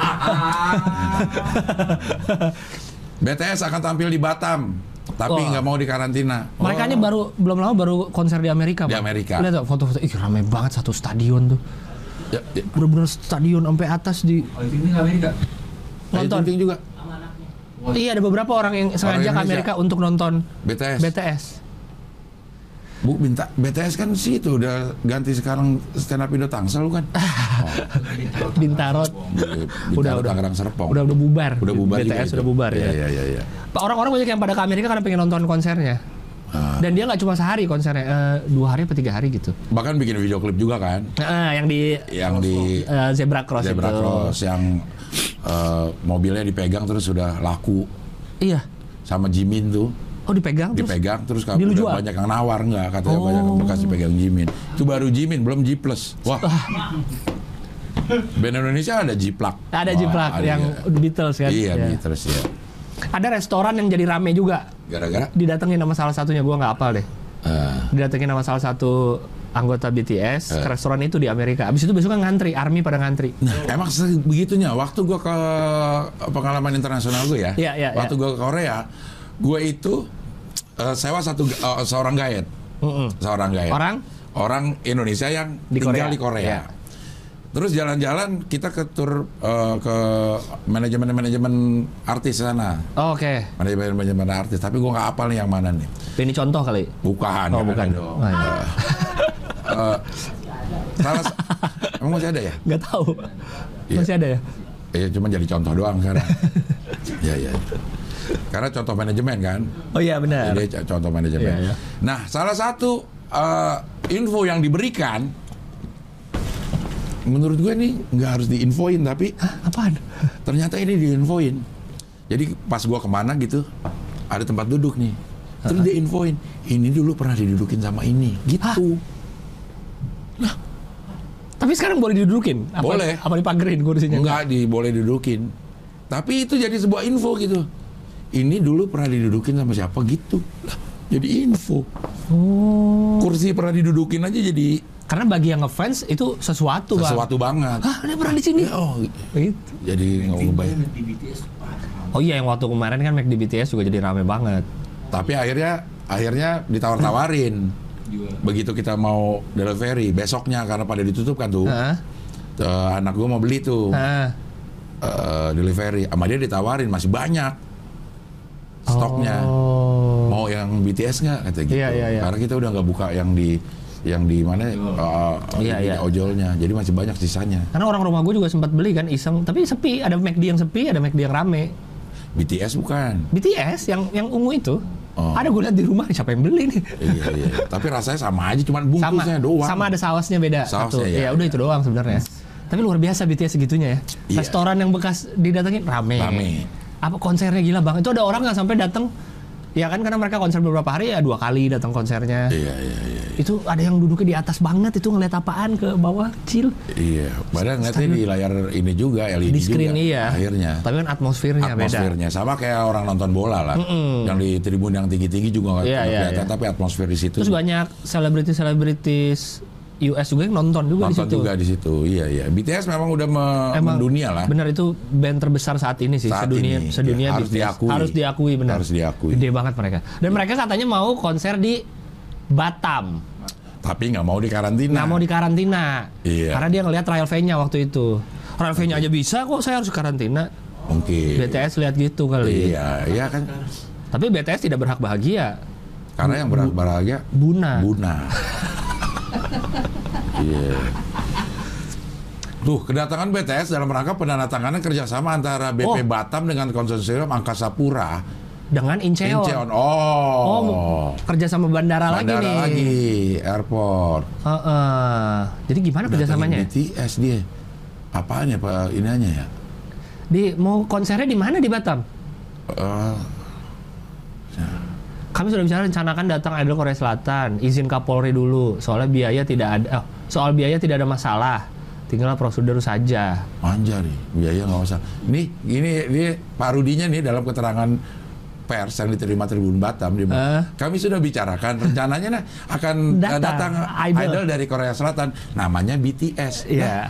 B: B T S akan tampil di Batam, tapi
C: Wah.
B: nggak mau dikarantina.
C: Mereka ini baru belum lama baru konser di Amerika.
B: Di
C: Bang.
B: Amerika.
C: Lihat tuh foto-foto, ih rame banget satu stadion tuh.
B: Ya, ya.
C: Bener-bener stadion sampai atas di
A: Oh itu ini nggak Amerika.
C: nonton.
B: Ting juga.
D: sama anaknya.
A: Wah,
C: Iya, ada beberapa orang yang sengaja ke
B: Indonesia.
C: Amerika untuk nonton
B: B T S.
C: B T S.
B: Bu, minta B T S kan sih itu udah ganti sekarang stand up Indo Tangsel kan. Oh,
C: Bintarot.
B: di-
C: Udah,
B: Bintaro,
C: udah.
B: Tangerang Serpong.
C: Udah udah bubar.
B: Udah bubar
C: B T
B: juga
C: S
B: itu.
C: udah bubar
B: Iya,
C: ya.
B: iya, iya, iya.
C: Orang-orang banyak yang pada ke Amerika karena pengen nonton konsernya.
B: Ah.
C: Dan dia nggak cuma sehari konsernya, eh, dua hari atau tiga hari gitu.
B: Bahkan bikin video klip juga kan,
C: Nah, yang di
B: yang di
C: eh, Zebra Cross
B: Zebra
C: itu.
B: Cross yang eh, mobilnya dipegang terus sudah laku
C: Iya.
B: sama Jimin tuh.
C: Oh dipegang terus?
B: Dipegang terus
C: Dia lu
B: udah
C: jual?
B: banyak yang nawar nggak katanya
C: Oh.
B: banyak yang bekas dipegang Jimin. Itu baru Jimin belum G Plus. Wah. Band Indonesia ada Jiplak.
C: Ada
B: Wah,
C: Jiplak
B: ada
C: yang
B: ya.
C: Beatles kan?
B: Iya,
C: Ya.
B: Beatles ya.
C: Ada restoran yang jadi rame juga.
B: Gara-gara
C: Didatengin sama salah satunya, gua nggak hafal deh.
B: eh,
C: Didatengin sama salah satu anggota B T S ke restoran itu di Amerika. Abis itu besok kan ngantri, army pada ngantri.
B: Nah, emang sebegitunya. Waktu gua ke pengalaman internasional gue ya,
C: Iya, iya,
B: waktu
C: iya.
B: gua ke Korea, gue itu eh, sewa satu eh, seorang guide,
C: Mm-mm.
B: seorang guide.
C: Orang?
B: Orang Indonesia yang
C: Di
B: tinggal
C: Korea.
B: di Korea.
C: Iya.
B: Terus jalan-jalan kita ke tur eh, ke manajemen-manajemen artis sana,
C: Oh, Oke.
B: manajemen-manajemen artis. Tapi gua nggak hafal nih yang mana nih.
C: Ini contoh kali.
B: Bukan.
C: Oh,
B: yang
C: bukan.
B: ada dong.
C: Oh, iya.
B: Eh, salah, emang masih ada ya?
C: Nggak tahu.
B: Iya.
C: Masih ada ya?
B: Ya cuma jadi contoh doang sekarang. Iya, iya. Karena contoh manajemen kan.
C: Oh iya benar.
B: Jadi c- contoh manajemen.
C: Iya, iya.
B: Nah, salah satu eh, info yang diberikan, menurut gue nih nggak harus diinfoin, tapi
C: Hah, apaan?
B: ternyata ini diinfoin. Jadi pas gua kemana gitu, ada tempat duduk nih. Terus dia infoin, ini dulu pernah didudukin sama ini, gitu.
C: Tapi sekarang boleh didudukin? Apa,
B: Boleh.
C: Apa dipagerin kursinya?
B: Enggak, di, boleh didudukin. Tapi itu jadi sebuah info gitu. Ini dulu pernah didudukin sama siapa gitu. Lah, jadi info.
C: Oh.
B: Kursi pernah didudukin aja jadi
C: Karena bagi yang ngefans itu sesuatu, Bang.
B: sesuatu banget.
C: Hah, dia pernah di sini?
B: Oh,
C: Gitu.
B: jadi nggak mau bayar.
A: Di B T S wah,
C: Oh iya, yang waktu kemarin kan Mac di B T S juga jadi rame banget.
B: Tapi akhirnya akhirnya ditawar-tawarin.
A: juga.
B: Begitu kita mau delivery besoknya karena pada ditutup kan tuh.
C: Heeh.
B: Eh, anak gue mau beli tuh
C: Heeh.
B: eh, delivery, sama dia ditawarin masih banyak stoknya.
C: Oh.
B: Mau yang B T S nggak kata gitu.
C: Iya, iya, iya.
B: Karena kita udah nggak buka yang di yang di mana uh,
C: Iya,
B: di
C: iya.
B: ojolnya, jadi masih banyak sisanya.
C: Karena orang rumah gue juga sempat beli kan iseng, tapi sepi. Ada McD yang sepi, ada McD yang rame.
B: B T S bukan?
C: B T S yang yang ungu itu,
B: Oh.
C: ada gue lihat di rumah, siapa yang beli nih?
B: Iya iya. Tapi rasanya sama aja, cuman
C: Sama,
B: bungkusnya doang.
C: sama ada sausnya beda.
B: Sausnya,
C: satu.
B: ya.
C: Ya udah itu doang sebenarnya. Tapi luar biasa B T S segitunya ya.
B: Iya.
C: Restoran yang bekas didatengin rame.
B: Rame.
C: Apa konsernya gila banget. Itu ada orang nggak sampai datang. Ya kan karena mereka konser beberapa hari ya dua kali datang konsernya.
B: Iya iya iya.
C: Itu ada yang duduknya di atas banget itu ngeliat apaan ke bawah kecil.
B: Iya. Padahal ngeliatnya di layar ini juga, L E D
C: Di screen
B: juga.
C: iya.
B: Akhirnya.
C: Tapi kan atmosfernya, beda.
B: Atmosfernya sama kayak orang nonton bola lah.
C: Mm-mm.
B: Yang di tribun yang tinggi-tinggi juga nggak
C: Iya,
B: nggak
C: iya,
B: kelihatan,
C: iya.
B: tapi atmosfer di situ
C: Terus banyak selebritis-selebritis U S juga yang nonton juga di
B: nonton
C: situ.
B: juga di situ. Iya iya. B T S memang udah me-
C: Emang
B: mendunia lah.
C: Benar itu band terbesar saat ini sih,
B: Saat
C: sedunia
B: ini,
C: sedunia
B: ya, harus
C: B T S.
B: diakui.
C: Harus diakui benar.
B: Harus diakui.
C: Gede banget mereka. Dan mereka katanya mau konser di Batam.
B: Tapi nggak mau dikarantina.
C: Nggak mau dikarantina.
B: Iya.
C: Karena dia ngelihat trial V-nya waktu itu. Trial V-nya aja bisa kok, saya harus karantina.
B: Mungkin.
C: B T S lihat gitu kali.
B: Iya, iya kan.
C: Tapi B T S tidak berhak bahagia.
B: Karena yang berhak bahagia
C: Buna.
B: Buna. Iya. Tuh, kedatangan B T S dalam rangka penandatanganan kerjasama antara B P
C: Oh.
B: Batam dengan konsorsium Angkasa Pura.
C: Dengan Incheon.
B: Incheon. Oh.
C: Oh, kerja sama bandara,
B: Bandara
C: lagi nih.
B: lagi, airport.
C: Heeh. Jadi gimana kerjasamanya?
B: B T S dia. Apaan ya Pak ininya ya?
C: Di mau konsernya di mana di Batam?
B: Eh,
C: Kami sudah bisa rencanakan datang idol Korea Selatan, izin Kapolri dulu, soalnya biaya tidak ada, oh, soal biaya tidak ada masalah, tinggal prosedur saja.
B: manja nih, biaya nggak usah. Nih, gini, ini Pak Rudinya nih dalam keterangan pers yang diterima Tribun Batam, dia bilang,
C: Eh.
B: kami sudah bicarakan rencananya nah, akan eh,
C: Datang,
B: datang
C: idol.
B: idol. dari Korea Selatan, namanya B T S.
C: Iya.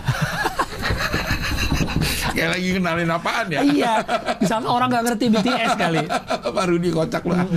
B: Kayak lagi kenalin apaan ya?
C: Iya, misalnya orang nggak ngerti B T S kali.
B: Pak Rudi kocak lu.
A: Ini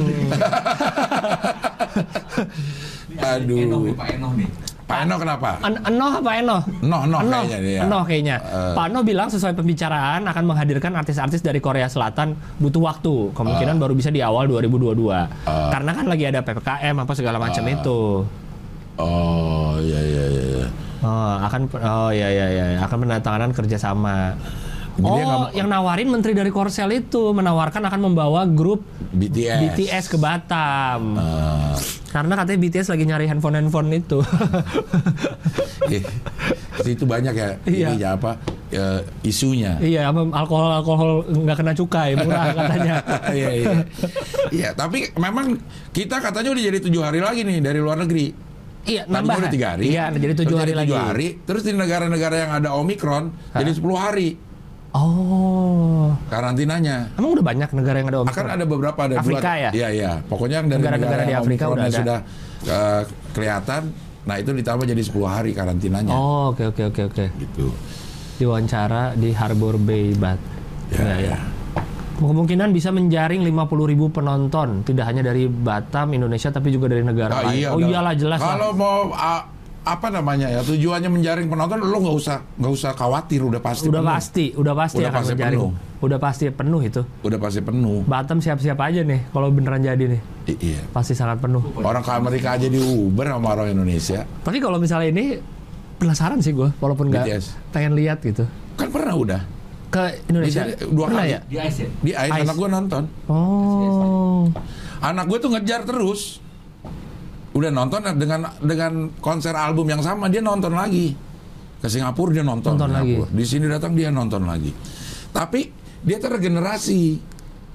B: Aduh.
A: Enoh nih, Pak Enoh nih.
B: Pak Eno kenapa?
C: En- Enoh apa Enoh?
B: Enoh, Enoh
C: Enoh,
B: kayaknya dia.
C: Enoh kayaknya.
B: Eh.
C: Pak Enoh bilang sesuai pembicaraan akan menghadirkan artis-artis dari Korea Selatan butuh waktu. Kemungkinan baru bisa di awal dua ribu dua puluh dua.
B: Eh.
C: Karena kan lagi ada P P K M apa segala macam itu.
B: Oh, iya iya iya. iya.
C: Oh, akan oh ya ya ya akan penandatanganan kerjasama.
B: Jadi
C: Oh,
B: dia nggak mau-
C: yang nawarin menteri dari Korsel itu menawarkan akan membawa grup
B: B T S.
C: B T S ke Batam.
B: Eh,
C: Karena katanya B T S lagi nyari handphone-handphone itu.
B: eh, itu banyak ya,
C: Iya.
B: ini apa eh, isunya.
C: Iya, apa alkohol-alkohol nggak kena cukai, murah katanya.
B: Iya iya. Iya, tapi memang kita katanya udah jadi tujuh hari lagi nih dari luar negeri.
C: Iya,
B: Tadinya
C: nambah.
B: udah tiga hari.
C: Iya, jadi tujuh
B: terus
C: hari
B: jadi
C: lagi.
B: tujuh hari. Terus di negara-negara yang ada Omikron jadi sepuluh hari
C: Oh,
B: karantinanya.
C: emang udah banyak negara yang ada Omikron?
B: Akan ada beberapa ada
C: Afrika
B: dua.
C: ya?
B: Iya iya. Pokoknya yang dari
C: Negara-negara
B: negara
C: di
B: yang
C: Afrika
B: Omikronnya
C: udah ada.
B: sudah eh, kelihatan. Nah itu ditambah jadi sepuluh hari karantinanya.
C: Oh, oke oke oke oke.
B: Gitu.
C: Diwawancara di Harbor Bay, Bat.
B: Ya,
C: Iya,
B: ya.
C: iya. Kemungkinan bisa menjaring lima puluh ribu penonton, tidak hanya dari Batam, Indonesia, tapi juga dari negara
B: Ah,
C: lain.
B: iya,
C: oh
B: dah.
C: iyalah jelas lah.
B: Kalau mau a- apa namanya ya tujuannya menjaring penonton, lo nggak usah nggak usah khawatir, udah pasti
C: Udah
B: penuh.
C: pasti, udah pasti
B: Udah
C: akan
B: pasti
C: menjaring.
B: penuh.
C: Udah pasti penuh itu.
B: Udah pasti penuh.
C: Batam siap-siap aja nih, kalau beneran jadi nih,
B: I- iya.
C: pasti sangat penuh.
B: Orang ke Amerika aja di Uber sama orang Indonesia.
C: Tapi kalau misalnya ini penasaran sih gue, walaupun nggak
B: B T S.
C: pengen lihat gitu.
B: Kan pernah udah
C: Ke Indonesia,
B: Jadi, dua
C: pernah
B: kali.
C: ya?
A: Di Ice ya?
B: di Ice,
C: Ice.
B: anak gue nonton.
C: Oh,
B: Anak gue tuh ngejar terus. Udah nonton dengan dengan konser album yang sama dia nonton lagi. Ke Singapura dia nonton,
C: Nonton
B: Singapura.
C: lagi.
B: Di sini datang dia nonton lagi. Tapi dia tergenerasi.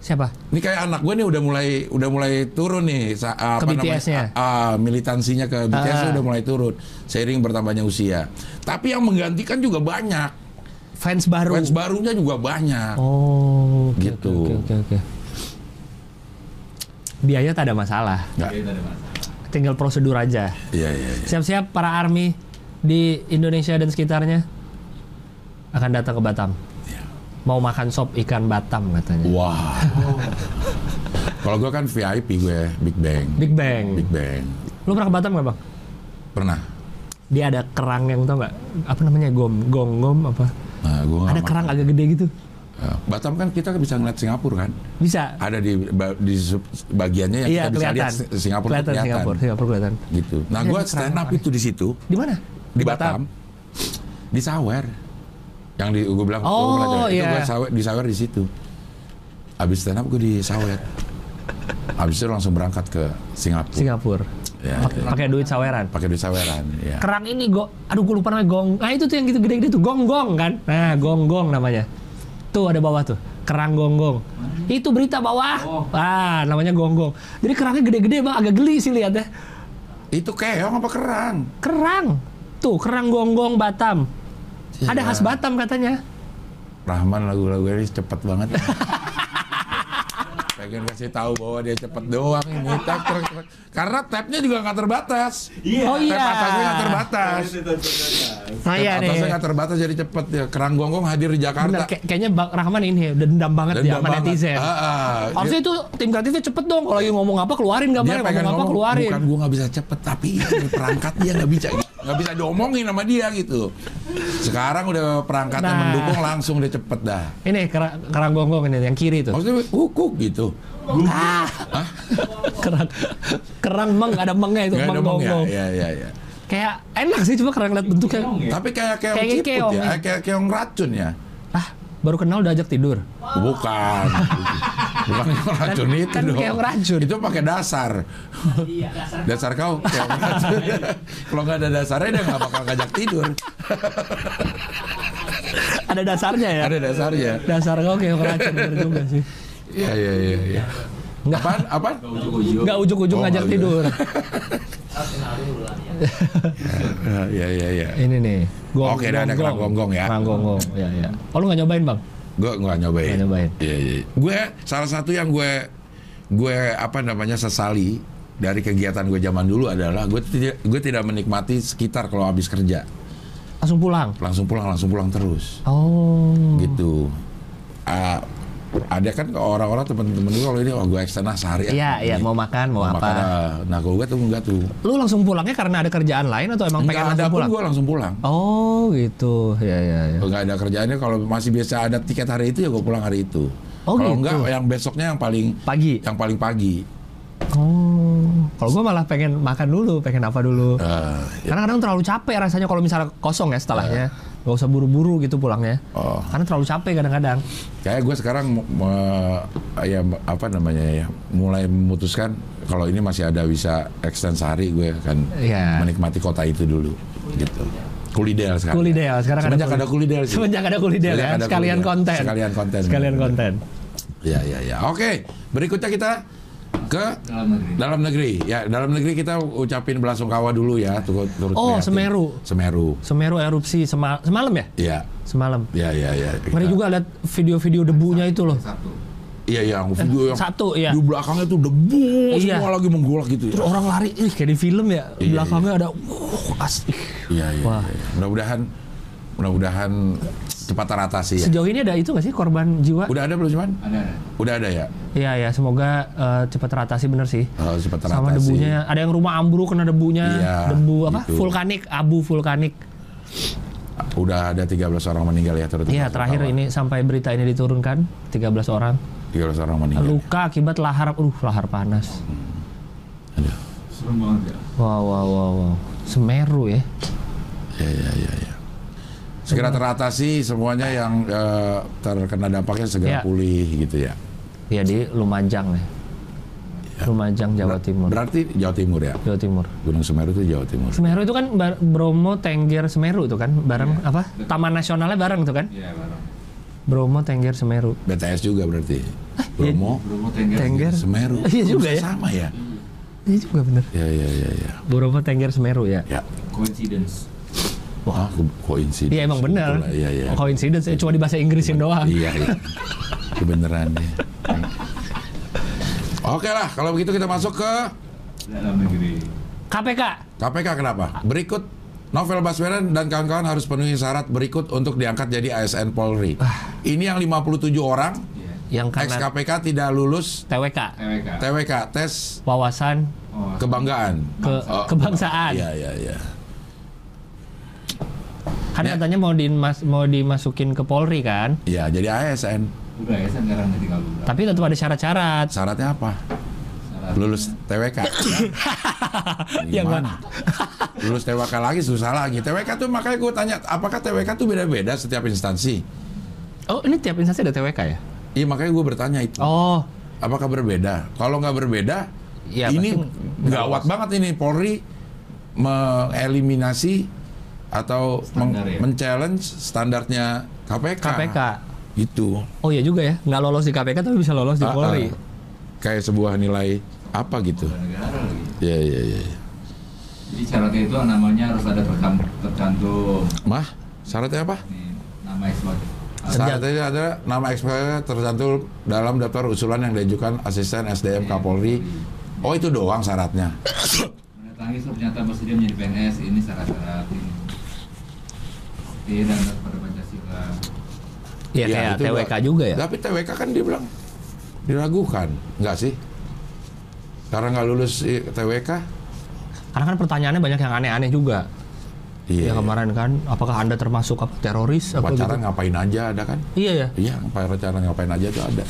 C: Siapa?
B: Ini kayak anak gue nih udah mulai udah mulai turun nih sa- apa
C: Ke B T S-nya?
B: namanya ah, militansinya ke B T S
C: Ah.
B: udah mulai turun seiring bertambahnya usia. Tapi yang menggantikan juga banyak.
C: Fans baru.
B: Fans barunya juga banyak.
C: Oh, oke,
B: Gitu.
C: Oke, oke, oke. Biaya tak ada masalah.
B: Nggak.
A: Jadi ada masalah.
C: Tinggal prosedur aja.
B: Iya iya. iya.
C: Siap-siap para army di Indonesia dan sekitarnya akan datang ke Batam.
B: Iya.
C: Mau makan sop ikan Batam katanya.
B: Wah. Kalau gue kan V I P gue Big Bang.
C: Big Bang.
B: Big Bang.
C: Lu pernah ke Batam nggak bang?
B: Pernah.
C: Dia ada kerang yang tau nggak? Apa namanya gom gonggom apa?
B: Nah, gue
C: Ada kerang agak gede gitu.
B: Ya, Batam kan kita bisa ngeliat Singapura kan.
C: Bisa.
B: Ada di ba- di sub- bagiannya yang
C: Iya
B: kita bisa
C: kelihatan.
B: lihat Singapura tuh
C: Kelihatan
B: kelihatan.
C: Singapura. Singapura kelihatan.
B: Gitu. Nah,
C: Ini
B: gue
C: ada
B: stand
C: kerang
B: up
C: apa?
B: itu di situ
C: Di mana?
B: di Batam. Di Sawer. Yang di gue bilang
C: Oh,
B: gua pernah coba. Itu
C: iya.
B: gue Sawer, di Sawer di situ. Abis stand up gue di Sawer. Abis itu langsung berangkat ke Singapura.
C: Singapura.
B: Ya,
C: Pak-
B: ya.
C: Pakai duit saweran.
B: Pakai di Saweran, ya.
C: Kerang ini go, aduh gue lupa namanya gong. Nah itu tuh yang gitu gede-gede tuh gonggong kan. Nah gonggong namanya. Tuh ada bawah tuh. Kerang gonggong. Itu berita bawah.
A: Oh.
C: Ah namanya gonggong. Jadi kerangnya gede-gede bang. Agak geli sih lihatnya.
B: Itu keong apa kerang?
C: Kerang. Tuh kerang gonggong Batam.
B: Ya.
C: Ada khas Batam katanya.
B: Rahman lagu-lagu ini cepet banget. Pengen kasih tahu bahwa dia cepet doang ini. Tap, trek, trek. Karena tapnya juga nggak terbatas.
C: Oh iya.
B: Tap atasnya nggak terbatas.
C: Nah iya
B: Tap atasnya
C: nih.
B: nggak terbatas jadi cepet ya. Kerang gonggong hadir di
C: Bener,
B: Jakarta.
C: kayak- kayaknya Bang Rahman ini ya, dendam banget dia
B: Dendam
C: sama
B: banget.
C: netizen.
B: Ah, ah.
C: Harusnya itu tim kreatifnya cepet dong. Kalau lagi ngomong apa keluarin
B: Dia
C: gambarnya,
B: pengen
C: ngomong apa
B: ngomong,
C: keluarin.
B: bukan gua nggak bisa cepet, tapi ini perangkat dia nggak bisa, nggak bisa diomongin sama dia gitu. Sekarang udah perangkatnya
C: Nah.
B: mendukung langsung dia cepet dah.
C: Ini kerang, kerang gonggong ini yang kiri tuh.
B: Maksudnya kukuk gitu.
C: Ah. kerang kerang meng ada mengnya itu
B: Nggak
C: meng
B: ada mong ya?
C: gonggong.
B: Ya, ya, ya.
C: Kayak enak sih cuma kerang lihat bentuknya.
B: Tapi kayak keong
C: Kayak
B: ciput
C: keong,
B: ya,
C: ya.
B: eh, kayak keong racun ya.
C: Ah, baru kenal udah ajak tidur.
B: Bukan. Bukan keong racun itu
C: kan
B: dong.
C: keong racun.
B: Itu pakai dasar.
D: Iya, dasar.
B: Dasar kau keong racun. Kalau nggak ada dasarnya dia nggak bakal ngajak tidur.
C: Ada dasarnya ya.
B: Ada dasarnya.
C: Dasar kau kayak racun bener juga sih.
B: Iya iya iya. iya.
C: Nggak.
B: Apaan? Apaan?
A: Ujuk-ujuk.
C: Nggak ujuk-ujuk
B: Oh,
C: ngajak
B: nggak
C: tidur.
D: Harus kenal dulu lah ya.
B: Iya iya iya.
C: Ini nih. Gong,
B: Oke, ada kerang gonggong ya.
C: Kerang gonggong. Ya ya. Oh lu nggak nyobain bang?
B: Gue nggak nyobain.
C: Nggak nyobain.
B: Iya iya. Gue salah satu yang gue gue apa namanya sesali dari kegiatan gue zaman dulu adalah gue tidak gue tidak menikmati sekitar kalau habis kerja.
C: Langsung pulang.
B: Langsung pulang langsung pulang terus.
C: Oh.
B: Gitu. Ah, ada kan orang-orang teman-teman gue kalau ini oh gue eksternal sehari.
C: Iya iya mau makan mau,
B: makan,
C: apa?
B: ah. Nah kalau gue tuh enggak tuh.
C: Lu langsung pulangnya karena ada kerjaan lain atau emang pengen
B: Enggak ada
C: langsung
B: pun
C: pulang?
B: gue langsung pulang.
C: Oh gitu. Ya ya ya.
B: Kalau nggak ada kerjaannya kalau masih biasa ada tiket hari itu ya gue pulang hari itu.
C: Oh,
B: kalau
C: gitu.
B: enggak yang besoknya yang paling
C: Pagi.
B: yang paling pagi.
C: Oh. Kalau gue malah pengen makan dulu, pengen apa dulu.
B: Ah, ya.
C: Karena kadang terlalu capek rasanya kalau misalnya kosong ya setelahnya. Gak usah buru-buru gitu pulangnya.
B: Oh.
C: Karena terlalu capek kadang-kadang.
B: Kayak gue sekarang me- ya apa namanya ya mulai memutuskan kalau ini masih ada bisa extend sehari gue akan
C: Iya.
B: menikmati kota itu dulu gitu. Kulidel sekarang.
C: Kulidel sekarang
B: Semenjak
C: ada
B: ada kulidel sih.
C: Semenjak ada kulidel
B: Semenjak
C: ya.
B: ada
C: Sekalian
B: kulidel.
C: konten.
B: Sekalian konten.
C: Sekalian
B: benar.
C: konten.
B: Ya ya ya. Oke, berikutnya kita ke
A: Dalam negeri.
B: dalam negeri. Ya, dalam negeri kita ucapin belasungkawa dulu ya turut turut
C: Oh,
B: prihatin.
C: Semeru.
B: Semeru.
C: Semeru erupsi sema- semalam ya?
B: Iya.
C: Semalam.
B: Iya iya iya.
C: Ngeri juga lihat video-video debunya itu loh.
A: Satu.
B: Iya yang video yang
C: Satu ya.
B: di belakangnya tuh debu
C: Iya.
B: semua lagi menggolak gitu.
C: Terus orang lari, ih kayak di film ya.
B: Iya,
C: Belakangnya ada uh, asik.
B: Iya iya.
C: Wah.
B: iya. Mudah-mudahan mudah-mudahan cepat teratasi ya.
C: Sejauh ini ada itu nggak sih korban jiwa?
B: Udah ada belum cuman?
A: Ada ada.
B: Udah ada ya.
C: Iya ya, semoga eh, cepat teratasi bener sih.
B: Oh, cepat teratasi.
C: Sama debunya, ada yang rumah ambruk kena debunya,
B: Iya,
C: debu apa?
B: gitu.
C: Vulkanik, abu vulkanik.
B: Udah ada tiga belas orang meninggal ya turut.
C: Iya, terakhir ini sampai berita ini diturunkan tiga belas orang
B: tiga belas orang meninggal.
C: luka akibat lahar, uh lahar panas.
B: Aduh.
A: Serem banget ya.
C: Wow wow wow wow. Semeru ya.
B: Ya ya ya ya. Segera teratasi semuanya yang eh, terkena dampaknya segera
C: Ya.
B: pulih gitu ya.
C: Ya di Lumajang ya. Lumajang Jawa
B: Ber-
C: Timur.
B: Berarti Jawa Timur ya.
C: Jawa Timur.
B: Gunung Semeru itu Jawa Timur.
C: Semeru itu kan bar- Bromo, Tengger, Semeru itu kan bareng apa? Taman nasionalnya bareng tuh kan?
A: Iya bareng.
C: Bromo, Tengger, Semeru.
B: B T S juga berarti. Bromo,
A: Bromo, Tengger,
C: Tengger.
B: Semeru.
C: Iya juga ya.
B: Sama ya.
C: Iya juga bener.
B: Ya ya ya ya.
C: Bromo, Tengger, Semeru ya.
B: Ya.
A: Coincidence.
B: Wah, koinsidens.
C: Iya emang bener.
B: Iya iya.
C: Coincidence ya, cuma di bahasa Inggrisin doang.
B: Iya iya. Kebenaran ya. Oke lah, kalau begitu kita masuk ke
A: Dalam negeri.
C: K P K.
B: K P K. Kenapa? Berikut Novel Baswedan dan kawan-kawan harus penuhi syarat berikut untuk diangkat jadi A S N Polri. Ini yang lima puluh tujuh orang
A: Iya.
C: Yang
B: ex K
C: karena
B: P K tidak lulus
C: T W K.
A: T W K.
B: T W K, tes
C: Wawasan
A: Oh,
B: kebanggaan.
C: ke
B: Oh,
C: kebangsaan.
B: Iya iya iya.
C: Kan
B: Ya.
C: katanya mau dimas mau dimasukin ke Polri kan.
B: Iya, jadi A S N.
A: Udah ya sekarang tinggal udah.
C: Tapi tetap ada syarat-syarat.
B: Syaratnya apa?
A: Syaratnya-
B: Lulus T W K.
C: Ya
B: Gimana? Lulus T W K lagi susah lagi. T W K tuh makanya gue tanya, apakah T W K tuh beda-beda setiap instansi?
C: Oh, ini tiap instansi ada T W K ya?
B: Iya, makanya gue bertanya itu.
C: Oh,
B: Apakah berbeda? Kalau nggak berbeda,
C: ya
B: ini
C: pasti
B: gawat banget ini. Polri mengeliminasi atau
A: Standar ya?
B: men-challenge standarnya K P K.
C: K P K.
B: Itu
C: Oh iya juga ya, nggak lolos di K P K tapi bisa lolos di
B: Ah,
C: Polri.
B: ah. Kayak sebuah nilai apa gitu.
A: Bela negara lagi.
B: Iya iya iya.
A: Jadi syaratnya itu namanya harus ada tercam- tercantum.
B: Mah, syaratnya apa?
A: Nih, nama eksploit.
B: Syaratnya ada nama X P K tercantum dalam daftar usulan yang diajukan asisten S D M Kapolri. Oh itu doang syaratnya.
A: Mendatangi surat pernyataan bersedia menjadi P N S, ini syarat-syarat ini. Oke, dan pada Pancasila.
C: Iya
B: Ya,
C: kayak
B: itu
C: T W K juga ya.
B: Tapi T W K kan dia bilang diragukan, enggak sih? Karena nggak lulus i- T W K.
C: Karena kan pertanyaannya banyak yang aneh-aneh juga.
B: Iya.
C: Ya kemarin kan, apakah anda termasuk apa teroris? Apa
B: Pacaran
C: gitu?
B: ngapain aja ada kan?
C: Iya ya.
B: Iya, pacaran ngapain aja tuh ada.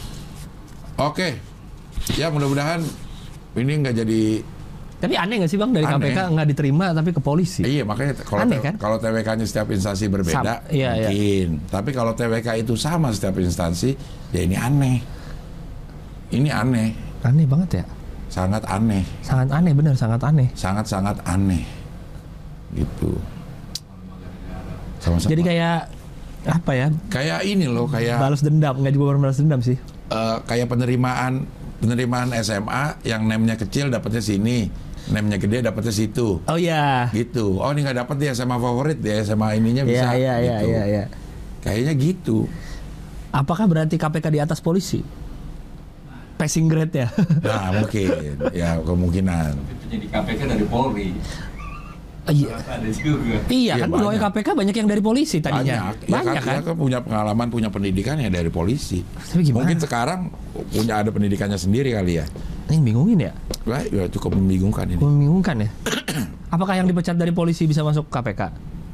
B: Oke, ya mudah-mudahan ini nggak jadi.
C: Tapi aneh nggak sih bang dari K P K
B: Aneh.
C: nggak diterima tapi ke polisi?
B: Iya makanya kalau
C: Aneh,
B: T-
C: kan?
B: kalau T W K-nya setiap instansi berbeda,
C: Sam- iya, iya.
B: mungkin. Tapi kalau T W K itu sama setiap instansi, ya ini aneh. Ini aneh,
C: Aneh banget ya.
B: sangat aneh,
C: Sangat aneh bener, sangat aneh.
B: sangat-sangat aneh, gitu. Sama-sama.
C: Jadi kayak apa ya?
B: kayak ini loh, kayak
C: Balas dendam, nggak juga balas dendam sih.
B: eh, kayak penerimaan penerimaan S M A yang name-nya kecil dapatnya sini, name-nya gede dapatnya situ.
C: Oh iya.
B: Gitu. Oh ini nggak dapat di S M A favorit, di S M A ininya
C: Iya
B: bisa.
C: iya iya
B: gitu.
C: iya. iya.
B: Kayaknya gitu.
C: Apakah berarti K P K di atas polisi? Passing grade ya?
B: Nah mungkin, ya kemungkinan.
A: Itu jadi K P K dari Polri.
C: Iya.
A: Ada juga.
C: Iya
B: Iya,
C: kan pegawai
B: banyak.
C: K P K banyak yang dari polisi tadinya.
B: Banyak, ya
C: Banyak
B: kan,
C: kan?
B: dia kan punya pengalaman, punya pendidikan ya dari polisi.
C: Tapi gimana?
B: Mungkin sekarang punya ada pendidikannya sendiri kali ya.
C: Ini bingungin ya?
B: Wah, ya cukup membingungkan ini.
C: Membingungkan ya? Apakah yang dipecat dari polisi bisa masuk K P K?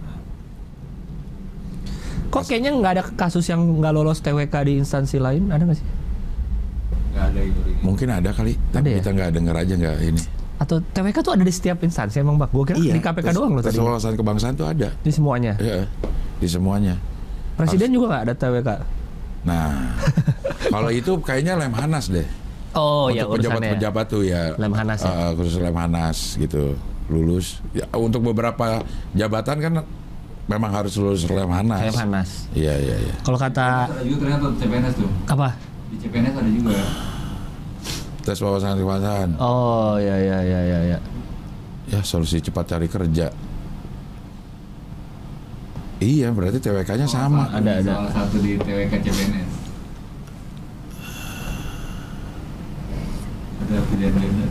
C: Kok kayaknya nggak ada kasus yang nggak lolos T W K di instansi lain? Ada nggak sih?
A: Nggak ada itu. Ring.
B: Mungkin ada kali,
C: Ada
B: tapi
C: ya?
B: kita nggak denger aja nggak ini.
C: Atau T W K tuh ada di setiap instansi emang bang? Gue kira di K P K
B: tes-
C: doang loh
B: tes
C: tadi.
B: wawasan kebangsaan tuh ada.
C: Di semuanya.
B: Iya, di semuanya.
C: Presiden juga nggak ada T W K?
B: Nah, kalau itu kayaknya Lemhanas deh.
C: Oh ya
B: Untuk
C: urusannya.
B: pejabat-pejabat tuh ya.
C: Lemhanas ya?
B: eh, khusus Lemhanas gitu. Lulus. Ya, untuk beberapa jabatan kan memang harus lulus Lemhanas.
C: Lemhanas.
B: Iya, iya, iya.
C: Kalau kata
A: Ada juga ternyata di C P N S tuh.
C: apa?
A: Di C P N S ada juga.
B: Tes wawasan kebangsaan.
C: Oh ya ya ya ya ya.
B: Ya, solusi cepat cari kerja. Iya, berarti T W K-nya sama.
A: Salah satu-
C: Ada, ada.
A: Salah satu di T W K C P N S. Ada pilihan ganda.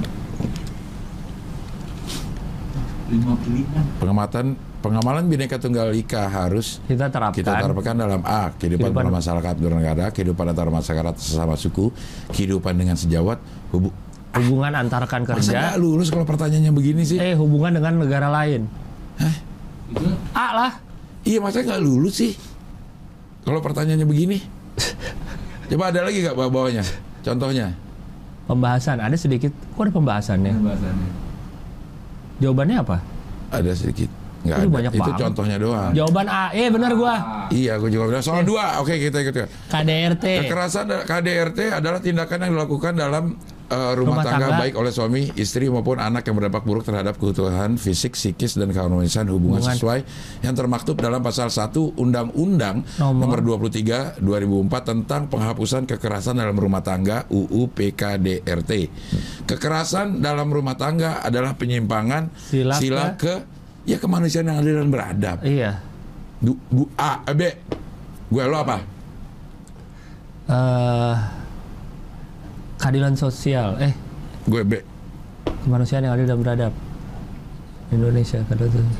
A: lima puluh lima.
B: Pengamatan pengamalan Bhinneka Tunggal Ika harus
C: Kita terapkan.
B: kita terapkan dalam A. Kehidupan
C: Kehidupan-
B: bermasyarakat bernegara, kehidupan antar masyarakat sesama suku, kehidupan dengan sejawat, hubu
C: hubungan antar rekan
B: Masa
C: kerja.
B: nggak lulus kalau pertanyaannya begini sih?
C: Eh hubungan dengan negara lain.
A: Itu
C: A lah.
B: Iya, masa nggak lulus sih? Kalau pertanyaannya begini? Coba ada lagi nggak bawah-bawahnya? Contohnya?
C: Pembahasan ada sedikit. Kok ada pembahasannya?
A: bahasannya.
C: Jawabannya apa?
B: Ada sedikit. Nggak
C: Itu
B: ada.
C: banyak
B: Itu
C: banget.
B: contohnya doang.
C: Jawaban A. Eh benar gua.
B: Iya, gue juga bilang. Soal dua, oke kita ikut.
C: K D R T.
B: Kekerasan K D R T adalah tindakan yang dilakukan dalam uh, rumah,
C: Rumah
B: tangga,
C: tangga.
B: baik oleh suami, istri maupun anak yang berdampak buruk terhadap keutuhan fisik, psikis dan keharmonisan hubungan,
C: Hubungan.
B: sesuai yang termaktub dalam pasal satu Undang-Undang
C: Nomor.
B: Nomor dua puluh tiga dua ribu empat tentang penghapusan kekerasan dalam rumah tangga U U P K D R T. Kekerasan dalam rumah tangga adalah penyimpangan
C: Sila
B: sila ke ya kemanusiaan yang adil dan beradab.
C: Iya.
B: Du, du, A, eh, B. Gue lo apa?
C: Eh, keadilan sosial. Eh,
B: Gue B.
C: kemanusiaan yang adil dan beradab. Indonesia keadilan sosial.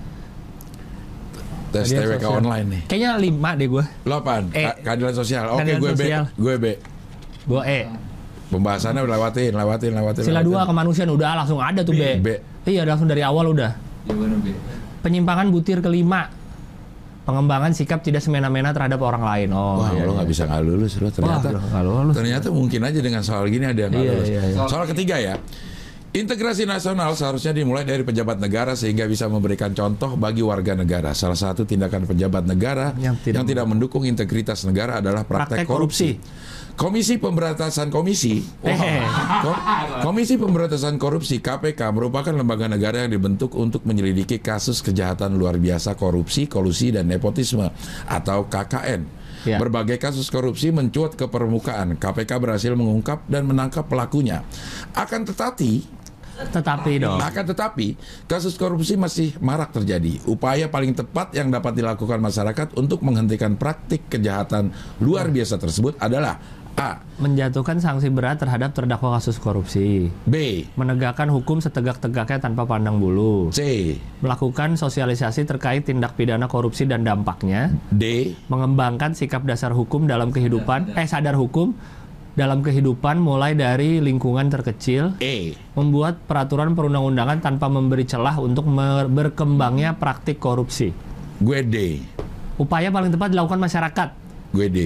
B: Tes T
C: Keadilan
B: W K
C: sosial.
B: online nih.
C: Kayaknya lima deh gue.
B: Lo apaan?
C: E.
B: Ka- Keadilan sosial. Oke,
C: Keadilan
B: gue B.
C: sosial.
B: Gue B.
C: Gue E.
B: Pembahasannya udah lewatin, lewatin, lewatin.
C: Sila
B: lewatin.
C: dua kemanusiaan udah langsung ada tuh B.
B: B.
C: Iya, langsung dari awal udah.
A: Jawaban B.
C: Penyimpangan butir kelima. Pengembangan sikap tidak semena-mena terhadap orang lain. Oh,
B: Wah,
C: iya,
B: lo
C: iya.
B: nggak bisa nggak lulus lo ternyata.
C: Wah, nggak lulus.
B: Ternyata mungkin aja dengan soal gini ada yang nggak
C: Iya,
B: lulus.
C: iya, iya.
B: Soal ketiga ya. Integrasi nasional seharusnya dimulai dari pejabat negara sehingga bisa memberikan contoh bagi warga negara. Salah satu tindakan pejabat negara yang
C: Yang
B: tidak,
C: tidak
B: mendukung integritas negara adalah praktek,
C: Praktek korupsi.
B: Komisi Pemberantasan Komisi
C: Eh.
B: Kom- Komisi Pemberantasan Korupsi K P K merupakan lembaga negara yang dibentuk untuk menyelidiki kasus kejahatan luar biasa korupsi, kolusi, dan nepotisme atau K K N.
C: Ya.
B: Berbagai kasus korupsi mencuat ke permukaan. K P K berhasil mengungkap dan menangkap pelakunya. Akan tetapi
C: Tetapi dong.
B: Akan tetapi, kasus korupsi masih marak terjadi. Upaya paling tepat yang dapat dilakukan masyarakat untuk menghentikan praktik kejahatan luar biasa tersebut adalah A.
C: Menjatuhkan sanksi berat terhadap terdakwa kasus korupsi.
B: B.
C: Menegakkan hukum setegak-tegaknya tanpa pandang bulu.
B: C.
C: Melakukan sosialisasi terkait tindak pidana korupsi dan dampaknya.
B: D.
C: Mengembangkan sikap dasar hukum dalam kehidupan, eh sadar hukum dalam kehidupan mulai dari lingkungan terkecil.
B: E.
C: Membuat peraturan perundang-undangan tanpa memberi celah untuk me- berkembangnya praktik korupsi.
B: Gue D.
C: Upaya paling tepat dilakukan masyarakat.
B: Gue D.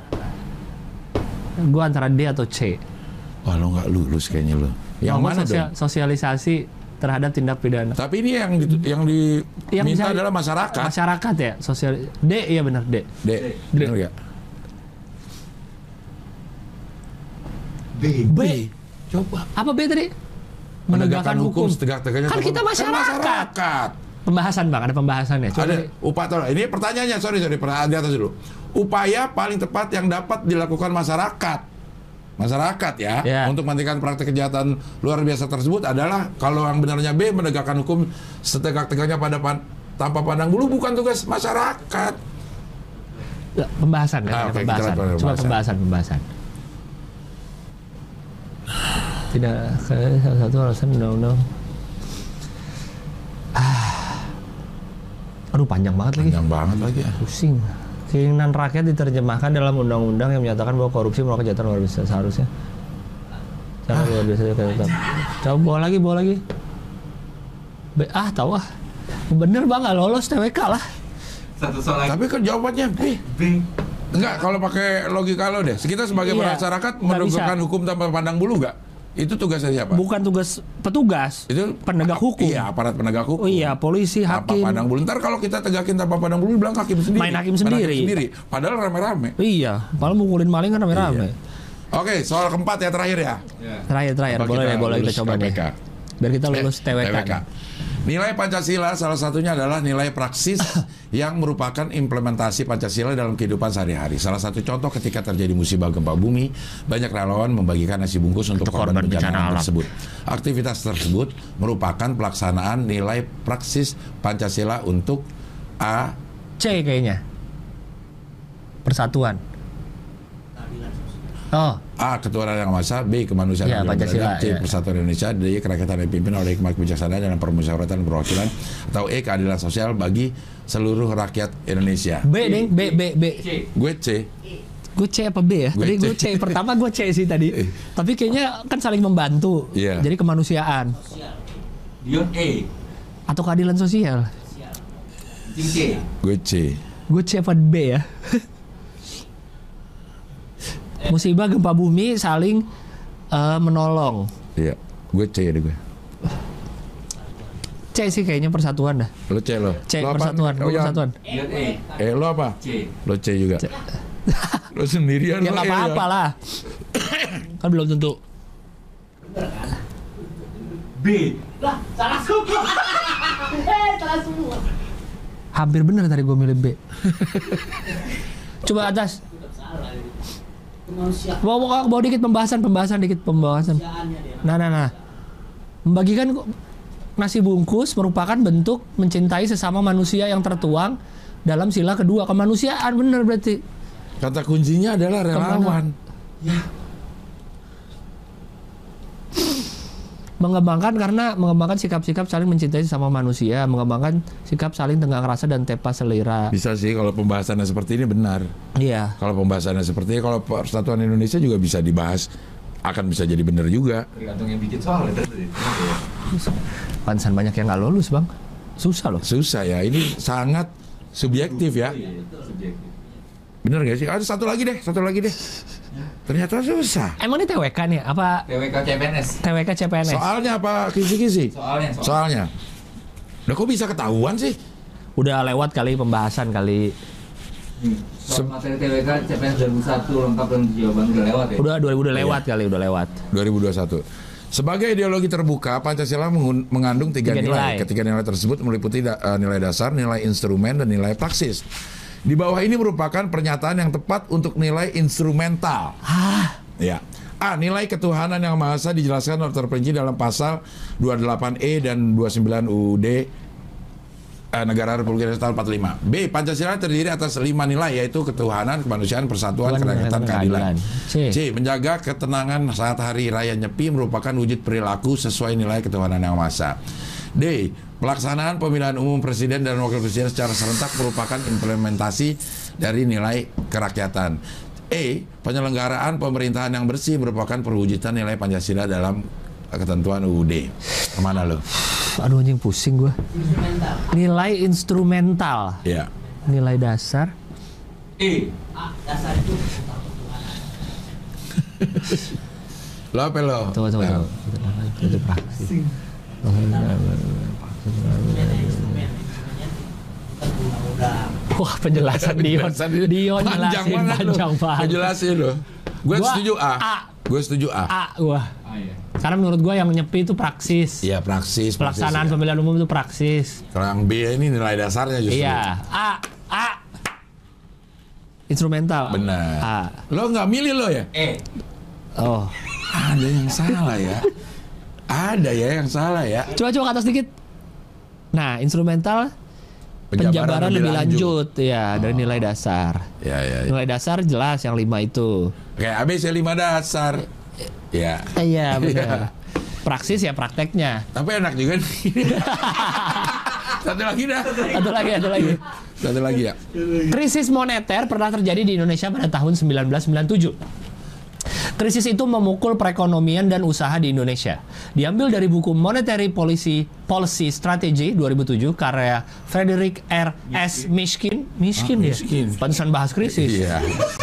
C: Gue antara D atau C.
B: Wah, lo nggak lulus kayaknya lo. Yang
C: Melakukan
B: mana
C: sosia-
B: dong?
C: sosialisasi terhadap tindak pidana.
B: Tapi ini yang di, yang
C: Yang
B: diminta
C: bisa-
B: adalah masyarakat.
C: Masyarakat ya, sosial. D, iya benar D.
B: D. Benar nggak? B. B. Coba.
C: Apa B tadi? Menegakkan hukum.
B: setegak-tegaknya.
C: Kan kita
B: Kan
C: masyarakat.
B: masyarakat.
C: Pembahasan bang, ada pembahasannya. Coba
B: Ada
C: sih.
B: upaya. Ini pertanyaannya, sorry sorry, pertanyaan di atas dulu. Upaya paling tepat yang dapat dilakukan masyarakat, masyarakat ya,
C: Ya.
B: untuk menghentikan praktek kejahatan luar biasa tersebut adalah kalau yang benarnya B, menegakkan hukum setegak-tegaknya pada pan, tanpa pandang bulu, bukan tugas masyarakat.
C: Ya, pembahasan ya,
B: Ah,
C: ada
B: oke, kita
C: pembahasan.
B: lihat pada
C: Coba
B: pembahasan.
C: pembahasan, pembahasan. Tidak, kayak salah satu alasan undang-undang. Ah. Aduh panjang banget lagi.
B: Panjang banget lagi ya.
C: Pusing. Keinginan rakyat diterjemahkan dalam undang-undang yang menyatakan bahwa korupsi merupakan kejahatan luar biasa seharusnya. Jangan luar biasa kayak tetap. Coba bawa lagi, bawa lagi. Be ah tahu ah. Bener bang nggak lolos T W K lah.
A: Satu soal lagi.
B: Tapi kan jawabannya B.
A: B.
B: Enggak, kalau pakai logika lo deh. Kita sebagai
C: Iya,
B: masyarakat
C: nggak
B: menegakkan
C: bisa.
B: hukum tanpa pandang bulu nggak? Itu tugasnya siapa?
C: Bukan tugas petugas.
B: Itu
C: penegak hukum.
B: Iya, aparat penegak hukum.
C: Oh iya, polisi,
B: Tanpa
C: hakim.
B: pandang bulu. Ntar kalau kita tegakin tanpa pandang bulu, bilang hakim sendiri.
C: Main hakim sendiri.
B: Padahal rame-rame.
C: Iya, malah mukulin maling kan rame-rame.
B: Oke, soal keempat ya terakhir ya.
A: Ya.
C: Terakhir, terakhir.
B: Apa
C: Boleh
B: kita
C: deh, boleh kita
B: lulus
C: coba
B: K P
C: deh.
B: K?
C: Biar kita lulus
B: Eh,
C: T W K. nih.
B: Nilai Pancasila salah satunya adalah nilai praksis yang merupakan implementasi Pancasila dalam kehidupan sehari-hari. Salah satu contoh ketika terjadi musibah gempa bumi, banyak relawan membagikan nasi bungkus untuk
C: Untuk
B: korban
C: korban
B: bencana
C: bencana alam.
B: tersebut. Aktivitas tersebut merupakan pelaksanaan nilai praksis Pancasila untuk A.
C: C kayaknya. Persatuan. Oh,
B: A. Ketuhanan yang Maha Esa, B. Kemanusiaan
C: Ya,
B: yang
C: Pancasila,
B: beradab, C.
C: ya.
B: Persatuan Indonesia, D. Kerakyatan yang dipimpin oleh hikmat kebijaksanaan dan permusyawaratan dan perwakilan, atau E. Keadilan sosial bagi seluruh rakyat Indonesia.
C: B nih, B, B, B.
A: C.
B: Gue C.
C: Gue C apa B ya?
B: Gue
C: Tadi
B: C.
C: gue C. Pertama gue C sih tadi. Tapi kayaknya kan saling membantu.
B: Iya.
C: Jadi kemanusiaan
A: Dion E.
C: atau keadilan sosial.
A: Cing C.
B: Gue C.
C: Gue C apa B ya? Musibah gempa bumi saling eh, menolong.
B: Iya. Gue C deh gue.
C: C sih kayaknya persatuan dah.
B: Lo C lo.
C: C
B: Lo apa?
C: persatuan,
B: Oh,
C: gue
B: ya.
C: persatuan.
A: Dion E.
B: Eh lo apa?
A: C.
B: Lo C juga. Lo sendirian
C: Ya
B: lo
C: nggak
B: E
C: apa-apa lah. Kan belum tentu.
D: Bener kan?
A: B.
D: Lah, salah semua. Eh, salah semua.
C: Hampir bener tadi gue milih B. Coba atas.
D: Tetap salah. Kemanusiaan.
C: Bawa, bawa, bawa dikit pembahasan, pembahasan dikit pembahasan.
D: dia.
C: Nah, nah, nah. Membagikan nasi bungkus merupakan bentuk mencintai sesama manusia yang tertuang dalam sila kedua kemanusiaan. Bener berarti.
B: Kata kuncinya adalah relawan.
C: Ya. Mengembangkan karena mengembangkan sikap-sikap saling mencintai sesama manusia, mengembangkan sikap saling tenggang rasa dan tepa selera.
B: Bisa sih kalau pembahasannya seperti ini benar.
C: Iya.
B: Kalau pembahasannya seperti ini, kalau Persatuan Indonesia juga bisa dibahas, akan bisa jadi benar juga.
A: Tergantung yang bikin soal itu.
C: Pansan banyak yang nggak lulus bang, susah loh.
B: Susah ya, ini sangat subjektif ya.
A: Iya, subjektif.
B: Bener gak sih? Ada satu lagi deh, satu lagi deh. Ternyata susah.
C: Emang ini T W K nih? Apa
A: T W K C P N S.
C: T W K C P N S?
B: Soalnya apa kisi-kisi?
A: Soalnya, soal.
B: Soalnya. Udah kok bisa ketahuan sih?
C: Udah lewat kali pembahasan kali.
A: Hmm. Soal materi T W K C P N S dua ribu satu lengkap dan jawaban udah lewat ya.
C: Udah dua ribu udah lewat kali, udah lewat.
B: dua ribu dua puluh satu. Sebagai ideologi terbuka, Pancasila mengun- mengandung tiga,
C: Tiga
B: nilai.
C: nilai.
B: Ketiga nilai tersebut meliputi da- uh, nilai dasar, nilai instrumen, dan nilai praksis. Di bawah ini merupakan pernyataan yang tepat untuk nilai instrumental.
C: Ah,
B: Ya. A. Nilai ketuhanan yang Maha Esa dijelaskan atau terperinci dalam pasal dua puluh delapan E dan dua puluh sembilan U U D eh, Negara Republik Indonesia tahun empat puluh lima. B. Pancasila terdiri atas lima nilai, yaitu ketuhanan, kemanusiaan, persatuan,
C: Tuhan,
B: kerakyatan, keadilan.
C: C.
B: C. Menjaga ketenangan saat hari raya Nyepi merupakan wujud perilaku sesuai nilai ketuhanan yang Maha Esa. D. Pelaksanaan pemilihan umum presiden dan wakil presiden secara serentak merupakan implementasi dari nilai kerakyatan. E. Penyelenggaraan pemerintahan yang bersih merupakan perwujudan nilai Pancasila dalam ketentuan U U D. Kemana lo?
C: aduh anjing pusing gua.
D: Instrumental.
C: Nilai instrumental,
B: Ya.
C: nilai dasar.
A: E.
D: A, dasar itu tentang ketuhanan.
B: Lo apa lo?
C: Tunggu, tunggu, tunggu. Itu praksis.
D: Instrumen, instrumen, instrumennya bukan undang-undang.
C: Wah penjelasan Dion, Dion
B: panjang
C: jelasin
B: banget lo.
C: panjang banget.
B: Ngejelasin lo. Gue
C: Gua
B: setuju A.
C: A.
B: Gue setuju A.
C: A gua.
A: A ya.
C: Karena menurut gua yang nyepi itu praksis.
B: Iya praksis.
C: Pelaksanaan
B: praksis, ya.
C: pemilihan umum itu praksis.
B: Kalau yang B ini nilai dasarnya justru.
C: Iya. A, A. Instrumental.
B: Benar.
C: A.
B: Lo nggak milih lo ya?
A: E.
C: Oh.
B: Ada yang salah ya. Ada ya yang salah ya.
C: Coba coba ke atas dikit. Nah, instrumental penjabaran, lebih lanjut, ya dari nilai dasar.
B: Ya ya. ya.
C: Nilai dasar jelas yang lima itu.
B: Kayak A B C lima dasar. Ya.
C: Eh, Iya benar. Praksis ya prakteknya.
B: Tapi enak juga nih. Satu lagi dah.
C: Satu lagi, satu lagi.
B: Satu lagi ya.
C: Krisis moneter pernah terjadi di Indonesia pada tahun seribu sembilan ratus sembilan puluh tujuh. Krisis itu memukul perekonomian dan usaha di Indonesia. Diambil dari buku Monetary Policy Policy Strategy dua ribu tujuh karya Frederick R. S. Mishkin. Mishkin
B: Ah,
C: ya?
B: Mishkin.
C: Pantesan bahas krisis.
B: Iya.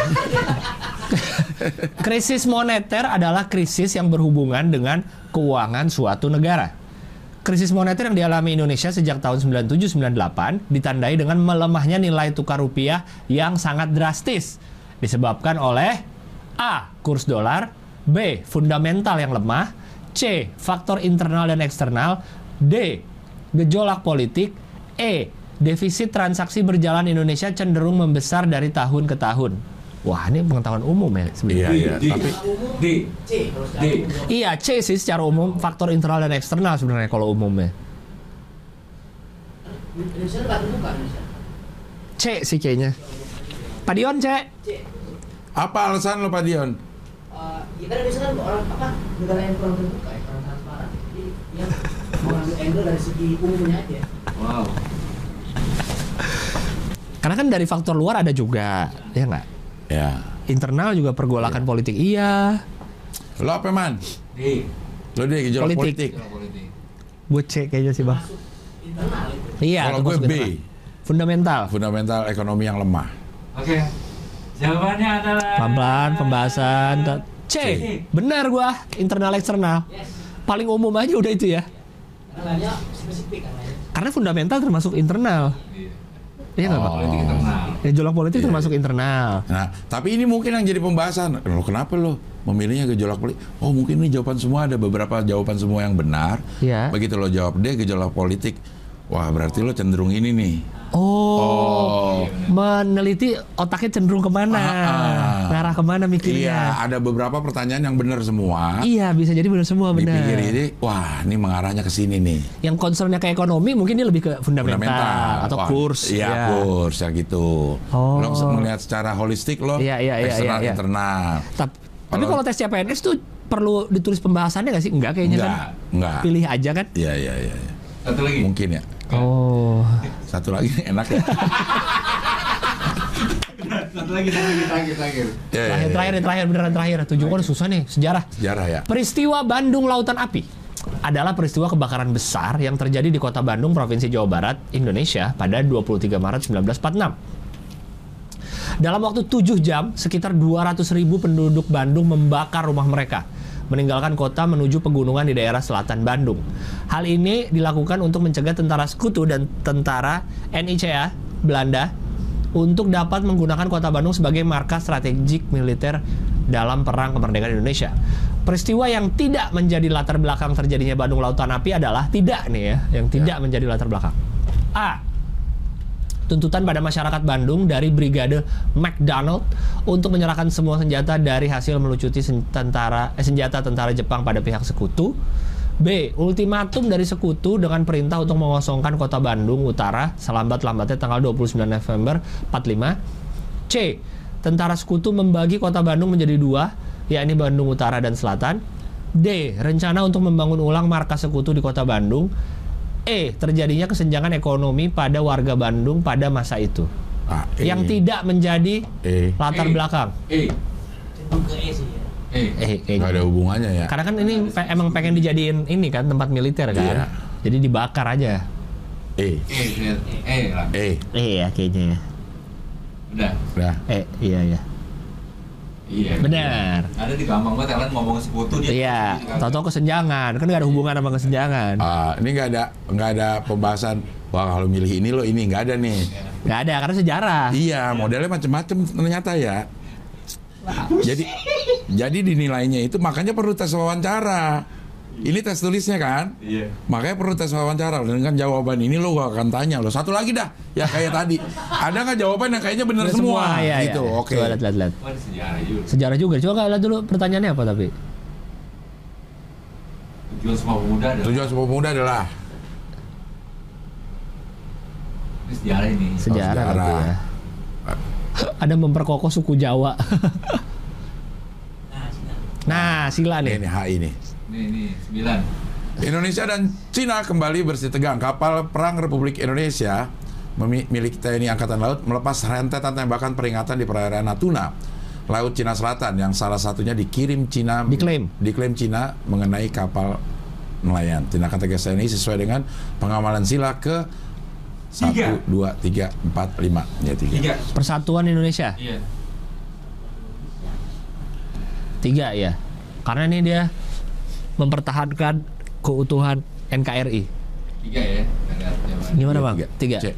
C: Krisis moneter adalah krisis yang berhubungan dengan keuangan suatu negara. Krisis moneter yang dialami Indonesia sejak tahun sembilan puluh tujuh sembilan puluh delapan ditandai dengan melemahnya nilai tukar rupiah yang sangat drastis. Disebabkan oleh A. Kurs dolar, B. Fundamental yang lemah, C. Faktor internal dan eksternal, D. Gejolak politik, E. Defisit transaksi berjalan Indonesia cenderung membesar dari tahun ke tahun. Wah, ini pengetahuan umum ya sebenarnya.
B: Iya iya.
A: D.
B: Tapi
A: D.
D: C, kalau secara
A: D.
D: umum.
C: Iya, C sih secara umum, faktor internal dan eksternal sebenarnya kalau umumnya.
D: Indonesia nggak terbuka Indonesia.
C: C sih kayaknya. Pak Dion, C.
D: C.
B: apa alasan lo Pak Dion?
D: Uh, ya kan Indonesia kan orang apa negara yang kurang terbuka ya, kurang transparan. Jadi dia mengambil angle dari segi umumnya aja.
A: Wow.
C: Karena kan dari faktor luar ada juga, ya nggak?
B: Ya.
C: Internal juga pergolakan politik, iya.
B: Lo apa man?
A: D.
B: Lo deh gejolak
C: Politik.
B: politik.
A: Soal politik.
C: Gue C kayaknya sih bang.
D: Masuk internal itu.
C: Iya.
B: Kalau
C: itu
B: gue
C: masuk
B: B.
C: internal. Fundamental.
B: Fundamental ekonomi yang lemah.
A: Oke. Jawabannya adalah
C: Pelan-pelan pembahasan. C.
B: C.
C: Benar gua, internal eksternal.
D: Yes.
C: Paling umum aja udah itu ya.
D: Karena lainnya spesifik kan lainnya.
C: Karena fundamental termasuk internal.
A: Iya.
C: Iya nggak Pak?
A: Politik internal.
C: Gejolak politik
B: Iya.
C: termasuk internal.
B: Nah, tapi ini mungkin yang jadi pembahasan. Loh, kenapa lo memilihnya gejolak politik? Oh, mungkin ini jawaban semua, ada beberapa jawaban semua yang benar.
C: Iya.
B: Begitu lo jawab dia gejolak politik, wah berarti lo cenderung ini nih.
C: Oh, meneliti otaknya cenderung kemana,
B: Ah, ah.
C: ngarah kemana mikirnya.
B: Iya, ada beberapa pertanyaan yang benar semua.
C: Iya, bisa jadi benar semua, benar.
B: Dipikir ini, wah ini mengarahnya ke sini nih.
C: Yang concernnya ke ekonomi mungkin dia lebih ke fundamental, atau
B: Wah,
C: kurs.
B: Iya,
C: ya.
B: kurs ya gitu.
C: Oh.
B: Lo melihat secara holistik lo,
C: Iya, iya, iya,
B: eksternal,
C: iya, iya.
B: internal.
C: Tapi, tapi
B: Kalau-
C: kalau tes C P N S tuh perlu ditulis pembahasannya nggak sih? Enggak kayaknya
B: Enggak,
C: kan?
B: enggak.
C: Pilih aja kan?
B: Iya, iya, iya. iya.
A: Satu lagi.
B: Mungkin ya.
C: Oh.
B: Satu lagi enak ya.
A: Satu lagi, satu lagi, terakhir, terakhir.
B: Ya, ya,
C: Terakhir,
B: ya.
C: terakhir, terakhir, beneran terakhir. Tujuh kan susah nih, sejarah.
B: Sejarah ya.
C: Peristiwa Bandung Lautan Api adalah peristiwa kebakaran besar yang terjadi di kota Bandung, Provinsi Jawa Barat, Indonesia pada dua puluh tiga Maret seribu sembilan ratus empat puluh enam. Dalam waktu tujuh jam, sekitar dua ratus ribu penduduk Bandung membakar rumah mereka, meninggalkan kota menuju pegunungan di daerah selatan Bandung. Hal ini dilakukan untuk mencegah tentara sekutu dan tentara N I C A Belanda untuk dapat menggunakan kota Bandung sebagai markas strategik militer dalam perang kemerdekaan Indonesia. Peristiwa yang tidak menjadi latar belakang terjadinya Bandung Lautan Api adalah tidak nih ya, yang tidak menjadi latar belakang. A. Tuntutan pada masyarakat Bandung dari Brigade McDonald untuk menyerahkan semua senjata dari hasil melucuti sen- tentara eh, senjata tentara Jepang pada pihak sekutu. B. Ultimatum dari sekutu dengan perintah untuk mengosongkan kota Bandung Utara selambat-lambatnya tanggal dua puluh sembilan November empat puluh lima. C. Tentara sekutu membagi kota Bandung menjadi dua, yakni Bandung Utara dan Selatan. D. Rencana untuk membangun ulang markas sekutu di kota Bandung. E. Terjadinya kesenjangan ekonomi pada warga Bandung pada masa itu.
B: Ah, E.
C: Yang tidak menjadi
B: E.
C: latar
A: E.
C: belakang.
A: Eh,
D: Cenderung ke E sih ya.
A: eh.
C: Eh, kayaknya.
B: Nggak ada hubungannya ya.
C: Karena kan ini pe- emang pengen dijadiin ini kan tempat militer kan.
B: Iya.
C: Jadi dibakar aja.
B: E.
A: Eh, lihat. Eh, lah.
B: E.
C: Iya kayaknya.
A: Udah.
B: Udah.
C: Eh, iya iya.
A: Iya.
C: Benar.
A: Ada di gampang banget kalian ngomong sekutu dia.
C: Iya, tahu-tahu kesenjangan. Kan nggak ada hubungan sama kesenjangan.
B: Ah, ini nggak ada nggak ada pembahasan. Wah kalau milih ini lo ini nggak ada nih.
C: Nggak ada karena sejarah.
B: Iya, modelnya macam-macam ternyata ya. Jadi jadi dinilainya itu makanya perlu tes wawancara. Ini tes tulisnya kan?
A: Iya.
B: Makanya perlu tes wawancara. Dengan jawaban ini lo gak akan tanya lo. Satu lagi dah, ya kayak tadi. Ada nggak jawaban yang kayaknya benar
C: Bener
B: semua?
C: iya,
B: gitu.
C: iya.
B: Oke.
C: Coba lihat, lihat, lihat.
A: Wah, ini sejarah juga.
C: Sejarah juga. Coba nggak lihat dulu pertanyaannya apa tapi.
A: Tujuan semua pemuda adalah.
B: Tujuan Sumpah Pemuda adalah
A: Ini sejarah ini.
C: Sejarah,
B: sejarah.
C: tapi ya. Ada memperkokoh suku Jawa.
D: Nah, Cina.
C: Nah, sila
B: ini,
C: nih.
B: ini H I ini.
A: Ini, ini sembilan.
B: Indonesia dan Cina kembali bersih tegang. Kapal perang Republik Indonesia milik T N I Angkatan Laut melepas rentetan tembakan peringatan di perairan Natuna, Laut Cina Selatan, yang salah satunya dikirim Cina
C: Diklaim.
B: diklaim Cina mengenai kapal nelayan. Tindakan tegas T N I sesuai dengan pengamalan sila ke
A: Tiga.
B: satu, dua, tiga, empat, lima. Ya, tiga.
A: Tiga.
C: Persatuan Indonesia.
A: Iya.
C: Tiga ya. Karena ini dia mempertahankan keutuhan N K R I.
A: Tiga ya. Kita lihat jawabannya.
C: Gimana
B: Tiga,
C: bang?
B: tiga.
C: Tiga.
B: C.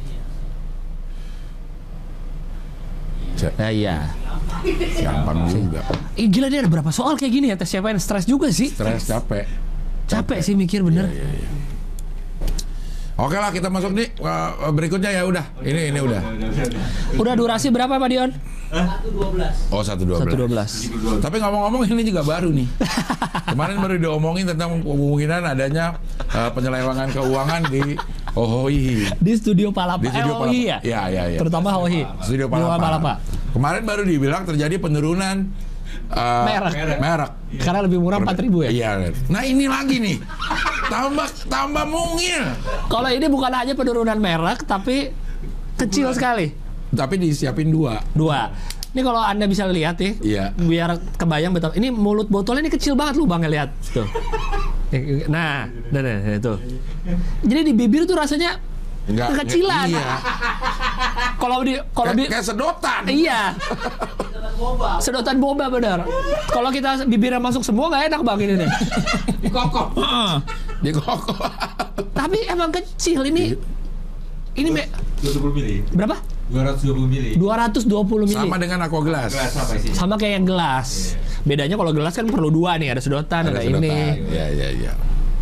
B: C.
C: Ya, iya.
B: Gampang juga.
C: Ih, gila dia ada berapa soal kayak gini ya tes siapa yang stres juga sih.
B: Stres, capek.
C: Capek sih mikir bener.
B: Iya, iya, iya. Oke lah, kita masuk nih uh, berikutnya ya udah. Ini ini udah.
C: Udah durasi berapa Pak Dion?
D: Satu dua belas.
B: Oh, satu dua
C: Satu dua
B: belas.
C: belas.
B: Tapi ngomong-ngomong ini juga baru nih. Kemarin baru diomongin tentang kemungkinan adanya uh, penyelewengan keuangan di Ohoi.
C: Di studio Palapa.
B: Di studio
C: eh,
B: Palapa.
C: Ohi ya?
B: Iya, iya, iya.
C: Terutama Ohi.
B: Studio Palapa.
C: Palapa.
B: Kemarin baru dibilang terjadi penurunan uh,
C: Merek.
B: merek.
C: Karena lebih murah empat ribu ya?
B: Iya. Nah ini lagi nih. Tambah tambah mungil.
C: Kalau ini bukan hanya penurunan merek, tapi kecil sekali.
B: Tapi disiapin dua.
C: Dua. Ini kalau Anda bisa lihat nih,
B: Iya.
C: biar kebayang betul. Ini mulut botolnya ini kecil banget lubangnya, lihat. Tuh. Nah, nah, nah, nah, tuh. Jadi di bibir tuh rasanya
B: Enggak.
C: kekecilan.
B: Iya.
C: Kalau di kalau
B: Kayak,
C: di
B: kayak sedotan.
C: iya,
D: Sedotan boba.
C: sedotan boba benar. Kalau kita bibirnya masuk semua nggak enak bang ini nih.
A: Dikokok.
C: Heeh.
B: Di koko.
C: Tapi emang kecil ini. Ini me-
A: dua ratus dua puluh mili.
C: berapa?
A: dua ratus dua puluh mili.
C: dua ratus dua puluh mili.
B: Sama dengan aqua gelas.
A: Gelas apa isinya?
C: Sama kayak yang gelas.
A: Iya.
C: Bedanya kalau gelas kan perlu dua nih, ada sedotan, ada,
B: sedotan.
C: ini.
B: Iya, iya, iya.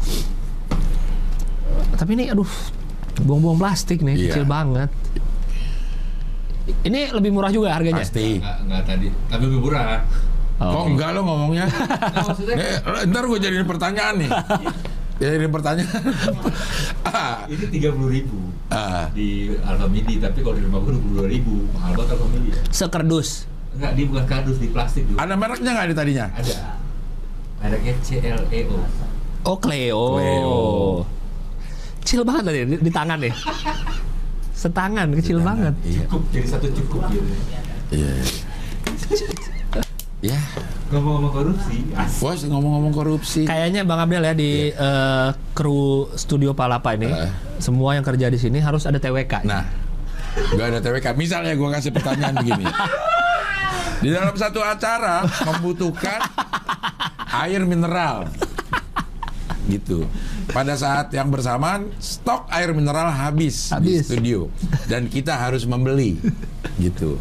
C: Tapi ini aduh, buang-buang plastik nih,
B: Iya.
C: kecil banget. Ini lebih murah juga harganya.
B: Pasti.
A: Enggak, enggak tadi. Tapi lebih murah.
B: Kok enggak lo ngomongnya?
A: Nah, maksudnya
B: Nih, ntar gue jadiin pertanyaan nih. Jadiin pertanyaan. ah,
A: ini tiga puluh ribu
B: ah.
A: di Alfamidi, tapi kalau di rumah gue dua puluh dua ribu. Mahal banget Alfamidi ya.
C: Sekerdus.
A: Enggak, dia bukan kardus, di plastik dulu.
B: Ada mereknya nggak di tadinya?
A: Ada. Mereknya C L E O.
C: Oh, Cleo.
B: Cleo.
C: Kecil banget tadi di, di tangan nih. Setangan, kecil
B: Di tangan,
C: banget.
B: Iya.
A: Cukup, jadi satu cukup gitu.
B: Iya. Ya.
A: Ngomong-ngomong korupsi, asik.
B: Bos ngomong-ngomong korupsi.
C: Kayaknya Bang Abdel ya di eh, kru studio Palapa ini,
B: Eh.
C: semua yang kerja di sini harus ada T W K.
B: Nah, nggak ada T W K. Misalnya gue kasih pertanyaan begini. Di dalam satu acara membutuhkan air mineral. Gitu. Pada saat yang bersamaan stok air mineral habis,
C: Habis.
B: di studio dan kita harus membeli. Gitu.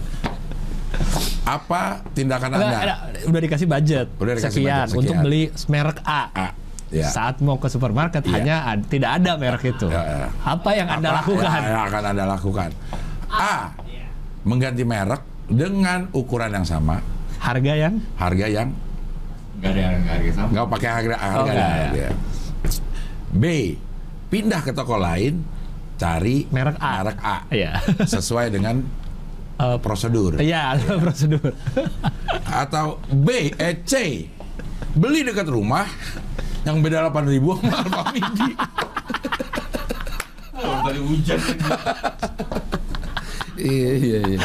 B: Apa tindakan
C: Ada-
B: Anda?
C: ada- udah dikasih budget,
B: Udah dikasih
C: sekian,
B: budget, sekian.
C: untuk beli merek A.
B: A. Ya.
C: Saat mau ke supermarket
B: Iya.
C: hanya ad- tidak ada merek itu.
B: Ya, ya.
C: Apa yang Anda
B: Apa
C: lakukan?
B: yang akan Anda lakukan? A. Mengganti merek dengan ukuran yang sama,
C: Harga yang
B: harga yang
A: Enggak ada yang harga sama.
B: nggak pakai harga harga.
C: Oh, nggak,
B: yang-
C: ya.
B: ya. B. Pindah ke toko lain, cari
C: merek A.
B: merek A
C: Iya.
B: sesuai dengan
C: Eh,
B: prosedur.
C: Iya, prosedur.
B: Atau B. Eh, C. Beli dekat rumah yang beda delapan ribu sama Alfamidi.
A: Oh, tadi hujan.
B: Iya iya iya.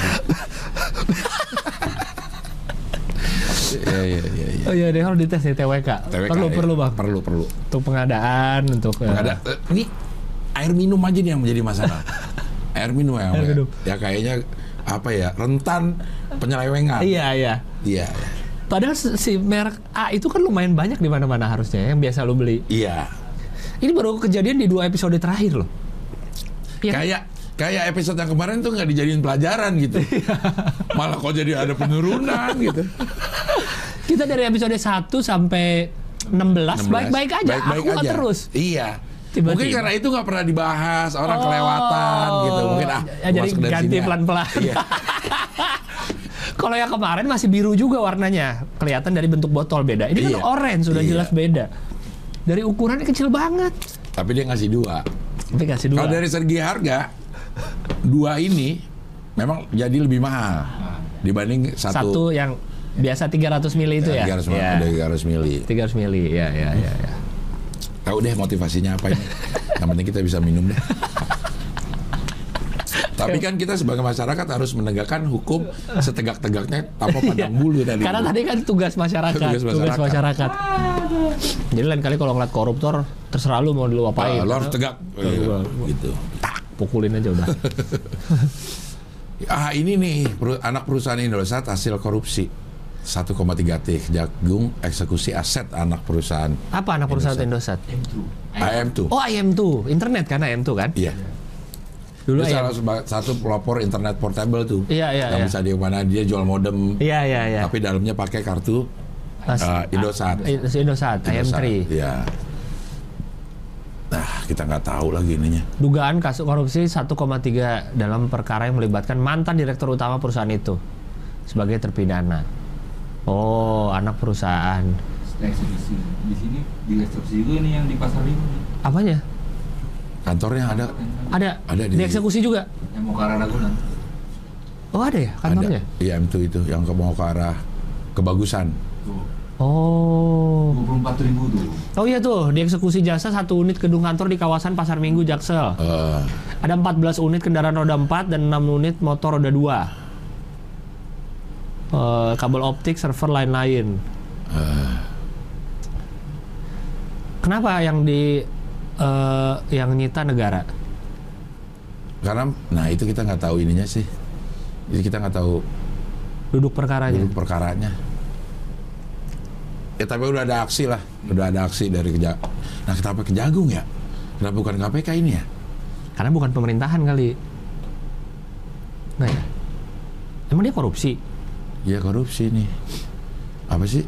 B: Iya iya iya. iya.
C: Oh iya, deh harus dites nih T W K.
B: T W K,
C: perlu
B: ya.
C: perlu Bang.
B: Perlu perlu.
C: Untuk pengadaan, untuk eh,
B: Ada eh, ini air minum aja nih yang menjadi masalah. Air minum ya.
C: Air minum.
B: Ya kayaknya apa ya? Rentan penyelewengan.
C: Iya, iya.
B: Iya.
C: Padahal si si merek A itu kan lumayan banyak di mana-mana harusnya yang biasa lo beli.
B: Iya.
C: Ini baru kejadian di dua episode terakhir loh. Iya kan?
B: Kayak kayak episode yang kemarin tuh nggak dijadiin pelajaran gitu. Malah kok jadi ada penurunan gitu.
C: Kita dari episode satu sampai enam belas
B: enam belas.
C: baik-baik aja,
B: Baik-baik
C: aku
B: aja.
C: terus.
B: Iya.
C: Tiba-tiba.
B: Mungkin karena itu nggak pernah dibahas, orang kelewatan gitu. Mungkin ah,
C: ya, jadi
B: masuk dari
C: ganti
B: sini, ah.
C: pelan-pelan.
B: Iya.
C: Kalau yang kemarin masih biru juga warnanya, kelihatan dari bentuk botol beda. Ini
B: Iya.
C: kan orange, sudah
B: Iya.
C: jelas beda. Dari ukurannya kecil banget.
B: Tapi dia ngasih dua.
C: Tapi kasih dua.
B: Kalau dari segi harga, dua ini memang jadi lebih mahal dibanding
C: Satu
B: satu.
C: yang biasa tiga ratus mili itu ya.
B: tiga ratus
C: Ya.
B: tiga ratus mili.
C: tiga ratus mili, ya, ya, ya, ya.
B: Tahu deh motivasinya apa ini. Yang penting kita bisa minum deh. Tapi kan kita sebagai masyarakat harus menegakkan hukum setegak-tegaknya tanpa pandang bulu tadi.
C: Karena tadi kan tugas masyarakat,
B: Tugas
C: tugas
B: masyarakat.
C: masyarakat. Jadi lain kali kalau ngeliat koruptor, terserah lu mau lu apain.
B: Ah, lo harus tegak.
C: Iya.
B: Gitu.
C: Tak, pukulin aja udah.
B: Ah ini nih peru- anak perusahaan Indosat hasil korupsi satu koma tiga T Jagung eksekusi aset anak perusahaan
C: Apa anak perusahaan Indosat?
B: I M dua.
C: Oh, I M dua, internet kan I M dua kan?
B: Iya.
C: Dulu
B: Dia
C: I M
B: salah seba- satu pelopor internet portable tuh.
C: Iya, iya,
B: Yang
C: iya.
B: bisa di mana dia jual modem,
C: Iya, iya, iya.
B: tapi dalamnya pakai kartu
C: Mas-
B: uh, Indosat.
C: I- Indosat, I M
B: Indosat,
C: tiga.
B: Iya. Nah, kita nggak tahu lagi ininya.
C: Dugaan kasus korupsi satu koma tiga dalam perkara yang melibatkan mantan direktur utama perusahaan itu sebagai terpidana. Oh, anak perusahaan.
A: Eksekusi di sini di eksekusi juga nih yang di pasar minggu nih.
C: Apanya?
B: Kantornya ada.
C: Ada?
B: Ada di-
C: Dieksekusi juga?
A: Yang mau ke arah Ragunan.
C: Oh, ada ya kantornya?
B: Ada. I M dua itu yang ke mau ke arah kebagusan.
A: Tuh,
C: Oh.
A: dua puluh empat ribu tuh.
C: Oh iya tuh, dieksekusi jasa satu unit gedung kantor di kawasan Pasar Minggu Jaksel.
B: Eh,
C: Ada empat belas unit kendaraan roda empat dan enam unit motor roda dua. Eh, kabel optik, server lain-lain. Kenapa yang di eh, yang nyita negara?
B: karena nah itu kita nggak tahu ininya sih. Jadi kita nggak tahu
C: Duduk perkaranya.
B: duduk perkaranya. Ya tapi udah ada aksi lah, udah ada aksi dari keja. Nah kenapa Kejagung ya? Kenapa bukan K P K ini ya?
C: Karena bukan pemerintahan kali. Nah ya. Emang dia korupsi?
B: Ya korupsi nih. Apa sih?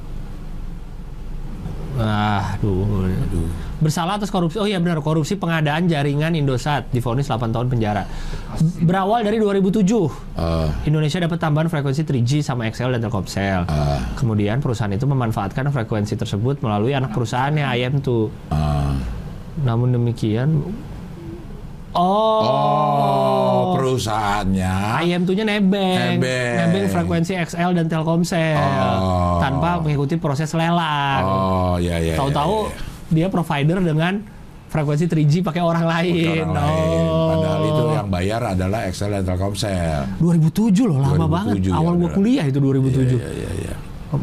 C: Ah, aduh.
B: Aduh.
C: Bersalah atas korupsi. Oh iya benar, korupsi pengadaan jaringan Indosat, divonis delapan tahun penjara. Berawal dari dua ribu tujuh.
B: Uh,
C: Indonesia dapat tambahan frekuensi tiga G sama X L dan Telkomsel.
B: uh,
C: Kemudian perusahaan itu memanfaatkan frekuensi tersebut melalui anak perusahaannya I M dua.
B: uh.
C: Namun demikian, oh,
B: Oh, perusahaannya.
C: I M dua-nya nebeng,
B: Nebeng.
C: nebeng frekuensi X L dan Telkomsel
B: Oh.
C: tanpa mengikuti proses lelang.
B: Oh, ya ya.
C: Tahu-tahu
B: ya, ya.
C: dia provider dengan frekuensi tiga G pakai orang lain.
B: Orang lain.
C: Oh.
B: Padahal itu yang bayar adalah X L dan Telkomsel.
C: dua ribu tujuh loh, lama
B: dua ribu
C: banget.
B: tujuh,
C: Awal
B: ya,
C: gua
B: bener.
C: kuliah itu dua ribu tujuh.
B: Iya, iya, iya.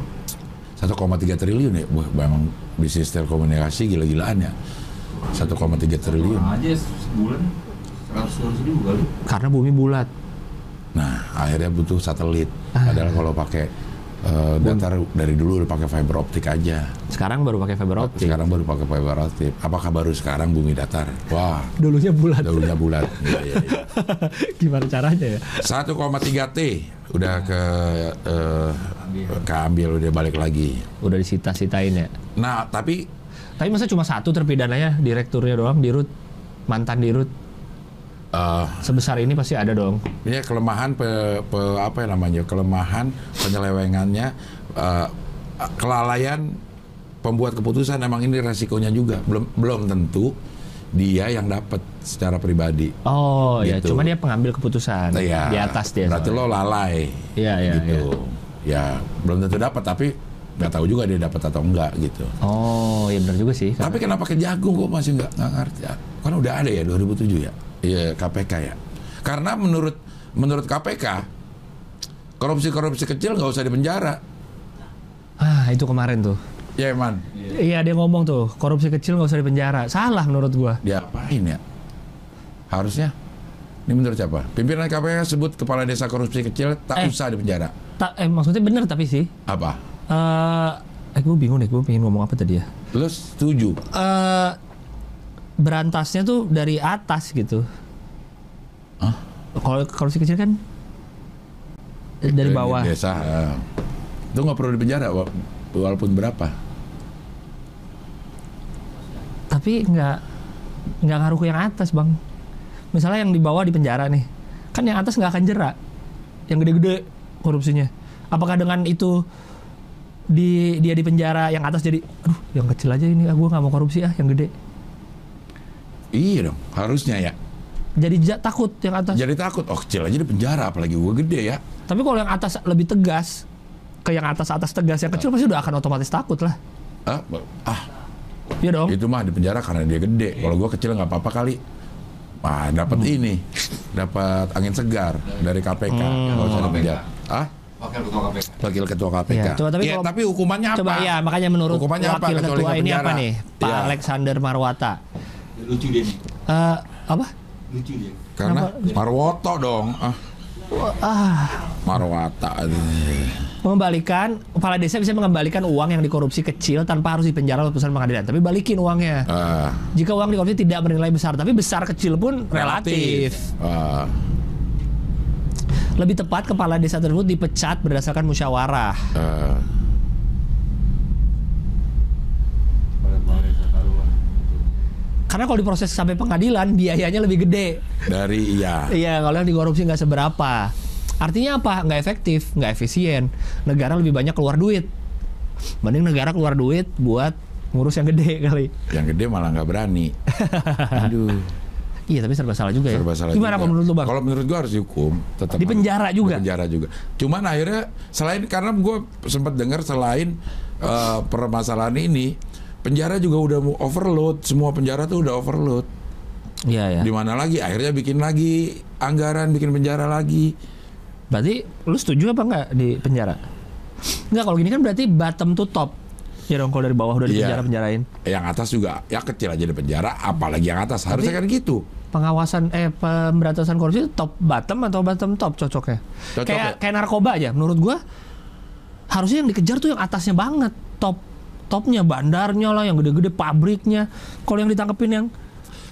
B: satu koma tiga triliun ya. Wah, memang bisnis telekomunikasi gila-gilaan ya. satu koma tiga triliun.
A: Orang aja sebulan seratus ribu kali.
C: Karena bumi bulat.
B: Nah, akhirnya butuh satelit.
C: Ah.
B: Padahal kalau pakai uh, datar dari dulu udah pakai fiber optik aja.
C: Sekarang baru pakai fiber optik.
B: Sekarang baru pakai fiber optik. Apakah baru sekarang bumi datar? Wah,
C: Dulunya bulat.
B: dahulunya bulat. Iya, iya, iya.
C: Gimana caranya ya?
B: satu koma tiga T udah ke uh, keambil udah balik lagi.
C: Udah disita-sitain ya.
B: Nah, tapi
C: Tapi masa cuma satu terpidananya, direkturnya doang, dirut, mantan dirut.
B: uh,
C: Sebesar ini pasti ada dong.
B: ini kelemahan pe, pe- apa ya namanya? Kelemahan penyelewengannya, uh, kelalaian pembuat keputusan. Emang ini resikonya juga. Belum belum tentu dia yang dapat secara pribadi.
C: Oh ya,
B: Gitu.
C: cuma dia pengambil keputusan
B: Nah, ya,
C: di atas dia.
B: berarti
C: soalnya.
B: lo lalai.
C: Iya, iya,
B: gitu. Ya belum tentu dapat, tapi nggak tahu juga dia dapat atau enggak gitu.
C: Oh, ya benar juga sih.
B: Tapi kenapa ke Jagung kok masih nggak nggak ngerti? Ya, kan udah ada ya dua ribu tujuh ya, iya K P K ya. Karena menurut menurut K P K korupsi-korupsi kecil nggak usah dipenjara.
C: Ah, itu kemarin tuh.
B: Ya Eman,
C: Iya, dia ngomong tuh, korupsi kecil nggak usah dipenjara. Salah menurut gua.
B: diapain ya? Harusnya. Ini menurut siapa? Pimpinan K P K sebut kepala desa korupsi kecil tak
C: Eh.
B: usah dipenjara.
C: Tak, eh maksudnya benar tapi sih.
B: Apa?
C: Eh, eh gue bingung deh, gue pengen ngomong apa tadi ya.
B: Lo setuju?
C: Eh, berantasnya tuh dari atas gitu.
B: Hah?
C: Kalau korupsi kecil kan dari bawah.
B: Desa. eh. Itu nggak perlu dipenjara wa- walaupun berapa.
C: Tapi nggak nggak ngaruh ke yang atas bang. Misalnya yang di bawah di penjara nih, kan yang atas nggak akan jerak. Yang gede-gede korupsinya. Apakah dengan itu di dia di penjara, yang atas jadi, aduh yang kecil aja ini, ah, gue nggak mau korupsi ah, yang gede.
B: Iya dong, harusnya ya.
C: Jadi ja- takut yang atas.
B: Jadi takut, oh kecil aja di penjara, apalagi gua gede ya.
C: Tapi kalau yang atas lebih tegas, ke yang atas atas tegas, yang kecil pasti udah akan otomatis takut lah.
B: Ah, ah
C: Iya dong.
B: itu mah di penjara karena dia gede. Kalau gua kecil nggak apa-apa kali. Wah, dapat
C: Hmm.
B: ini, dapat angin segar dari K P K. Nggak usah di penjara. Ah,
A: Wakil ketua K P K.
B: wakil ketua K P K.
C: Iya, coba tapi
B: Iya,
C: kalau-
B: tapi hukumannya apa?
C: Coba ya, makanya menurut
B: Hukumannya apa
C: wakil
B: kecuali
C: ketua
B: ke
C: ini
B: penjara?
C: apa nih, Pak
B: Iya.
C: Alexander Marwata.
A: Lucu dia nih.
C: Eh, apa?
A: Lucu dia.
B: Karena Marwoto dong. Ah,
C: Ah,
B: Marwata.
C: mengembalikan kepala desa bisa mengembalikan uang yang dikorupsi kecil tanpa harus dipenjara oleh putusan pengadilan, tapi balikin uangnya.
B: Ah,
C: Jika uang dikorupsi tidak bernilai besar, tapi besar kecil pun relatif.
B: Ah,
C: Lebih tepat kepala desa tersebut dipecat berdasarkan musyawarah.
B: ah.
A: Pada balai Sataruan.
C: Karena kalau diproses sampai pengadilan biayanya lebih gede.
B: Dari iya.
C: Iya, kalau yang dikorupsi nggak seberapa. Artinya apa? Nggak efektif, nggak efisien. Negara lebih banyak keluar duit. Mending negara keluar duit buat ngurus yang gede kali.
B: Yang gede malah nggak berani. Aduh.
C: Iya, tapi serba salah juga ya.
B: Serba salah
C: Gimana
B: juga.
C: kalau menurut lu bang?
B: Kalau menurut gua harus dihukum, tetap
C: Di
B: harus-
C: penjara juga?
B: Di penjara juga. Cuman akhirnya selain karena gua sempat dengar selain eh, permasalahan ini, penjara juga udah mau overload. Semua penjara tuh udah overload.
C: Iya ya.
B: Di mana lagi? Akhirnya bikin lagi anggaran, bikin penjara lagi.
C: Berarti lu setuju apa nggak di penjara? Nggak, kalau gini kan berarti bottom to top. Ya dong, kalau dari bawah udah di
B: Iya.
C: penjara penjarain.
B: Yang atas juga, ya kecil aja di penjara, apalagi yang atas. Harusnya kan gitu.
C: Pengawasan eh pemberantasan korupsi itu top bottom atau bottom top cocoknya?
B: Cocok
C: kayak
B: ya?
C: kayak narkoba aja. Menurut gua harusnya yang dikejar tuh yang atasnya banget, top topnya, bandarnya lah, yang gede-gede pabriknya. Kalau yang ditangkepin yang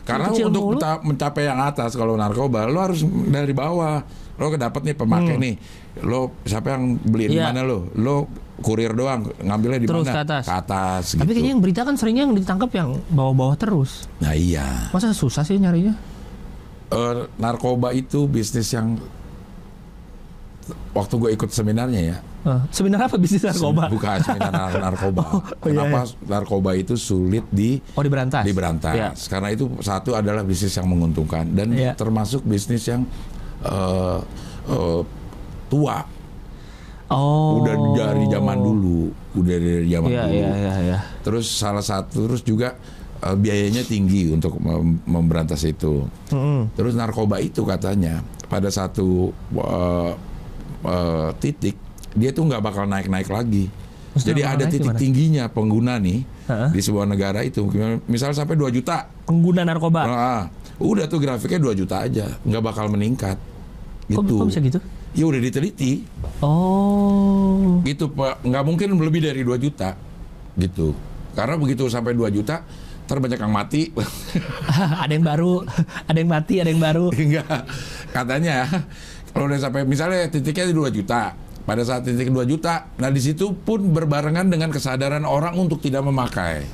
B: Karena
C: Kecil
B: untuk
C: mulu.
B: menta- mencapai yang atas kalau narkoba, lo harus dari bawah. Lo kedapat nih pemakai
C: Hmm.
B: nih. Lo siapa yang beli di
C: Iya.
B: mana lo? Lo kurir doang, ngambilnya di
C: Terus
B: mana?
C: ke atas.
B: Ke atas
C: Tapi
B: gitu.
C: kayaknya yang berita kan seringnya yang ditangkap yang bawah-bawah terus.
B: Nah iya.
C: Masa susah sih nyarinya?
B: Eh, narkoba itu bisnis yang waktu gue ikut seminarnya ya.
C: Eh, sebenarnya apa bisnis narkoba?
B: Bukan seminar nar- narkoba.
C: Oh, iya,
B: Kenapa narkoba itu sulit di
C: Oh, diberantas.
B: diberantas?
C: Iya.
B: Karena itu satu adalah bisnis yang menguntungkan dan
C: Iya.
B: termasuk bisnis yang eh, eh, tua.
C: Oh.
B: Udah dari zaman dulu, udah dari zaman
C: Iya,
B: dulu.
C: iya, iya, iya.
B: Terus salah satu terus juga eh, biayanya tinggi untuk mem- memberantas itu.
C: Mm-mm.
B: Terus narkoba itu katanya pada satu eh, eh, titik dia tuh nggak bakal naik-naik lagi.
C: Maksudnya
B: Jadi
C: bakal
B: ada
C: naik
B: titik
C: gimana?
B: tingginya pengguna nih
C: Heeh.
B: di sebuah negara itu, misal sampai dua juta.
C: Pengguna narkoba.
B: Nah, udah tuh grafiknya dua juta aja, nggak bakal meningkat.
C: Kok,
B: Gitu.
C: kok bisa gitu?
B: Ya udah diteliti.
C: Oh.
B: Gitu Pak, nggak mungkin lebih dari dua juta. Gitu. Karena begitu sampai dua juta, ntar banyak yang mati.
C: Ada yang baru, ada yang mati, ada yang baru.
B: Enggak. Katanya kalau udah sampai misalnya titiknya di dua juta, pada saat titik dua juta, nah di situ pun berbarengan dengan kesadaran orang untuk tidak memakai.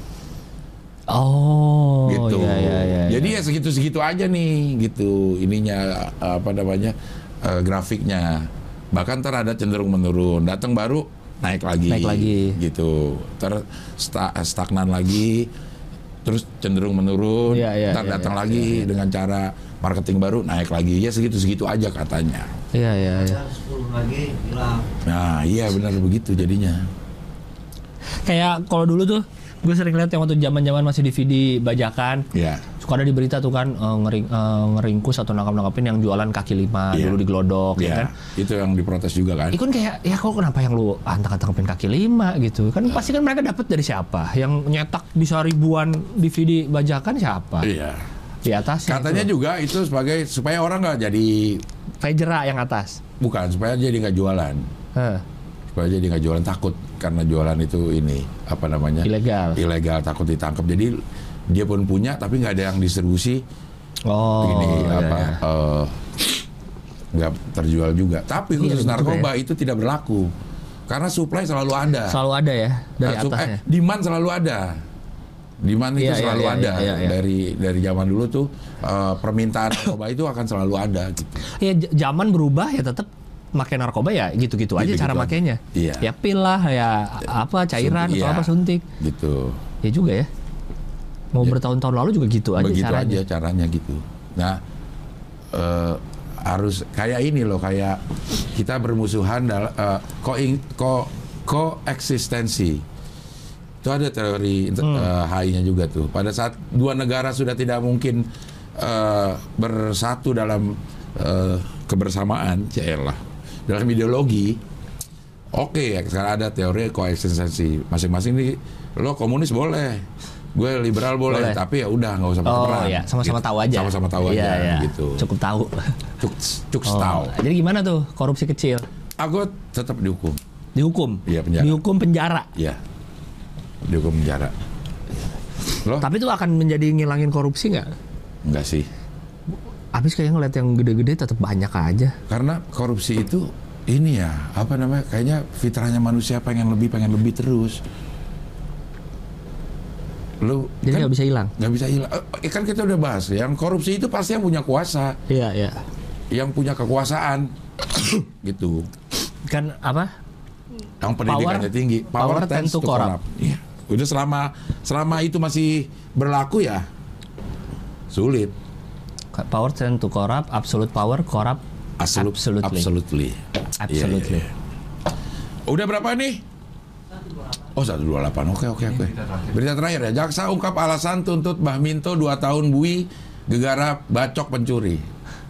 C: Oh.
B: Gitu.
C: Iya, iya, iya,
B: Jadi
C: iya.
B: ya segitu-segitu aja nih, gitu. Ininya apa namanya? eh, grafiknya. Bahkan ntar ada cenderung menurun, datang baru naik lagi.
C: Naik lagi.
B: Gitu. Ntar sta- stagnan lagi, terus cenderung menurun,
C: Iya, iya,
B: ntar
C: iya,
B: datang
C: iya,
B: lagi
C: iya, iya.
B: dengan cara marketing baru naik lagi. Ya segitu-segitu aja katanya.
C: Iya, iya, iya.
D: sepuluh lagi hilang.
B: Nah iya benar begitu jadinya.
C: Kayak kalau dulu tuh gue sering lihat yang waktu zaman-zaman masih D V D bajakan,
B: Ya.
C: suka ada di berita tuh kan eh, ngering, eh, ngeringkus atau nangkap-nangkapin yang jualan kaki lima
B: Iya.
C: dulu digelodok ya
B: Ya,
C: kan.
B: itu yang diprotes juga kan.
C: Itu kan kayak ya kok kenapa yang lu antang-antangin kaki lima gitu kan pasti kan mereka dapat dari siapa yang nyetak bisa ribuan D V D bajakan siapa
B: Iya.
C: di atas
B: Katanya juga itu sebagai supaya orang nggak jadi
C: Vejera yang atas.
B: bukan supaya jadi nggak jualan,
C: Heh,
B: supaya jadi nggak jualan takut karena jualan itu ini apa namanya
C: ilegal.
B: ilegal takut ditangkap. Jadi dia pun punya tapi nggak ada yang distribusi
C: Oh.
B: ini
C: iya,
B: apa
C: iya.
B: eh, nggak terjual juga. Tapi
C: Iya,
B: khusus
C: betul
B: narkoba itu tidak berlaku karena supply selalu ada.
C: Selalu ada ya dari
B: Nah, sup-
C: atasnya.
B: eh, demand selalu ada. Demand itu
C: Iya, iya,
B: selalu
C: iya,
B: ada
C: iya, iya.
B: dari dari zaman dulu tuh eh, permintaan narkoba itu akan selalu ada gitu.
C: Ya j- zaman berubah ya tetap makai narkoba ya gitu-gitu aja
B: Gitu-gitu
C: cara
B: aja.
C: makainya.
B: Iya.
C: Ya pil lah ya apa cairan
B: Suntik,
C: atau
B: iya.
C: apa suntik.
B: Gitu.
C: Ya juga ya. Mau
B: Ya.
C: bertahun-tahun lalu juga gitu aja
B: Begitu
C: caranya.
B: aja caranya gitu. Nah, eh, harus kayak ini loh, kayak kita bermusuhan dalam uh, ko ko koeksistensi. Itu ada teori
C: Hmm.
B: eh, H I-nya juga tuh. Pada saat dua negara sudah tidak mungkin eh, bersatu dalam eh, kebersamaan, celah dalam ideologi. Oke, ya sekarang ada teori koeksistensi. Masing-masing nih, lo komunis boleh, gue liberal boleh,
C: Boleh.
B: tapi ya udah nggak usah
C: Oh
B: berperang.
C: iya, sama-sama
B: Gitu.
C: tahu aja.
B: Sama-sama tahu
C: Iya,
B: aja,
C: iya.
B: gitu.
C: Cukup tahu.
B: Cuk, cuk
C: Oh,
B: tahu.
C: jadi gimana tuh korupsi kecil?
B: Aku tetap dihukum.
C: Dihukum?
B: Iya, penjara.
C: Dihukum penjara.
B: Iya, dihukum penjara. Lo
C: Tapi itu akan menjadi ngilangin korupsi nggak?
B: enggak sih?
C: Habis kayak ngeliat yang gede-gede tetap banyak aja.
B: Karena korupsi itu ini ya, apa namanya? Kayaknya fitrahnya manusia pengen lebih, pengen lebih terus. Lu
C: Jadi
B: kan
C: nggak bisa hilang.
B: nggak bisa hilang. Eh, kan kita udah bahas, yang korupsi itu pasti yang punya kuasa,
C: Iya, iya.
B: yang punya kekuasaan, gitu.
C: Kan apa?
B: Yang pendidikannya tinggi,
C: power tend to corrupt.
B: Iya. Udah selama selama itu masih berlaku ya, sulit.
C: Power tend to corrupt, absolute power corrupt
B: Absolut,
C: absolutely.
B: absolutely.
C: Absolutely.
B: Iya, iya, iya. Udah berapa nih? Oh seratus dua puluh delapan, oke oke oke. Berita terakhir ya, jaksa ungkap alasan tuntut Mbah Minto dua tahun bui gegara bacok pencuri.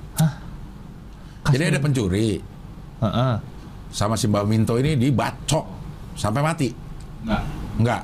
B: Jadi ada pencuri
C: Heeh.
B: sama si Mbah Minto ini dibacok sampai mati.
A: Enggak.
B: Enggak.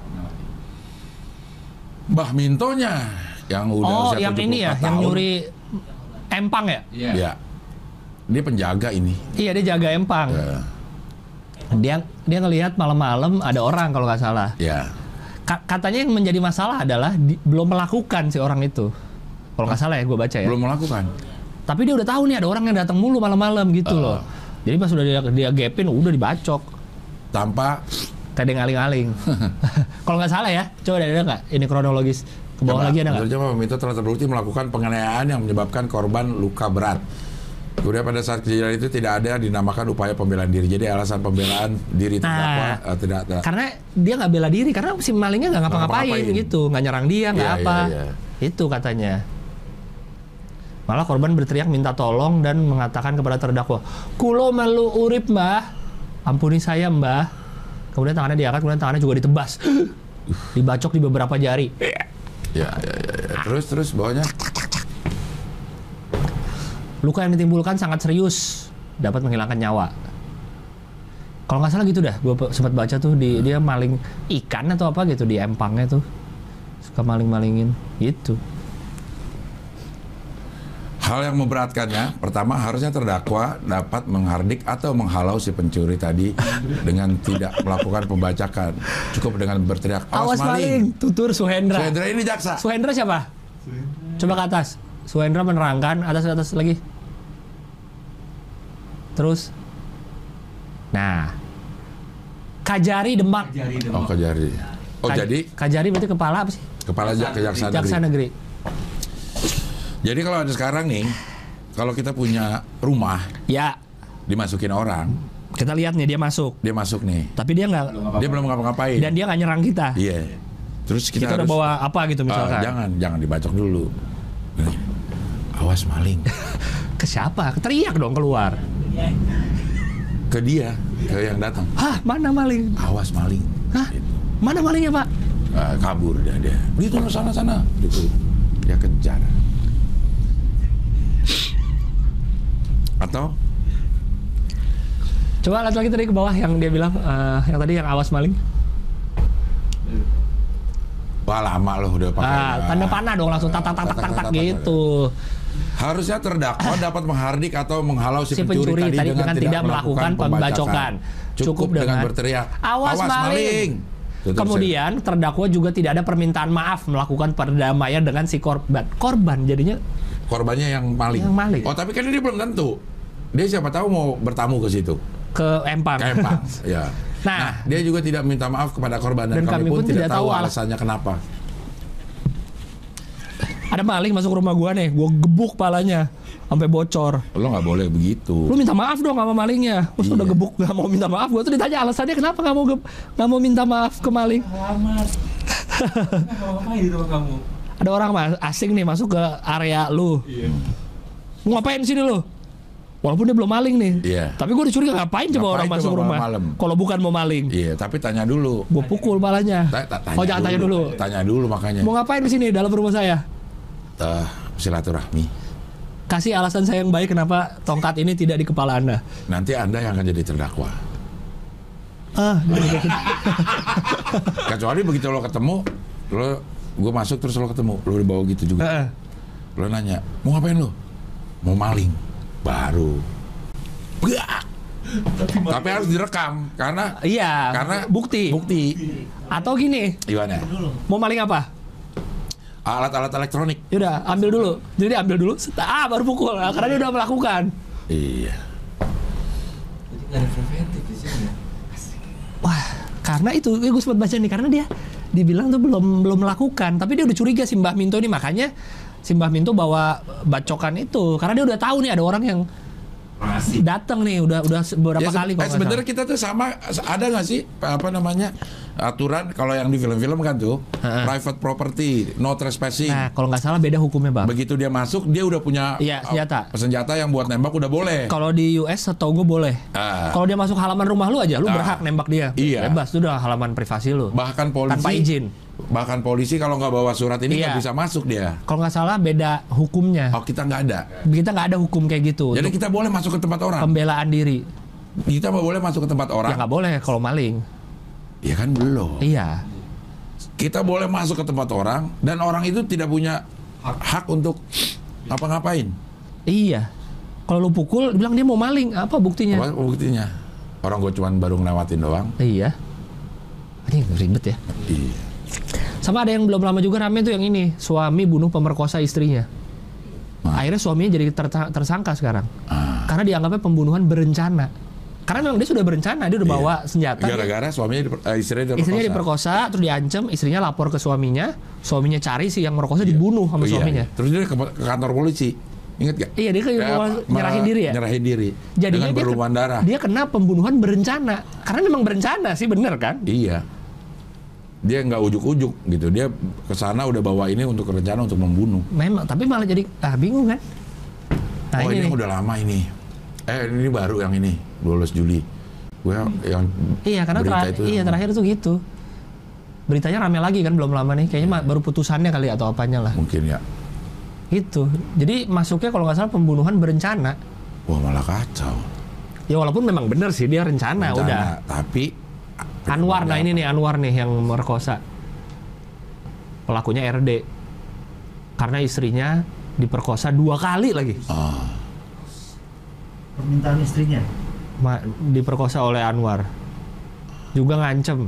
B: Mbah Mintonya yang udah
C: Oh,
B: usia
C: yang
B: tujuh puluh
C: ini ya,
B: empat
C: yang
B: tahun.
C: nyuri empang ya?
A: Iya.
B: Ya. Dia penjaga ini.
C: Iya, dia jaga empang.
B: Ya.
C: Dia dia ngelihat malam-malam ada orang kalau nggak salah.
B: Ya.
C: Ka- katanya yang menjadi masalah adalah di- belum melakukan si orang itu. Kalau nggak salah ya gue baca ya.
B: Belum melakukan.
C: Tapi dia udah tahu nih ada orang yang datang mulu malam-malam gitu
B: Uh.
C: loh. Jadi pas udah dia, dia gapin udah dibacok.
B: Tanpa
C: Tedeng aling-aling. Kalau nggak salah ya, coba ada nggak? Ini kronologis. Ke bawah lagi ada nggak?
B: Menurutnya Mama Mito telah terbukti melakukan penganiayaan yang menyebabkan korban luka berat. Kemudian pada saat kejadian itu tidak ada yang dinamakan upaya pembelaan diri. Jadi alasan pembelaan diri terdakwa
C: Nah,
B: uh, tidak ada.
C: Karena dia nggak bela diri karena si malingnya nggak ngapa-ngapain
B: ngapa-ngapain.
C: gitu, nggak nyerang dia, nggak
B: Iya,
C: apa.
B: iya,
C: Itu katanya. Malah korban berteriak minta tolong dan mengatakan kepada terdakwa, "Kulo melu urip, Mbah. Ampuni saya, Mbah." Kemudian tangannya diangkat, kemudian tangannya juga ditebas. Dibacok di beberapa jari.
B: Ya, ya, ya, ya. Terus terus bawahnya.
C: Luka yang ditimbulkan sangat serius, dapat menghilangkan nyawa. Kalau nggak salah gitu dah, gue sempat baca tuh di dia maling ikan atau apa gitu di empangnya tuh, suka maling-malingin gitu.
B: Hal yang memberatkannya, pertama harusnya terdakwa dapat menghardik atau menghalau si pencuri tadi dengan tidak melakukan pembacakan. Cukup dengan berteriak,
C: Awas maling, tutur Suhendra.
B: Suhendra ini jaksa.
C: Suhendra siapa? Coba ke atas. Suhendra menerangkan, atas atas lagi. Terus, nah, Kajari Demak.
A: Jari Demak.
B: Oh, Kajari. Oh,
C: Kaj-
B: jadi
C: Kajari berarti kepala apa sih?
B: kepala jak- kejaksaan
C: Jaksa
B: negeri.
C: Negeri.
B: Jadi kalau ada sekarang nih, kalau kita punya rumah
C: Ya,
B: dimasukin orang,
C: kita lihat nih dia masuk.
B: dia masuk nih,
C: Tapi dia nggak,
B: dia belum ngapa-ngapain.
C: dan dia nggak nyerang kita.
B: Iya. Terus kita,
C: Kita, udah
B: harus
C: bawa apa gitu
B: Ah,
C: misalkan.
B: jangan, jangan dibacok dulu. Gini, awas maling.
C: Ke siapa? Teriak dong keluar.
B: Ke dia, ke yang datang.
C: Hah, mana maling?
B: Awas maling.
C: Hah?
B: Gitu.
C: Mana malingnya, Pak?
B: Ah, kabur dia dia. Gitu sana sana. Gitu. Dia kejar. Atau
C: Coba lihat lagi tadi ke bawah yang dia bilang, eh, yang tadi yang awas maling.
B: wah lama loh udah pakai.
C: Ah, tanda panah dong langsung tak tak tak tak tak tak gitu.
B: Harusnya terdakwa dapat menghardik atau menghalau si,
C: Si pencuri tadi dengan tidak melakukan pembacokan.
B: Cukup dengan berteriak,
C: awas maling.
B: Tutup
C: Kemudian terdakwa juga tidak ada permintaan maaf melakukan perdamaian dengan si korban. Korban jadinya
B: saya. Korbannya yang maling.
C: Yang maling.
B: Oh tapi kan ini belum tentu. Dia siapa tahu mau bertamu ke situ.
C: ke empang.
B: Ke Empang. Ya.
C: Nah,
B: Nah, dia juga tidak minta maaf kepada korban dan,
C: Dan
B: kami, pun tidak tahu
C: al-
B: alasannya kenapa.
C: ada maling masuk rumah gua nih, gua gebuk palanya sampai bocor.
B: Lo nggak boleh begitu.
C: Lu minta maaf dong sama malingnya. Terus
B: Iya.
C: udah gebuk nggak mau minta maaf. Gua tuh ditanya alasannya kenapa nggak mau ge- nggak mau minta maaf ke maling.
A: Alamat. Mau ngapain di rumah kamu?
C: Ada orang mas- asing nih masuk ke area lu.
A: Iya.
C: Ngapain sini lu? Walaupun dia belum maling nih.
B: Iya.
C: Tapi gue dicuriga ngapain coba
B: Ngapain
C: orang
B: coba
C: masuk rumah.
B: malam?
C: Kalau bukan mau maling,
B: Iya, tapi tanya dulu.
C: gue pukul palanya.
B: Ta- ta- tanya
C: Oh jangan tanya dulu.
B: Tanya dulu makanya.
C: Mau ngapain di sini dalam rumah saya?
B: Eh, silaturahmi.
C: Kasih alasan saya yang baik kenapa tongkat ini tidak di kepala Anda.
B: Nanti Anda yang akan jadi terdakwa.
C: Ah, gitu.
B: Kecuali begitu lo ketemu, lo gue masuk terus lo ketemu, lo dibawa gitu juga.
C: Heeh.
B: Lo nanya, mau ngapain lo? Mau maling. Baru. Beak. Tapi harus direkam karena
C: Iya,
B: karena
C: bukti.
B: Bukti.
C: Atau gini,
B: Gimana?
C: mau maling apa?
B: Alat-alat elektronik.
C: Yaudah, ambil dulu. Jadi ambil dulu, set- ah baru pukul. Nah, karena dia udah melakukan.
B: Iya.
A: Jadi nggak ada preventif di sini.
C: Wah, karena itu, gue sempat baca nih, karena dia dibilang tuh belum belum melakukan, tapi dia udah curiga si Mbah Minto ini, makanya si Mbah Minto bawa bacokan itu, karena dia udah tahu nih ada orang yang
A: Masih.
C: datang nih, udah udah beberapa
B: Ya, se-
C: kali
B: eh,
C: kalau nggak
B: sebenarnya
C: salah.
B: kita tuh sama, ada nggak sih apa namanya aturan kalau yang di film-film kan tuh
C: Heeh.
B: private property, no trespassing.
C: Nah, kalau nggak salah beda hukumnya, Bang.
B: Begitu dia masuk, dia udah punya
C: Iya, senjata.
B: uh, senjata yang buat nembak udah boleh.
C: Kalau di U S setahu gue boleh.
B: Ah.
C: Kalau dia masuk halaman rumah lu aja, lu
B: Ah.
C: berhak nembak dia.
B: Iya.
C: Bebas, itu udah halaman privasi lu.
B: Bahkan polisi
C: Tanpa izin.
B: Bahkan polisi kalau nggak bawa surat ini nggak
C: Iya.
B: bisa masuk dia.
C: Kalau nggak salah beda hukumnya.
B: Oh kita nggak ada.
C: Kita nggak ada hukum kayak gitu.
B: Jadi
C: untuk
B: kita boleh masuk ke tempat orang.
C: pembelaan diri.
B: Kita nggak boleh masuk ke tempat
C: Ya
B: orang.
C: nggak boleh kalau maling.
B: Ya kan belum.
C: Iya.
B: Kita boleh masuk ke tempat orang dan orang itu tidak punya hak, hak untuk apa-ngapain.
C: Iya. Kalau lu pukul, bilang dia mau maling, apa buktinya?
B: Apa buktinya? Orang gue cuman baru ngelewatin doang.
C: Iya. Ini ribet ya.
B: Iya.
C: Sama ada yang belum lama juga rame tuh yang ini, suami bunuh pemerkosa istrinya.
B: Ah.
C: Akhirnya suaminya jadi ter- tersangka sekarang.
B: Ah.
C: Karena dianggapnya pembunuhan berencana. Karena memang dia sudah berencana, dia udah
B: Iya.
C: bawa senjata.
B: Gara-gara suaminya diper, eh, istrinya diperkosa.
C: Istrinya diperkosa, terus diancam, istrinya lapor ke suaminya, suaminya cari si yang merkosa dibunuh sama
B: Oh, iya,
C: suaminya.
B: iya. Terus dia ke, ke kantor polisi. Ingat gak?
C: Iya, dia ke
B: Kayak apa?
C: nyerahin
B: Ma-
C: diri ya.
B: Nyerahin diri.
C: Jadinya
B: dengan
C: dia,
B: berlumuran
C: ke-
B: darah.
C: dia kena pembunuhan berencana. Karena memang berencana sih, bener kan?
B: Iya. Dia nggak ujuk-ujuk gitu. Dia kesana udah bawa ini untuk rencana untuk membunuh.
C: Memang, tapi malah jadi ah bingung kan? Nah,
B: oh ini,
C: nih.
B: udah lama ini. Eh ini baru yang ini dua belas Juli. Gue yang
C: Iya, karena
B: berita
C: tera-
B: itu
C: iya
B: yang-
C: terakhir tuh gitu. Beritanya rame lagi kan belum lama nih. Kayaknya ma- baru putusannya kali atau apanya lah.
B: mungkin ya.
C: Gitu. Jadi masuknya kalau nggak salah pembunuhan berencana.
B: Wah malah kacau.
C: Ya walaupun memang bener sih dia rencana,
B: Rencana,
C: udah.
B: Tapi
C: Anwar, nah ini nih Anwar nih yang merkosa. Pelakunya R D. Karena istrinya diperkosa dua kali lagi.
B: Ah,
D: Permintaan istrinya.
C: Ma- diperkosa oleh Anwar. Juga ngancem.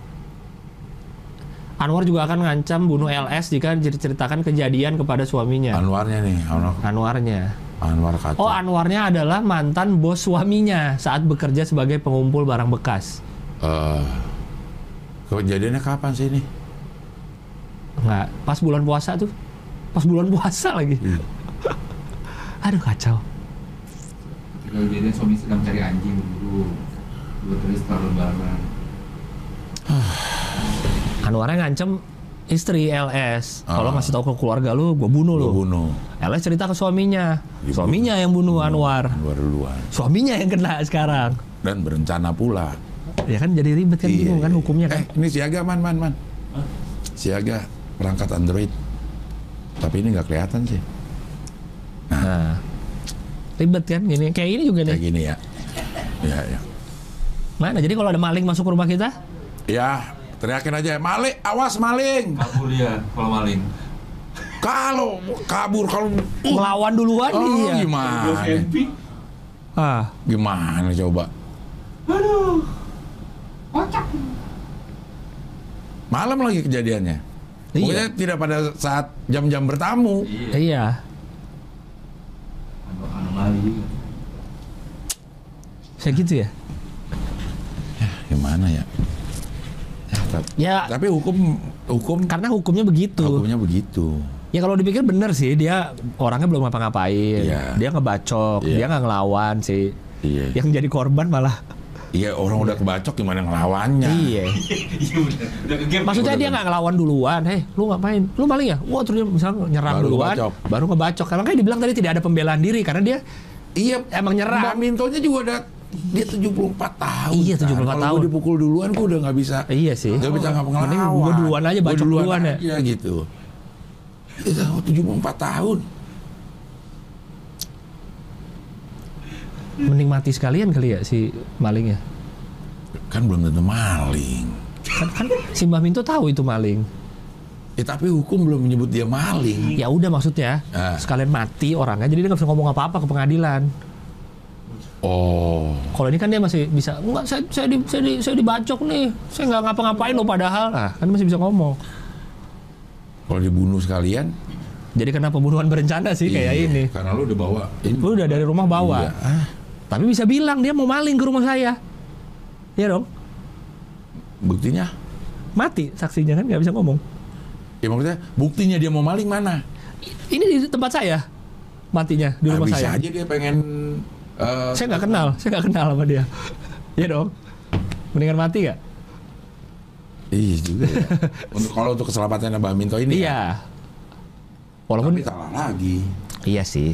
C: Anwar juga akan ngancam bunuh L S jika diceritakan kejadian kepada suaminya.
B: Anwarnya nih, Anwar,
C: Anwarnya.
B: Anwar kacau.
C: Oh, Anwarnya adalah mantan bos suaminya saat bekerja sebagai pengumpul barang bekas.
B: Eh, kejadiannya kapan sih ini?
C: Nggak, pas bulan puasa tuh. Pas bulan puasa lagi.
B: Iya.
C: Aduh, kacau.
A: Ketika kejadian suami sedang cari anjing dulu. Dua terus setelah lebaran.
C: Anwarnya ngancem istri L S. Kalau
B: Ah.
C: ngasih tahu ke keluarga lu, gue bunuh lu.
B: Gue bunuh.
C: L S cerita ke suaminya.
B: Dibunuh.
C: Suaminya yang bunuh Anwar.
B: Anwar duluan.
C: Suaminya yang kena sekarang.
B: Dan berencana pula.
C: Ya kan jadi ribet kan,
B: Iya,
C: bingung kan
B: iya.
C: hukumnya kan.
B: Eh, ini Siaga man man man. Siaga perangkat Android. Tapi ini nggak kelihatan sih.
C: Nah, ribet kan gini. Kayak ini juga
B: Kayak
C: nih.
B: gini ya. Ya ya.
C: Mana? Jadi kalau ada maling masuk ke rumah kita,
B: Ya, teriakin aja, maling, awas maling.
A: Kabur dia kalau maling.
B: Kalau kabur, kalau
C: melawan duluan
B: oh,
C: iya.
B: gimana?
C: Ah,
B: Gimana coba?
A: Aduh. Kocak.
B: Malam lagi kejadiannya.
C: Iya.
B: Pokoknya tidak pada saat jam-jam bertamu.
A: Iya.
C: iya.
A: Anu- Anomali.
C: Saya gitu ya.
B: Gimana ya? Ya, ta-
C: Ya,
B: tapi hukum hukum
C: karena hukumnya begitu.
B: hukumnya begitu.
C: Ya kalau dipikir bener sih, dia orangnya belum ngapa-ngapain.
B: Iya.
C: Dia ngebacok,
B: Iya.
C: dia nggak ngelawan sih.
B: Iya.
C: Yang jadi korban malah.
B: Iya, orang udah kebacok gimana ngelawannya?
C: Iya.
A: Iya udah. Udah ke game.
C: Maksudnya
B: Udah,
C: dia
B: udah.
C: nggak ngelawan duluan. Hei, lu ngapain? Lu maling ya? Wah, terus dia misalnya nyerang
B: Baru
C: duluan,
B: ngebacok.
C: baru ngebacok. Karena kan dibilang tadi tidak ada pembelaan diri karena dia
B: Iya,
C: emang nyerang.
B: Mbak Mintonya juga udah dia tujuh puluh empat tahun.
C: Iya, tujuh puluh empat
B: kan.
C: tahun.
B: Kalau gue dipukul duluan, gue udah nggak bisa.
C: Iya sih.
B: Nggak bisa ngapa
C: Mending
B: ngelawan.
C: gua duluan aja,
B: Gua
C: bacok duluan ya.
B: Iya gitu. Itu tujuh puluh empat tahun.
C: Mending mati sekalian kali ya si malingnya.
B: Kan belum tentu maling.
C: Kan, kan si Mbah Minto tahu itu maling.
B: Ya tapi hukum belum menyebut dia maling.
C: Ya udah maksudnya
B: Ah.
C: sekalian mati orangnya, jadi dia nggak bisa ngomong apa-apa ke pengadilan.
B: Oh.
C: Kalau ini kan dia masih bisa, enggak saya saya, di, saya, di, saya dibacok nih, saya nggak ngapa-ngapain loh padahal, ah kan masih bisa ngomong.
B: Kalau dibunuh sekalian,
C: Jadi kena pembunuhan berencana sih kayak
B: iya,
C: ini.
B: Karena lu udah bawa. Ini.
C: Lu udah dari rumah bawa,
B: Iya. Ah,
C: tapi bisa bilang dia mau maling ke rumah saya, ya dong.
B: buktinya?
C: Mati saksinya kan nggak bisa ngomong.
B: Ya maksudnya buktinya dia mau maling mana?
C: Ini di tempat saya matinya di
B: Ah,
C: rumah
B: bisa
C: saya.
B: aja dia pengen. eh,
C: Saya nggak kenal, saya nggak kenal sama dia. Ya dong. Mendingan mati nggak?
B: Iya juga ya. Untuk kalau untuk keselamatannya Mbak Minto ini. Ya.
C: Iya. Walaupun
B: Tapi salah lagi.
C: iya sih.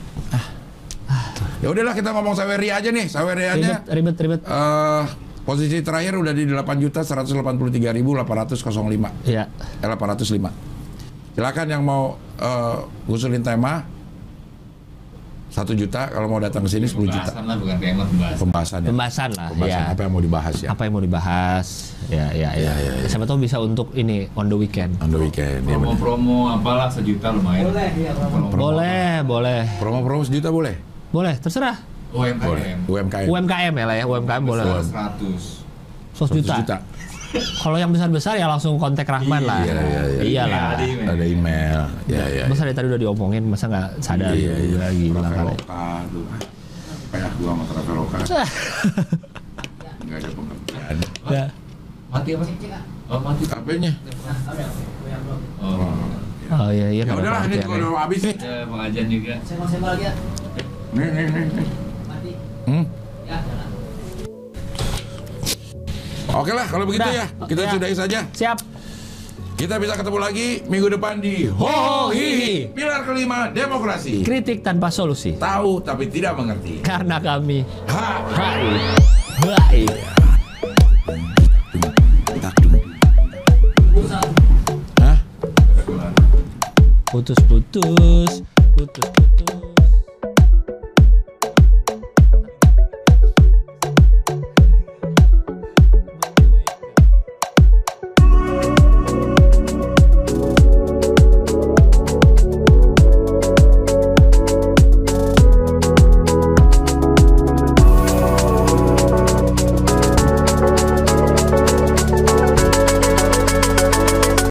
B: Ya udahlah kita ngomong Saweria aja nih. Sawerianya
C: Ribet, ribet, ribet.
B: eh posisi terakhir udah di delapan juta seratus delapan puluh tiga ribu delapan ratus lima.
C: Iya.
B: Eh, delapan ratus lima. Silakan yang mau eh, ngusulin tema satu juta, kalau mau datang ke sini sepuluh juta.
A: Pembahasan lah, bukan tema pembahasan.
B: Pembahasan ya.
C: Pembahasan lah.
B: Pembahasan
C: Ya.
B: apa yang mau dibahas ya.
C: Apa yang mau dibahas? Ya, ya, ya.
B: Ya, ya, ya.
C: Siapa tahu bisa untuk ini on the weekend.
B: On the weekend. Ya, bener.
A: Promo-promo apalah sejuta lumayan.
D: Boleh, iya, promo.
A: Promo.
C: Boleh, boleh.
B: Promo-promo sejuta boleh?
C: Boleh, terserah.
A: U M K M.
B: Boleh. U M K M.
C: U M K M ya lah ya, U M K M boleh.
A: seratus.
C: seratus juta.
B: juta.
C: Kalau yang besar-besar ya langsung kontak Rahman lah.
B: Iya, iya, iya.
C: Iyalah.
A: Ada email.
B: Ada email. Ya, ya.
C: Masa dari tadi udah diomongin, masa nggak sadar?
B: Iya, iya.
C: Lagi bilang kali.
B: Traveloka tuh. Kayak gua sama Traveloka. Enggak ada pengertian.
C: Ya.
A: Mati apa? Oh, mati.
B: Apanya?
D: Nah, ada yang belum.
A: Oh.
C: Oh iya iya.
B: Ya
C: nggak ada
B: udahlah, ini
C: pengertian,
B: gua
C: ya.
B: udah habis nih.
A: Ada pengajian juga.
D: Senggol-senggol lagi ya.
B: Nih, nih, nih, nih.
D: Mati.
B: Hmm?
D: Ya, jalan.
B: Oke lah, kalau begitu
C: Udah.
B: ya, kita
C: Ya.
B: sudahi saja.
C: Siap.
B: Kita bisa ketemu lagi minggu depan di Ho Hihi, pilar kelima demokrasi.
C: Kritik tanpa solusi.
B: Tahu tapi tidak mengerti.
C: Karena kami
B: Ha.
C: hai. Hai.
B: Hah?
C: Putus-putus.